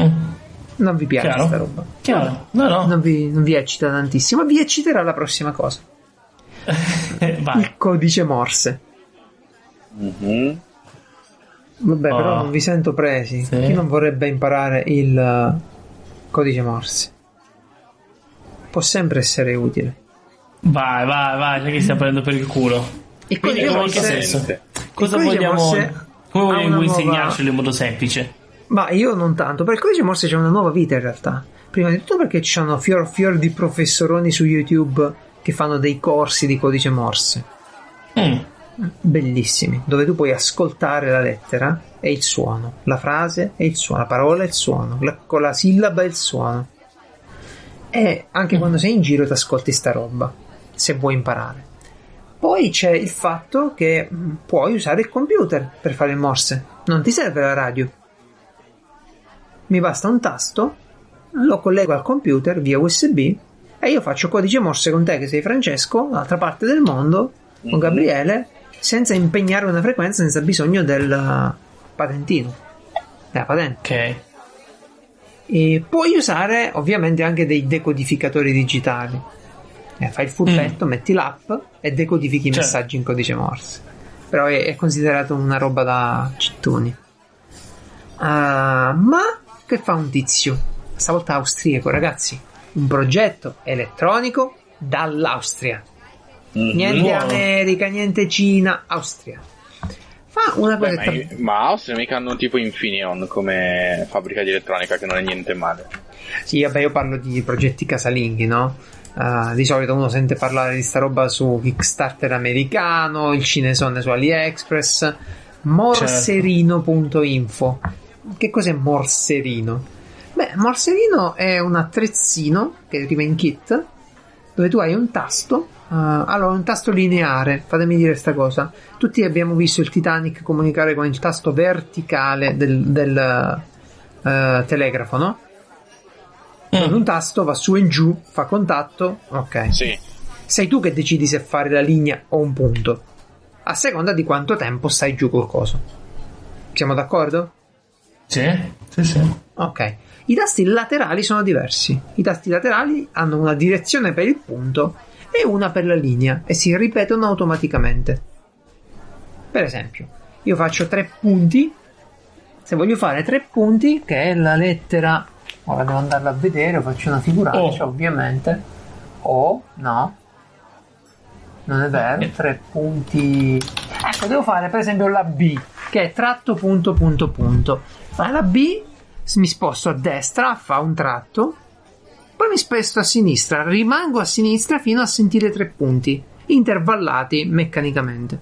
Non vi piace questa roba? Chiaro. No. Non vi eccita tantissimo. Vi ecciterà la prossima cosa. Il codice Morse. Mm-hmm. Vabbè, però non vi sento presi. Sì. Chi non vorrebbe imparare il codice Morse? Può sempre essere utile. Vai, sai che stiamo prendendo per il culo. Il codice Morse, cosa vogliamo insegnarcelo in modo semplice? Ma io non tanto, perché il codice Morse c'è una nuova vita in realtà. Prima di tutto perché ci sono fior di professoroni su YouTube che fanno dei corsi di codice Morse. Bellissimi, dove tu puoi ascoltare la lettera e il suono, la frase e il suono, la parola e il suono, con la sillaba e il suono. E anche quando sei in giro ti ascolti sta roba, se vuoi imparare. Poi c'è il fatto che puoi usare il computer per fare il Morse, non ti serve la radio. Mi basta un tasto, lo collego al computer via USB e io faccio codice Morse con te che sei Francesco, dall'altra parte del mondo, con Gabriele, senza impegnare una frequenza, senza bisogno del patentino, della patente. Ok. E puoi usare ovviamente anche dei decodificatori digitali. Fai il furbetto, metti l'app e decodifichi i messaggi in codice Morse. Però è considerato una roba da cittoni. Ma che fa un tizio? Stavolta austriaco, ragazzi. Un progetto elettronico dall'Austria. Niente America, niente Cina, Austria. Fa una cosa. Ma Austria mica hanno tipo Infineon come fabbrica di elettronica, che non è niente male. Sì, vabbè, io parlo di progetti casalinghi, no? Di solito uno sente parlare di sta roba su Kickstarter americano, il cinesone su AliExpress. Morserino.info. Che cos'è Morserino? Beh, Morserino è un attrezzino che arriva in kit, dove tu hai un tasto. Allora, un tasto lineare, fatemi dire sta cosa. Tutti abbiamo visto il Titanic comunicare con il tasto verticale del telegrafo, no? Un tasto va su e giù, fa contatto, ok. Sì. Sei tu che decidi se fare la linea o un punto, a seconda di quanto tempo stai giù col coso. Siamo d'accordo? Sì. Ok. I tasti laterali sono diversi. I tasti laterali hanno una direzione per il punto e una per la linea e si ripetono automaticamente. Per esempio, io faccio 3 punti. Se voglio fare 3 punti, che è la lettera, ora devo andarla a vedere, faccio una figuraccia, ovviamente. No, non è vero. 3 punti. Ecco, devo fare per esempio la B, che è tratto punto punto punto. Ma la B mi sposto a destra, fa un tratto, poi mi sposto a sinistra, rimango a sinistra fino a sentire 3 punti intervallati meccanicamente.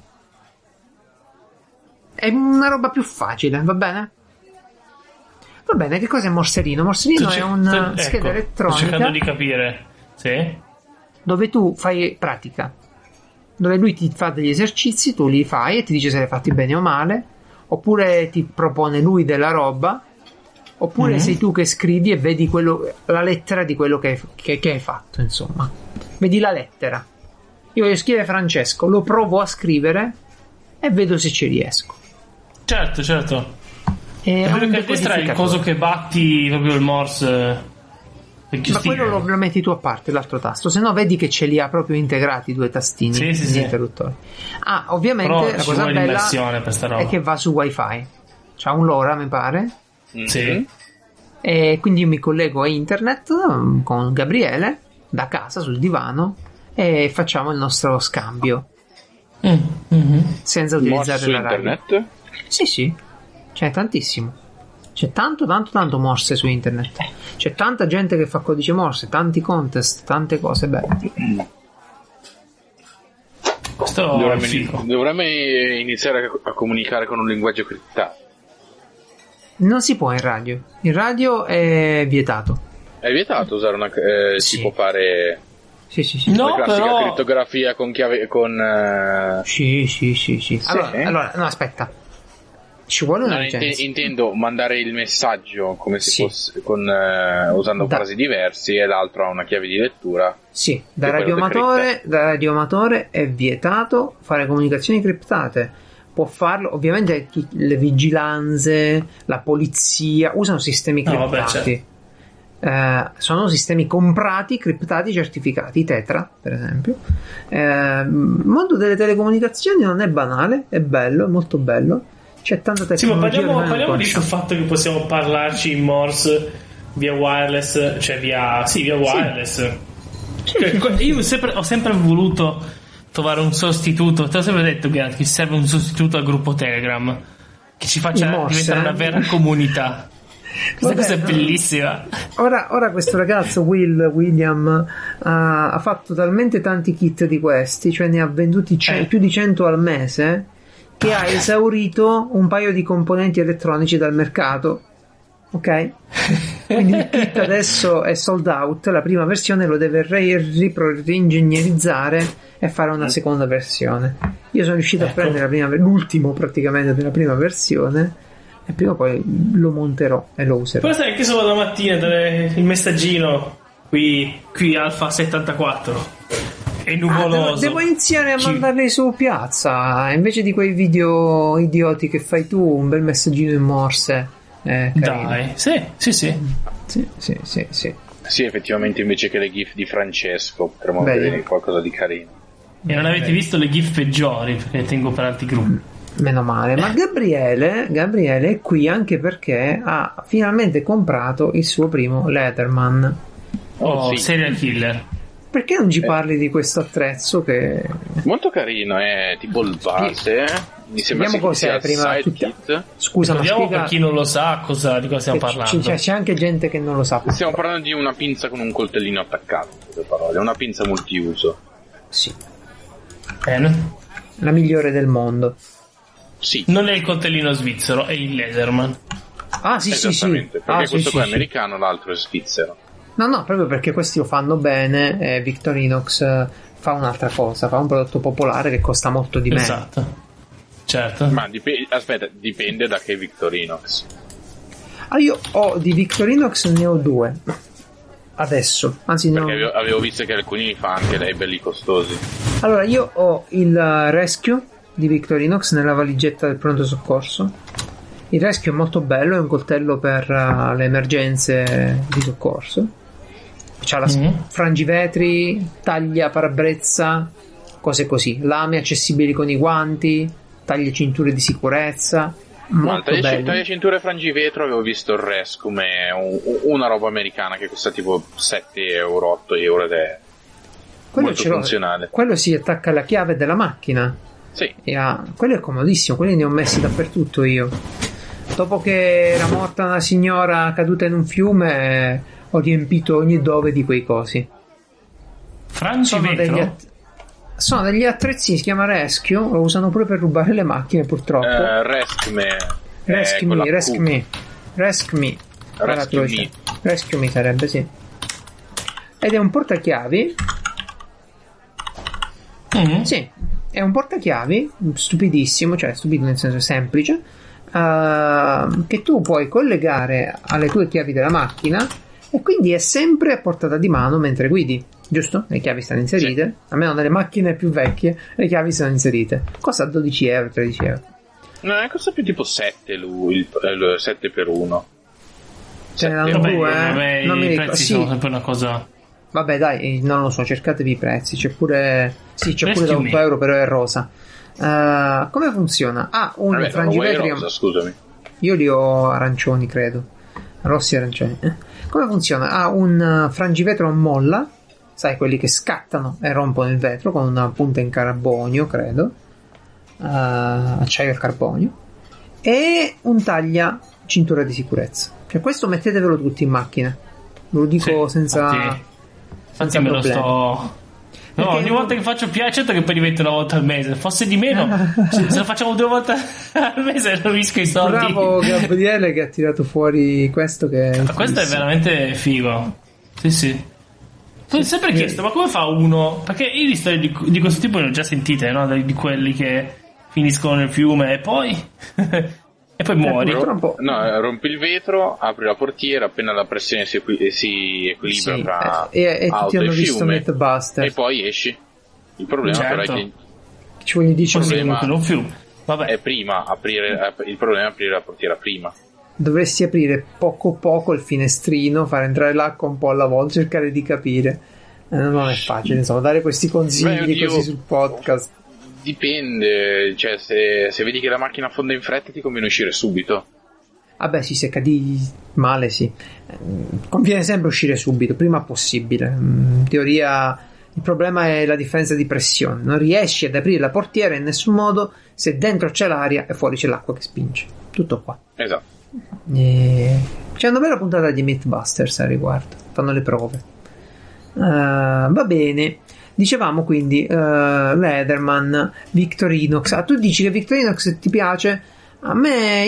È una roba più facile, va bene? Va bene, che cos'è Morserino? Morserino è una scheda elettronica. Sto cercando di capire. Sì. Dove tu fai pratica, dove lui ti fa degli esercizi, tu li fai e ti dice se li hai fatti bene o male, oppure ti propone lui della roba, oppure sei tu che scrivi e vedi la lettera di quello che hai fatto, insomma. Vedi la lettera. Io voglio scrivere Francesco, lo provo a scrivere e vedo se ci riesco. Certo. È vero che a destra è il coso che batti proprio il Morse. Ma quello lo metti tu a parte, l'altro tasto, se no vedi che ce li ha proprio integrati i 2 tastini di interruttori. Ovviamente però la cosa bella è che va su wifi, c'ha un LoRa mi pare. Sì. E quindi io mi collego a internet con Gabriele da casa sul divano e facciamo il nostro scambio senza utilizzare la radio. Internet? Sì, c'è tantissimo. C'è tanto Morse su internet. C'è tanta gente che fa codice Morse, tanti contest, tante cose belle. Dovremmo iniziare a comunicare con un linguaggio criptato. Non si può in radio. In radio è vietato. È vietato usare una si può fare sì. No, la classica crittografia con chiave con Sì. Allora, no, aspetta. Ci vuole una licenza. Intendo mandare il messaggio come se fosse usando frasi diversi, e l'altro ha una chiave di lettura. Sì, da radioamatore è vietato fare comunicazioni criptate. Può farlo, ovviamente le vigilanze, la polizia usano sistemi criptati. sono sistemi comprati, criptati, certificati, Tetra per esempio. Il mondo delle telecomunicazioni non è banale, è bello, è molto bello, c'è tanta tecnologia. Sì, ma parliamo di sul fatto che possiamo parlarci in Morse via wireless, cioè via wireless. Sì. Io ho sempre voluto trovare un sostituto, te l'ho sempre detto che ci serve un sostituto al gruppo Telegram che ci faccia diventare una vera comunità. Questa cosa è bellissima. Ora questo ragazzo William ha fatto talmente tanti kit di questi, cioè ne ha venduti più di 100 al mese, che ha esaurito un paio di componenti elettronici dal mercato. Ok? Quindi il kit adesso è sold out, la prima versione lo deve reingegnerizzare e fare una seconda versione. Io sono riuscito a prendere l'ultimo praticamente della prima versione e prima o poi lo monterò e lo userò. Poi sai che solo la mattina il messaggino qui Alfa 74 è nuvoloso. Devo iniziare a mandarli su piazza invece di quei video idioti che fai tu, un bel messaggino in Morse. Dai, sì. Sì, effettivamente, invece che le GIF di Francesco potremmo vedere qualcosa di carino. E non avete visto le GIF peggiori, perché le tengo per altri gruppi. Meno male. Ma Gabriele è qui anche perché ha finalmente comprato il suo primo Leatherman. Sì. Serial killer. Perché non ci parli di questo attrezzo che molto carino, è tipo il base. Mi sembra cos'è prima kit. Scusa, ma spiega per chi non lo sa di cosa stiamo parlando. C'è anche gente che non lo sa. Stiamo parlando di una pinza con un coltellino attaccato, in parole. È una pinza multiuso. Sì. Bene. La migliore del mondo. Sì. Non è il coltellino svizzero, è il Leatherman. Ah, sì. Perché questo qua è americano, l'altro è svizzero. No, proprio perché questi lo fanno bene e Victorinox fa un'altra cosa, fa un prodotto popolare che costa molto di meno. Esatto. Certo. Ma dipende da che Victorinox. Io ho di Victorinox ne ho due adesso, anzi perché avevo visto che alcuni li fa anche lei belli costosi. Allora io ho il Rescue di Victorinox nella valigetta del pronto soccorso. Il Rescue è molto bello, è un coltello per le emergenze di soccorso. C'ha la frangivetri, taglia parabrezza, cose così, lame accessibili con i guanti, taglia cinture di sicurezza. Taglia cinture frangivetro avevo visto il Res come una roba americana che costa tipo 7 euro, 8 euro ed è molto funzionale. Quello si attacca alla chiave della macchina. Sì. Quello è comodissimo, quelli ne ho messi dappertutto io. Dopo che era morta una signora caduta in un fiume, ho riempito ogni dove di quei cosi. Frangivetro? Sono degli attrezzini, si chiama Rescue, lo usano pure per rubare le macchine purtroppo. Rescue Me sarebbe, sì. Ed è un portachiavi. Sì, è un portachiavi stupidissimo, cioè stupido nel senso semplice, che tu puoi collegare alle tue chiavi della macchina e quindi è sempre a portata di mano mentre guidi, giusto? Le chiavi stanno inserite, sì. Almeno nelle macchine più vecchie le chiavi sono inserite. Costa 12 euro, 13 euro. No, costa più tipo 7 il 7 per 1. Ce ne danno due, non mi ricordo. I prezzi sono sempre una cosa. Vabbè, dai, non lo so, cercatevi i prezzi. C'è pure da 8 euro, però è rosa. Come funziona? Un frangivetri rosa, scusami. Io li ho arancioni, credo, rossi e arancioni. Come funziona? Ha un frangivetro a molla, sai, quelli che scattano e rompono il vetro, con una punta in carbonio, credo, acciaio al carbonio, e un taglia cintura di sicurezza. Cioè, questo mettetevelo tutti in macchina, ve lo dico senza me lo sto. No, ogni volta che faccio certo che poi diventa una volta al mese. Fosse di meno, se lo facciamo 2 volte al mese non rischio i soldi. Bravo Gabriele che ha tirato fuori questo che questo è veramente figo. Sì. Tu hai sempre chiesto, ma come fa uno? Perché io di storie di questo tipo ne ho già sentite, no? Di quelli che finiscono nel fiume e poi e poi muori. Rompi il vetro, apri la portiera, appena la pressione si equilibra tra auto e fiume, e poi esci. Il problema però è che ci voglio dire un fiume. Vabbè. È prima il problema è aprire la portiera prima. dovresti aprire poco il finestrino, fare entrare l'acqua un po' alla volta, cercare di capire. Non è facile, insomma, dare questi consigli così sul podcast. Dipende, cioè se vedi che la macchina affonda in fretta ti conviene uscire subito. Vabbè, sì, se cadi male, sì. Conviene sempre uscire subito, prima possibile. In teoria il problema è la differenza di pressione. Non riesci ad aprire la portiera in nessun modo se dentro c'è l'aria e fuori c'è l'acqua che spinge. Tutto qua. Esatto. C'è una bella puntata di Mythbusters a riguardo. Fanno le prove. Va bene. Dicevamo quindi Leatherman, Victorinox. Tu dici che Victorinox ti piace? A me,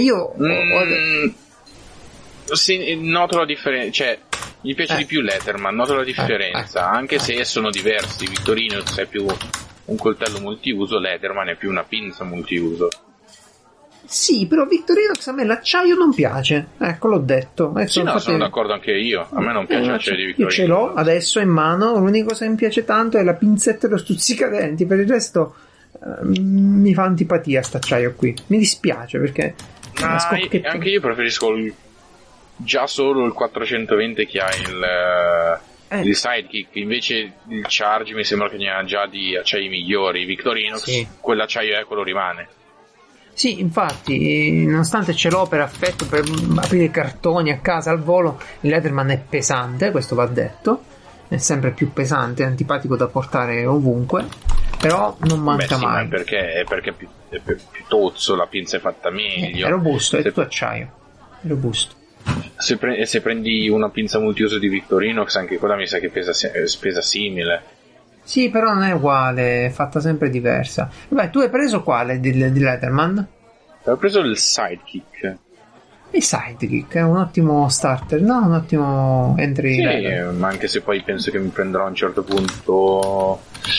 sì, noto la differenza, cioè mi piace di più Letterman, noto la differenza, anche se sono diversi. Victorinox è più un coltello multiuso, Letterman è più una pinza multiuso. Sì, però Victorinox a me l'acciaio non piace, ecco, l'ho detto. Sì, no, sono d'accordo anche io, a me non piace l'acciaio di Victorinox. Io ce l'ho adesso in mano, l'unica cosa che mi piace tanto è la pinzetta e lo stuzzicadenti, per il resto mi fa antipatia st'acciaio qui, mi dispiace perché anche io preferisco già solo il 420 che ha il sidekick, invece il charge mi sembra che ne ha già di acciai migliori. Victorinox, sì, quell'acciaio quello rimane. Sì, infatti, nonostante ce l'ho per affetto, per aprire cartoni a casa al volo, il Leatherman è pesante, questo va detto, è sempre più pesante, è antipatico da portare ovunque, però non manca mai. Ma perché è più tozzo, la pinza è fatta meglio. È robusto, è tutto acciaio, è robusto. Se prendi una pinza multiuso di Victorinox, anche quella mi sa che pesa simile. Sì, però non è uguale, è fatta sempre diversa. Beh, tu hai preso quale di Leatherman? Ho preso il sidekick. Il sidekick è un ottimo starter, no? Un ottimo entry level. Sì, ma anche se poi penso che mi prenderò a un certo punto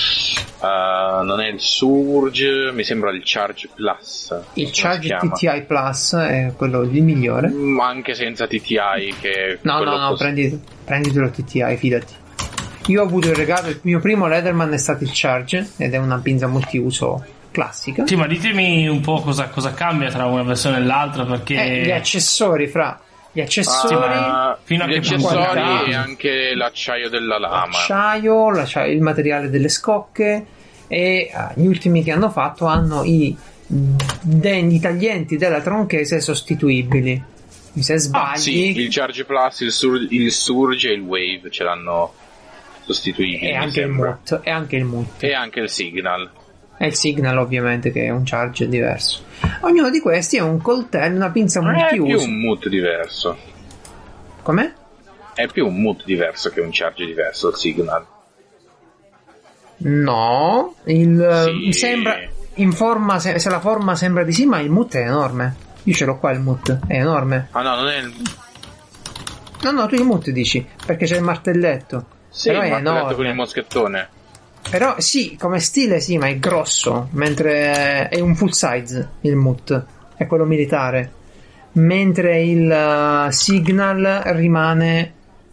non è il Surge, mi sembra il Charge Plus. Il Charge TTI Plus è quello il migliore. Ma anche senza TTI che no, prenditelo TTI, fidati. Io ho avuto il regalo, il mio primo Leatherman è stato il Charge ed è una pinza multiuso classica. Sì, ma ditemi un po' cosa cambia tra una versione e l'altra, perché gli accessori gli accessori, fino a gli accessori e anche l'acciaio della lama, l'acciaio, il materiale delle scocche, e gli ultimi che hanno fatto hanno i taglienti della tronchese sostituibili. Se sbagli, sì, il Charge Plus, il Surge e il Wave ce l'hanno sostituibili, e anche il Mut e anche il Signal. E il Signal, ovviamente, che è un charge diverso. Ognuno di questi è un coltello, una pinza multiuso. È più un Mut diverso. Com'è? È più un Mut diverso che un charge diverso, il Signal. No, sì. Sembra in forma, se la forma sembra di sì, ma il Mut è enorme. Io ce l'ho qua il Mut, è enorme. Ah no, non è il... No, tu il Mut dici, perché c'è il martelletto. Sì, però il è martelletto enorme. con il moschettone. Però sì, come stile sì, ma è grosso, mentre è un full size il Mut, è quello militare, mentre il Signal rimane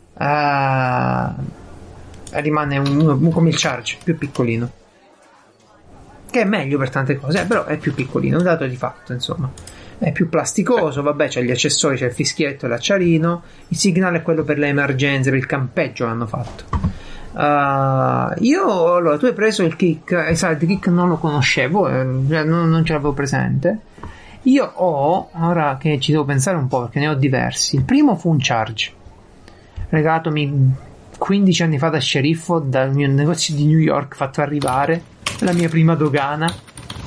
come il Charge, più piccolino, che è meglio per tante cose, però è più piccolino, un dato di fatto, insomma. È più plasticoso, vabbè, c'è gli accessori, c'è il fischietto e l'acciarino. Il Signal è quello per le emergenze, per il campeggio l'hanno fatto. Allora, tu hai preso il kick, il kick non lo conoscevo, non ce l'avevo presente. Io ho, ora che ci devo pensare un po' perché ne ho diversi. Il primo fu un Charge, regalatomi 15 anni fa da sceriffo, dal mio negozio di New York, fatto arrivare, la mia prima dogana.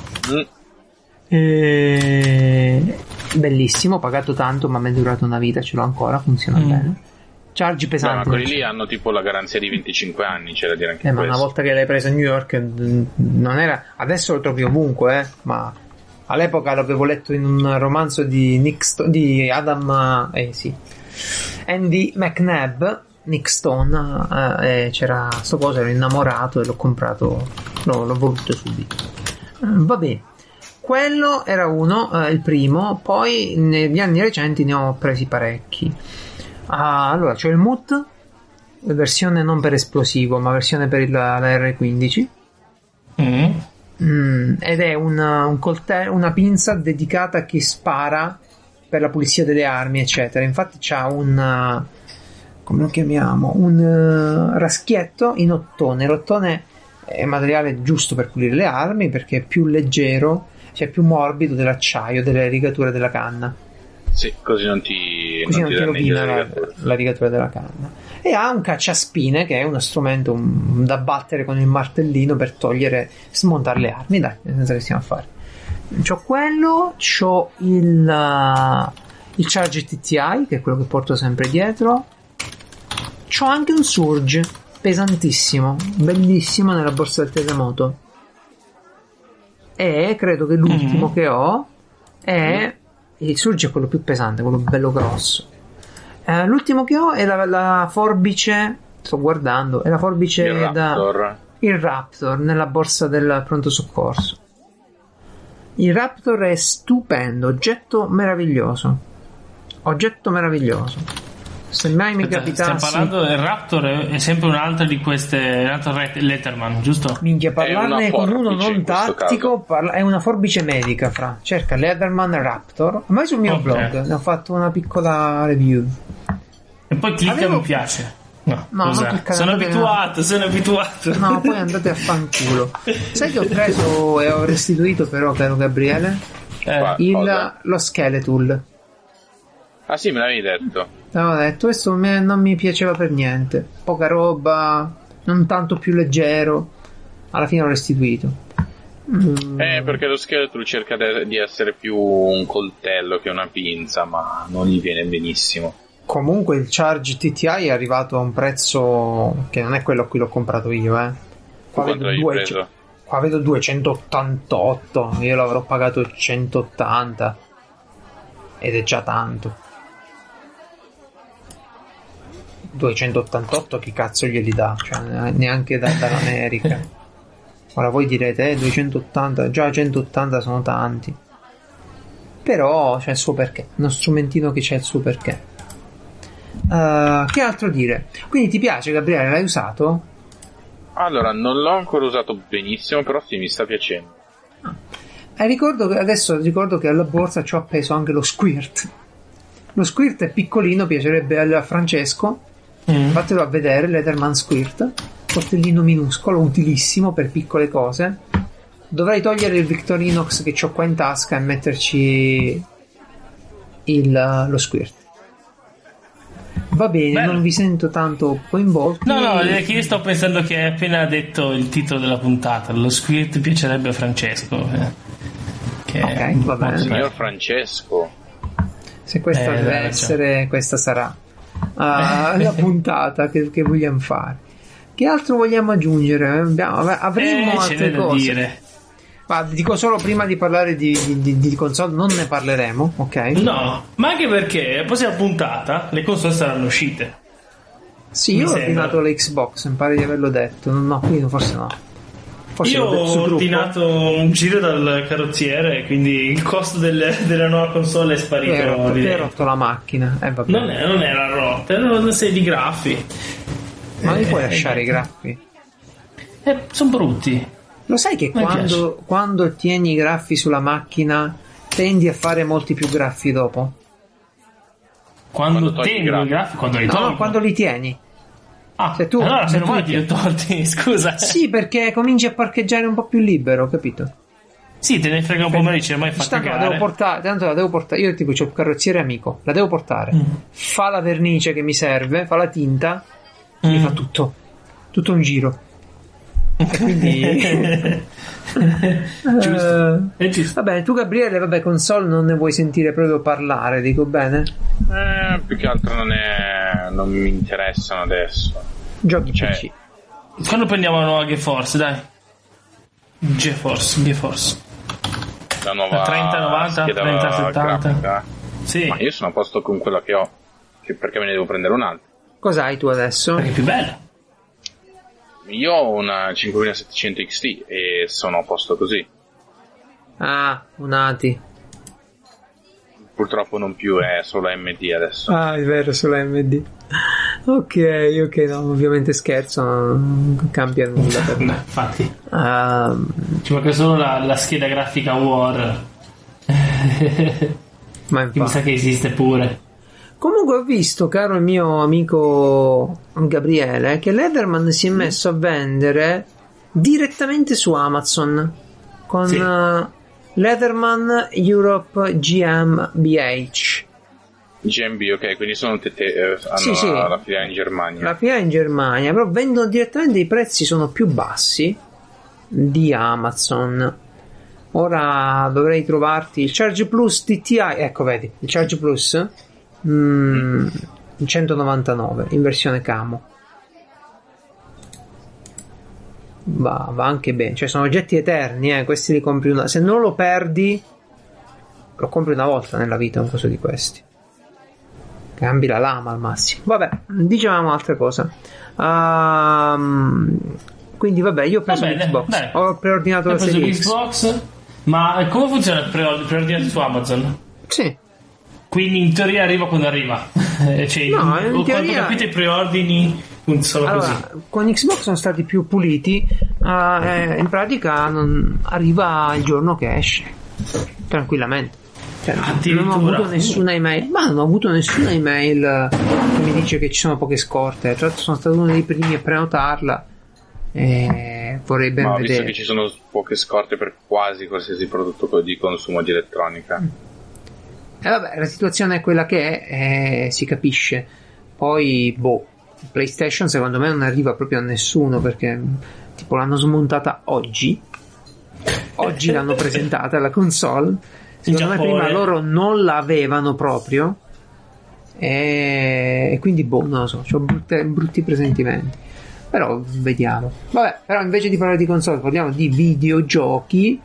Bellissimo, ho pagato tanto, ma mi è durato una vita, ce l'ho ancora, funziona bene. Charge pesante. Ma quelli lì hanno tipo la garanzia di 25 anni, c'è da dire anche questo. Ma una volta che l'hai preso a New York non era, adesso lo trovi ovunque, ma all'epoca l'avevo letto in un romanzo di Adam Andy McNabb, Nick Stone, c'era sto coso, ero innamorato e l'ho comprato, l'ho voluto subito. Va bene, quello era il primo, poi negli anni recenti ne ho presi parecchi. Allora c'è il Mut, versione non per esplosivo ma versione per la R15, ed è un coltello, una pinza dedicata a chi spara per la pulizia delle armi, eccetera. Infatti c'ha un, come lo chiamiamo, un raschietto in ottone. L'ottone è il materiale giusto per pulire le armi perché è più leggero, cioè più morbido dell'acciaio, delle rigature della canna. Sì, così non ti rovina la rigatura della canna. E ha un cacciaspine, che è uno strumento da battere con il martellino per togliere, smontare le armi. Dai, senza che stiamo a fare. C'ho quello, c'ho il Charge TTI, che è quello che porto sempre dietro. C'ho anche un Surge pesantissimo, bellissimo, nella borsa del terremoto. E credo che l'ultimo che ho è il Surge, è quello più pesante, quello bello grosso. L'ultimo che ho è la forbice, sto guardando, è la forbice il Raptor nella borsa del pronto soccorso. Il Raptor è stupendo, oggetto meraviglioso. Se mai mi capitassi. Stiamo parlando del Raptor, è sempre un'altra di queste, un altro Letterman, giusto? Minchia, parlarne con uno non tattico è una forbice medica, fra. Cerca Letterman Raptor. Ma sul mio blog ne ho fatto una piccola review. E poi clicca mi piace. No, sono abituato. No, poi andate a fanculo. Sai che ho preso e ho restituito, però, caro Gabriele? Lo Skeletal. Ah sì, me l'avevi detto. L'avevo detto, questo non mi piaceva per niente. Poca roba, non tanto più leggero. Alla fine l'ho restituito. Perché lo Skeletal cerca di essere più un coltello che una pinza, ma non gli viene benissimo. Comunque il Charge TTI è arrivato a un prezzo che non è quello a cui l'ho comprato io, Quanto l'hai preso? Qua vedo 288, io l'avrò pagato 180 ed è già tanto. 288 chi cazzo glieli dà? Cioè, neanche dall'America. Ora voi direte 280, già 180 sono tanti, però c'è il suo perché, uno strumentino che c'è il suo perché. Che altro dire? Quindi ti piace, Gabriele? L'hai usato? Allora, non l'ho ancora usato benissimo, però sì, mi sta piacendo. Ricordo che alla borsa ci ho appeso anche lo Squirt. Lo Squirt è piccolino, piacerebbe a Francesco. Fatelo a vedere, Letterman Squirt, portellino minuscolo, utilissimo per piccole cose. Dovrei togliere il Victorinox che ho qua in tasca e metterci lo Squirt. Va bene, bello. Non vi sento tanto coinvolti. No, che io sto pensando che hai appena detto il titolo della puntata. Lo Squirt piacerebbe a Francesco. Ok, va bene. Signor Francesco. Se questa deve essere, questa sarà la puntata che vogliamo fare. Che altro vogliamo aggiungere? Avremmo altre cose. Dire. Ma dico solo, prima di parlare di console non ne parleremo, ok? No, ma anche perché la prossima puntata le console saranno uscite. Sì, io ho ordinato l'Xbox, mi pare di averlo detto. No, qui forse no. Forse io ho ordinato un giro dal carrozziere, quindi il costo della nuova console è sparito. Ti hai rotto la macchina. Vabbè. Non era rotta, erano una serie di graffi. Ma li puoi lasciare i graffi? Sono brutti. Lo sai che quando tieni i graffi sulla macchina tendi a fare molti più graffi dopo? Quando tieni i graffi? Quando li tolgo? No, quando li tieni. Se tu, allora se non li tolti, scusa. Sì, perché cominci a parcheggiare un po' più libero, capito? Sì, te ne frega un po' meno, dice mai fatto cagare. Tanto la devo portare. Io tipo c'ho il carrozziere amico, la devo portare. Fa la vernice che mi serve, fa la tinta, mi fa tutto un giro. Quindi giusto. Vabbè, tu Gabriele, console non ne vuoi sentire proprio parlare, dico bene? Più che altro non mi interessano adesso. Giochi PC. Quando prendiamo la nuova GeForce, dai. GeForce la nuova 3090, 3070. Sì. Ma io sono a posto con quella che ho, perché me ne devo prendere un'altra. Cos'hai tu adesso? Perché è più bella. Io ho una 5700 XT e sono a posto così. Un ATI. Purtroppo non più, è solo AMD adesso. È vero, solo AMD. Ok, no, ovviamente scherzo, non cambia nulla per me. Infatti. Ci manca solo la scheda grafica War. Ma mi sa che esiste pure. Comunque ho visto, caro il mio amico Gabriele, che Leatherman si è messo a vendere direttamente su Amazon con Leatherman Europe GmbH. GmbH, ok, quindi sono hanno la filiale in Germania. La filiale in Germania, però vendono direttamente, i prezzi sono più bassi di Amazon. Ora dovrei trovarti il Charge Plus TTI, ecco vedi, il Charge Plus 199 in versione camo. Va anche bene, cioè sono oggetti eterni, questi li compri se non lo perdi lo compri una volta nella vita, un coso di questi, cambi la lama al massimo. Vabbè, dicevamo altre cose. Quindi vabbè, io ho preso l'Xbox, ho preordinato la serie Xbox. Ma come funziona il preordinato su Amazon? Sì, quindi in teoria arriva quando arriva. Cioè, no, in teoria... quando capite i preordini sono così. Con Xbox sono stati più puliti, in pratica arriva il giorno che esce tranquillamente, cioè, non ho avuto nessuna email, non ho avuto nessuna email che mi dice che ci sono poche scorte. Tra l'altro sono stato uno dei primi a prenotarla e vorrei ben vedere. Visto che ci sono poche scorte per quasi qualsiasi prodotto di consumo di elettronica. Vabbè, la situazione è quella che è, si capisce. Poi PlayStation secondo me non arriva proprio a nessuno, perché tipo l'hanno smontata oggi l'hanno presentata la console, secondo me prima loro non l'avevano proprio, e quindi non lo so, ho brutti presentimenti, però vediamo. Vabbè, però invece di parlare di console parliamo di videogiochi.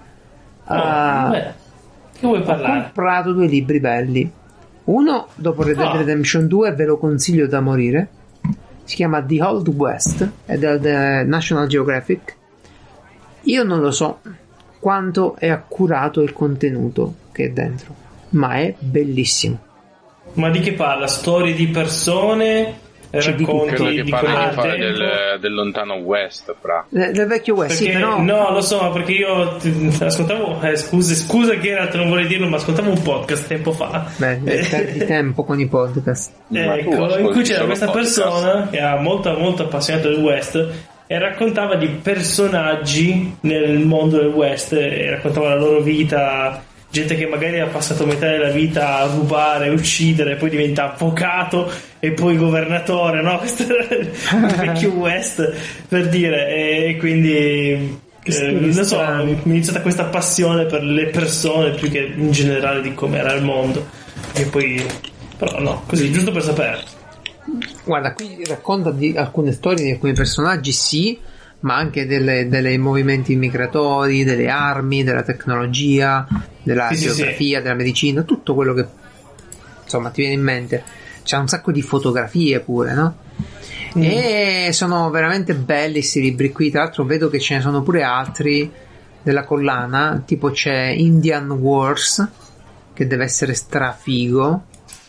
Che vuoi parlare? Ho comprato 2 libri belli. Uno, dopo Red Dead Redemption 2, ve lo consiglio da morire. Si chiama The Old West, è del National Geographic. Io non lo so quanto è accurato il contenuto che è dentro, ma è bellissimo. Ma di che parla? Storie di persone? Racconti credo che parla del lontano West, del vecchio West, perché, sì, però... no, lo so, perché io ascoltavo scusa che era, non vorrei dirlo, ma ascoltavo un podcast tempo fa. Perdi tempo con i podcast. Ecco, in cui c'era questa persona che era molto molto appassionata del West e raccontava di personaggi nel mondo del West e raccontava la loro vita. Gente che magari ha passato metà della vita a rubare, uccidere, poi diventa avvocato e poi governatore, no? Questo era il vecchio West, per dire. E quindi non so, mi è iniziata questa passione per le persone più che in generale di come era il mondo. E poi, però no, così, giusto per sapere. Guarda, qui racconta di alcune storie di alcuni personaggi, sì, ma anche dei movimenti migratori, delle armi, della tecnologia, della geografia, della medicina, tutto quello che insomma ti viene in mente. C'è un sacco di fotografie pure, no? E sono veramente belli questi libri qui. Tra l'altro vedo che ce ne sono pure altri della collana, tipo c'è Indian Wars, che deve essere strafigo,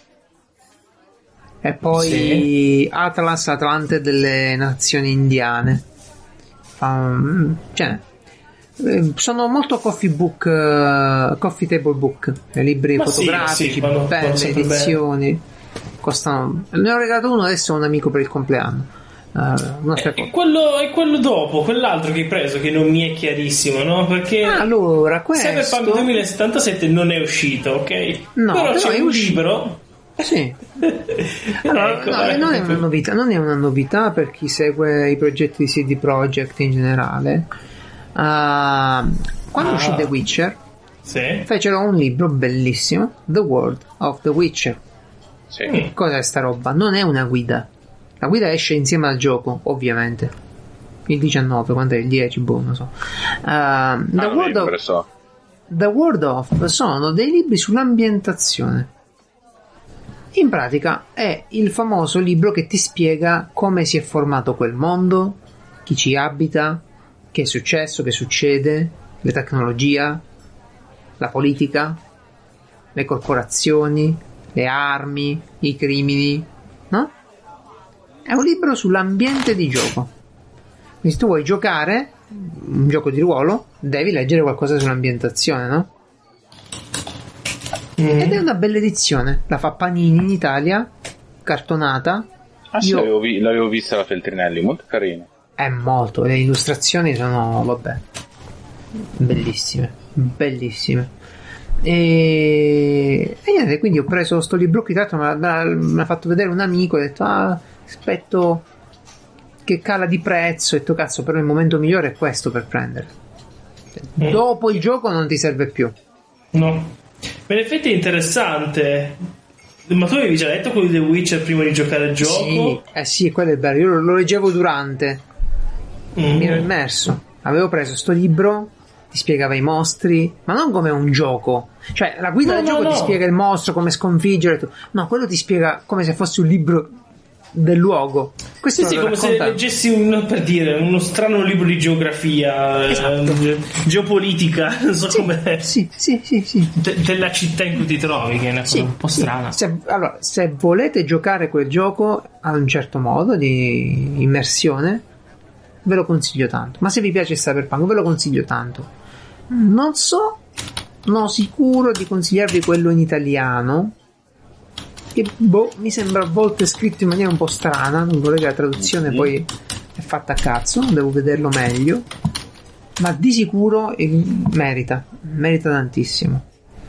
e poi Atlante delle nazioni indiane. Cioè, sono molto coffee table book, libri fotografici, belle edizioni, costano. Ne ho regalato uno adesso a un amico per il compleanno. Quello dopo, quell'altro che hai preso, che non mi è chiarissimo, no? Perché allora questo Cyberpunk 2077 non è uscito, ok? No, però c'è un libro. Sì. Allora, ecco, non è una novità per chi segue i progetti di CD Projekt in generale. Quando uscì The Witcher, fecero un libro bellissimo, The World of the Witcher. Sì. Cos'è sta roba? Non è una guida. La guida esce insieme al gioco, ovviamente. Il 19, quando è il 10, non so. The World of sono dei libri sull'ambientazione. In pratica è il famoso libro che ti spiega come si è formato quel mondo, chi ci abita, che è successo, che succede, la tecnologia, la politica, le corporazioni, le armi, i crimini, no? È un libro sull'ambiente di gioco. Quindi se tu vuoi giocare un gioco di ruolo, devi leggere qualcosa sull'ambientazione, no? ed è una bella edizione, la fa Panini in Italia, cartonata. Sì, l'avevo vista la Feltrinelli, molto carina. È molto, le illustrazioni sono, vabbè, bellissime. E niente, quindi ho preso sto libro qui, tra l'altro me l'ha fatto vedere un amico, ho detto aspetto che cala di prezzo, ho detto cazzo, però il momento migliore è questo per prendere. Dopo il gioco non ti serve più. No, in effetti è interessante. Ma tu avevi già letto quello di The Witcher prima di giocare al gioco? Sì, quello è bello, io lo leggevo durante, mi ero immerso, avevo preso sto libro, ti spiegava i mostri, ma non come un gioco, cioè la guida del gioco ti spiega il mostro, come sconfiggere, no, quello ti spiega come se fosse un libro del luogo. Questo sì, come se leggessi uno strano libro di geografia, geopolitica, non so come. Sì. Della città in cui ti trovi, che è una cosa un po' strana. Se volete giocare quel gioco a un certo modo di immersione, ve lo consiglio tanto. Ma se vi piace Cyberpunk, ve lo consiglio tanto. Non sicuro di consigliarvi quello in italiano, che mi sembra a volte scritto in maniera un po' strana, non vorrei che la traduzione poi è fatta a cazzo, devo vederlo meglio, ma di sicuro merita tantissimo.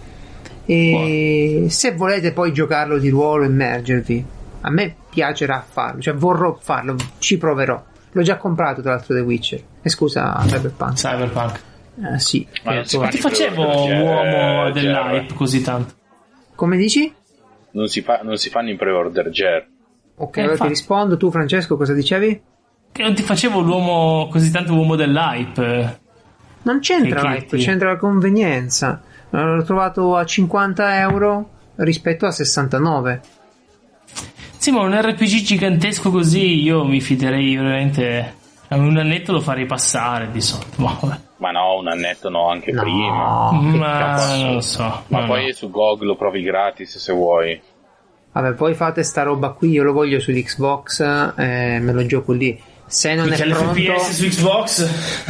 E se volete poi giocarlo di ruolo, immergervi, a me piacerà farlo, cioè vorrò farlo, ci proverò. L'ho già comprato tra l'altro The Witcher, scusa, Cyberpunk. Sì, ma ti facevo uomo dell'hype così tanto. Come dici? Non si fanno in pre-order, Ger. Ok, allora ti rispondo. Tu, Francesco, cosa dicevi? Che non ti facevo l'uomo così tanto uomo dell'hype. Non c'entra l'hype, c'entra la convenienza. L'ho trovato a 50 euro rispetto a 69. Sì, ma un RPG gigantesco così io mi fiderei veramente. Un annetto lo farei passare di solito. Ma no, un annetto no, anche prima. Ma non lo so. Ma poi su GOG lo provi gratis se vuoi. Vabbè, poi fate sta roba qui, io lo voglio sull'Xbox, me lo gioco lì. Se non perché è pronto... l'FPS su Xbox?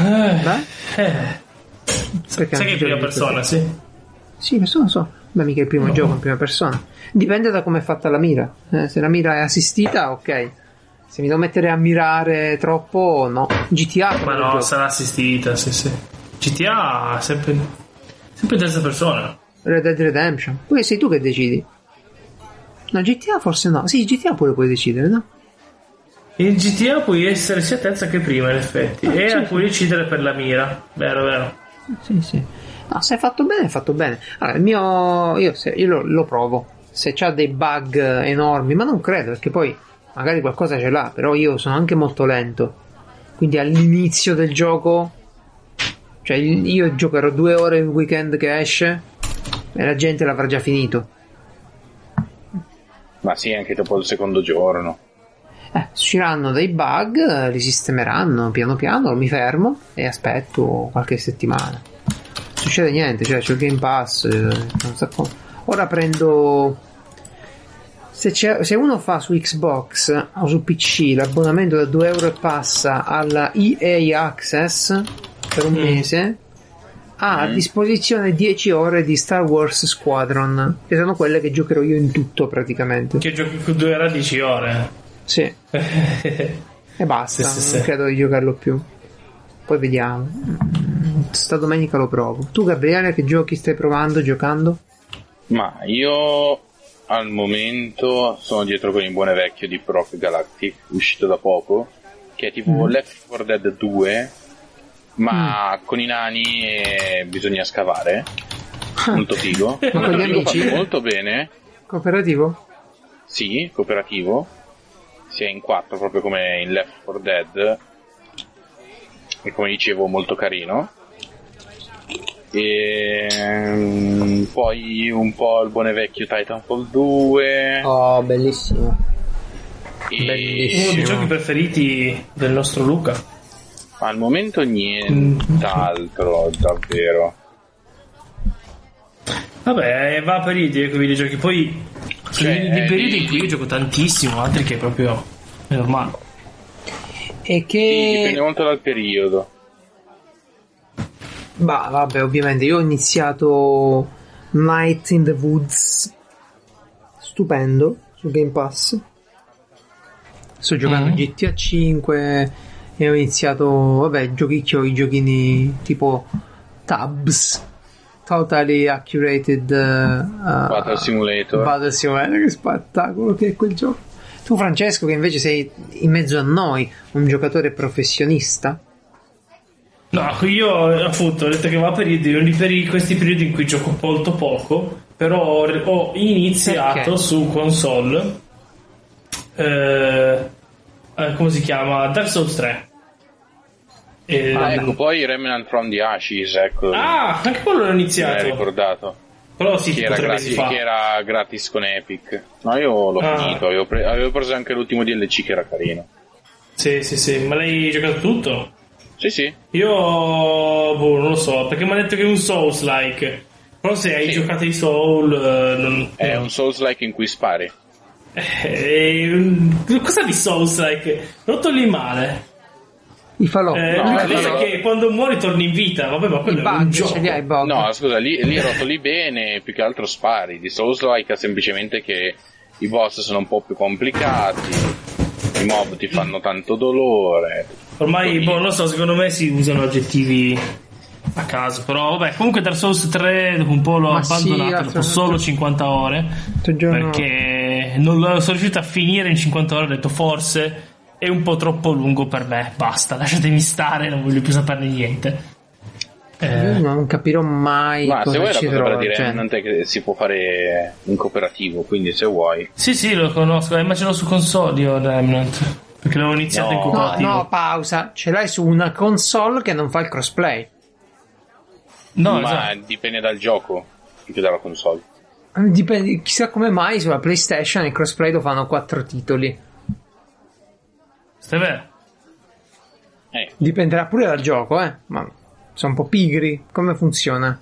Sai che è in prima persona, sì? Sì, questo lo so. Beh, mica è il primo gioco in prima persona. Dipende da come è fatta la mira. Se la mira è assistita, ok. Se mi devo mettere a mirare troppo, no. GTA, ma no, sarà assistita, sì. GTA sempre in terza persona. Red Dead Redemption. Poi sei tu che decidi. No, GTA forse no. Sì, GTA pure puoi decidere, no? In GTA puoi essere sia terza che prima, in effetti. Puoi decidere per la mira. Vero. Sì. No, se è fatto bene, è fatto bene. Allora, io lo provo. Se c'ha dei bug enormi, ma non credo, perché poi magari qualcosa ce l'ha, però io sono anche molto lento, quindi all'inizio del gioco, cioè io giocherò 2 ore il weekend che esce e la gente l'avrà già finito. Ma sì, anche dopo il secondo giorno usciranno dei bug, li sistemeranno piano piano, mi fermo e aspetto qualche settimana, non succede niente, cioè c'è il Game Pass, non so. Ora prendo, se uno fa su Xbox o su PC l'abbonamento da 2 euro e passa alla EA Access per un mese, ha a disposizione 10 ore di Star Wars Squadron, che sono quelle che giocherò io in tutto praticamente. Che giochi con 2 ore a 10 ore? Sì. E basta, sì. Non credo di giocarlo più. Poi vediamo. Sta domenica lo provo. Tu, Gabriele, che giochi stai giocando? Ma io al momento sono dietro con il buone vecchio di Rock Galactic, uscito da poco, che è tipo Left 4 Dead 2, ma con i nani e bisogna scavare. Molto figo. Ma con gli amici? Molto bene. Cooperativo? Sì, cooperativo. Si è in 4 proprio come in Left 4 Dead. E come dicevo molto carino. E poi un po' il buone vecchio Titanfall 2. Oh, bellissimo. Uno dei giochi preferiti del nostro Luca. Al momento nient'altro davvero. Vabbè, va a periodi con i videogiochi. Poi di periodi in cui io gioco tantissimo, altri che proprio è normale. E che sì, dipende molto dal periodo. Bah, vabbè, ovviamente io ho iniziato Night in the Woods, stupendo, su Game Pass. Sto giocando GTA 5 e ho iniziato, i giochini tipo Tabs, Totally Accurate Battle Simulator, che spettacolo che è quel gioco. Tu Francesco, che invece sei in mezzo a noi, un giocatore professionista. No, io appunto ho detto che va per questi periodi in cui gioco molto poco, però ho iniziato su console come si chiama? Dark Souls 3. Ecco, poi Remnant from the Ashes, ecco. Anche quello l'ho iniziato. Mi hai ricordato. Però sì, che era gratis con Epic. No, io l'ho finito, avevo preso anche l'ultimo DLC che era carino. Sì, ma l'hai giocato tutto? Sì. Io non lo so, perché mi ha detto che è un Souls-like. Però se hai giocato i Soul è un Souls-like in cui spari. Cosa di Souls-like? Rotto lì male. I falò. Che quando muori torni in vita. Vabbè, ma quello è un gioco. No, scusa, lì rotoli bene, più che altro spari. Di Souls-like è semplicemente che i boss sono un po' più complicati, i mob ti fanno tanto dolore. Ormai, non lo so, secondo me si usano aggettivi a caso. Però vabbè, comunque Dark Souls 3 dopo un po' l'ho abbandonato dopo solo 50 ore. Perché non sono riuscito a finire in 50 ore. Ho detto forse è un po' troppo lungo per me, basta, lasciatemi stare, non voglio più saperne niente. Non capirò mai. Ma cosa se vuoi ci la dire, non è che si può fare in cooperativo, quindi se vuoi. Sì, lo conosco, ma ce l'ho su console io Remnant, perché l'avevo iniziato in cooperativo. No, pausa, ce l'hai su una console che non fa il crossplay. No, ma dipende dal gioco più che dalla console. Dipende, chissà come mai sulla PlayStation il crossplay lo fanno 4 titoli. È vero. Dipenderà pure dal gioco, ma sono un po' pigri. Come funziona?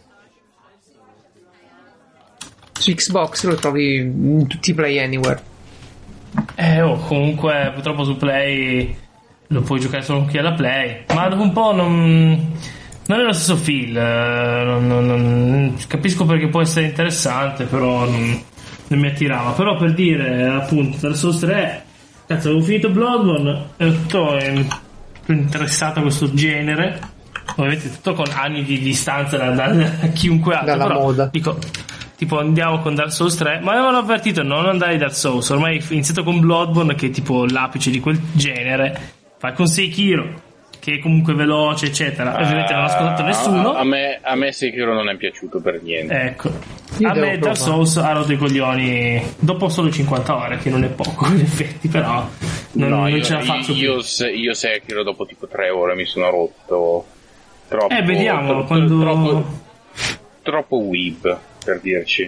Su Xbox lo trovi in tutti i Play Anywhere. Comunque purtroppo su Play lo puoi giocare solo chi ha la Play, ma dopo un po' non è lo stesso feel. Non capisco perché può essere interessante, però non mi attirava. Però per dire, appunto, Dark Souls 3, cazzo, avevo finito Bloodborne e tutto più interessato a questo genere, ovviamente tutto con anni di distanza da chiunque altro, dalla però moda. dico, tipo andiamo con Dark Souls 3, ma avevano avvertito non andare Dark Souls, ormai ho iniziato con Bloodborne che è tipo l'apice di quel genere, fai con Sekiro che è comunque veloce eccetera, ovviamente non ho ascoltato nessuno. A me Sekiro non è piaciuto per niente, ecco. A me Dark Souls ha rotto i coglioni dopo solo 50 ore, che non è poco in effetti, però non ce la faccio più. Io Sekiro dopo tipo 3 ore mi sono rotto troppo. Vediamo troppo weeb, per dirci.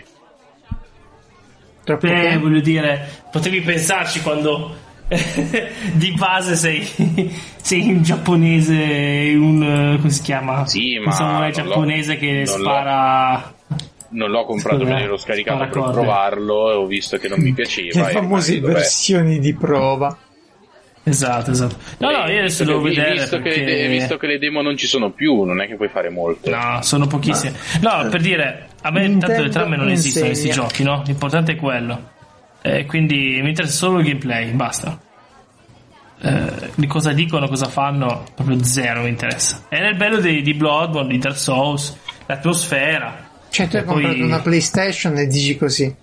Voglio dire, potevi pensarci quando di base sei un giapponese, come si chiama? Sì, un samurai giapponese che spara. Non l'ho comprato, me l'ero scaricato per provarlo e ho visto che non mi piaceva. Le famose versioni di prova. Esatto. No, io adesso devo vedere. Visto che le demo non ci sono più, non è che puoi fare molto. No, sono pochissime. No, per dire, a me tanto le trame non esistono questi giochi, no? L'importante è quello. Quindi mi interessa solo il gameplay, basta. Di cosa dicono, cosa fanno, proprio zero mi interessa. È il bello di Bloodborne, di Dark Souls, l'atmosfera. Cioè tu hai comprato una PlayStation e dici così?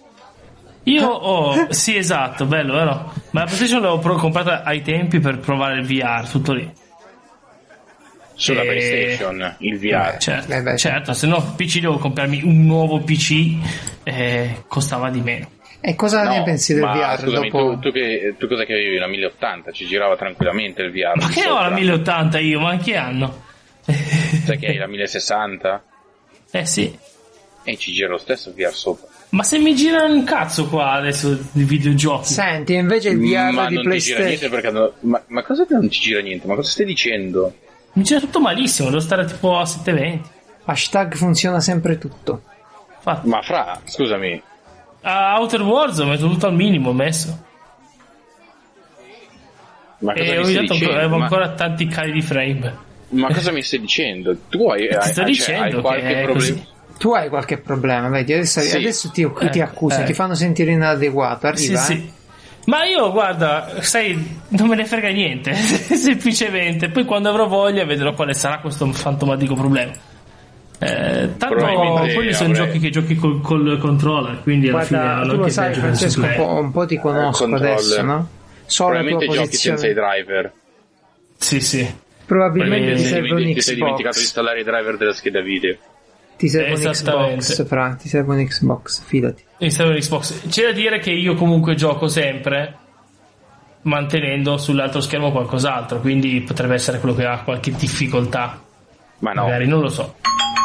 Io sì, esatto, bello, vero? Ma la PlayStation l'avevo comprata ai tempi per provare il VR, tutto lì. Sulla PlayStation, il VR. Certo, se no PC devo comprarmi un nuovo PC, costava di meno. E cosa ne pensi del VR? Scusami, dopo... tu cosa che avevi? La 1080, ci girava tranquillamente il VR. Ma che ho la 1080 io? Ma che anno? Sai che hai la 1060? Sì. E ci gira lo stesso VR sopra. Ma se mi gira un cazzo qua adesso di videogiochi. Senti, invece il VR ma di non PlayStation. Ti gira niente perché ma cosa che non ti gira niente? Ma cosa stai dicendo? Mi gira tutto malissimo, devo stare tipo a 720. Hashtag funziona sempre tutto. Infatti. Ma scusami. Outer Worlds ho messo tutto al minimo, ho messo. Ma cosa mi stai dicendo? Avevo ancora tanti cali di frame. Ma cosa mi stai dicendo? Tu hai qualche problema? Tu hai qualche problema, vedi? Adesso ti accusano, ti fanno sentire inadeguato. Arriva. Sì. Ma io, guarda, non me ne frega niente, semplicemente. Poi quando avrò voglia vedrò quale sarà questo fantomatico problema. Tanto quelli sono giochi che giochi col controller, quindi alla fine tu lo sai, Francesco, un po' ti conosco adesso, no? Probabilmente giochi senza i driver. Sì. Probabilmente ti serve un Xbox. Ti sei dimenticato di installare i driver della scheda video. Ti serve un Xbox, Fra, ti serve un Xbox, fidati. Mi serve un Xbox. C'è da dire che io comunque gioco sempre mantenendo sull'altro schermo qualcos'altro, quindi potrebbe essere quello che ha qualche difficoltà. Ma no. Magari, non lo so.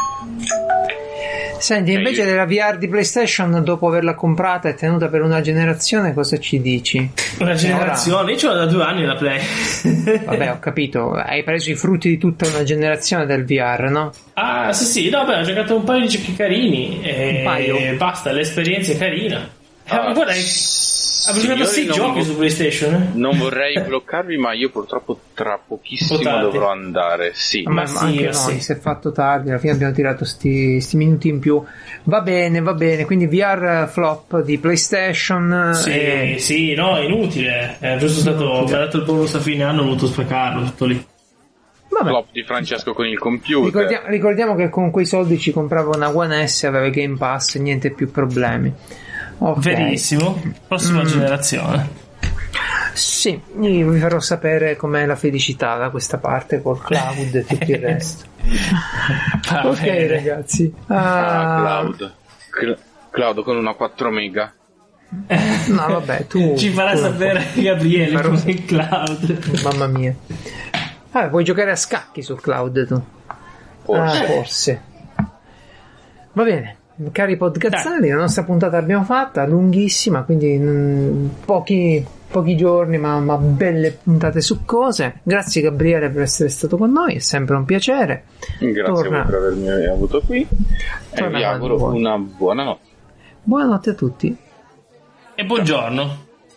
Senti, invece della VR di PlayStation, dopo averla comprata e tenuta per una generazione, cosa ci dici? Una generazione? Io ce l'ho da 2 anni la Play. Vabbè, ho capito. Hai preso i frutti di tutta una generazione del VR, no? Ah, sì. No, ho giocato un paio di giochi carini e basta, l'esperienza è carina. Guarda, avevo giocato 6 giochi su PlayStation. Non vorrei bloccarvi, ma io purtroppo tra pochissimo dovrò andare. Sì, ma anche noi si è fatto tardi. Alla fine abbiamo tirato sti minuti in più. Va bene. Quindi VR flop di PlayStation. Sì, no, è inutile. È giusto stato. Mi ha dato il bonus a fine anno, ho voluto sprecarlo tutto lì. Flop di Francesco con il computer. Ricordiamo che con quei soldi ci comprava una One S, aveva il Game Pass e niente più problemi. Okay. Verissimo, prossima generazione. Sì, io vi farò sapere com'è la felicità da questa parte col cloud e tutto il resto. Ok, bene. Ragazzi. Cloud con una 4 mega. No, vabbè, tu ci farà sapere Gabriele come il cloud. Mamma mia. Puoi giocare a scacchi sul cloud tu? Forse. Va bene. Cari podcazzari, la nostra puntata l'abbiamo fatta, lunghissima, quindi pochi giorni, ma belle puntate su cose. Grazie Gabriele per essere stato con noi, è sempre un piacere. Grazie per avermi avuto qui e vi auguro una buona notte. Buonanotte a tutti e buongiorno.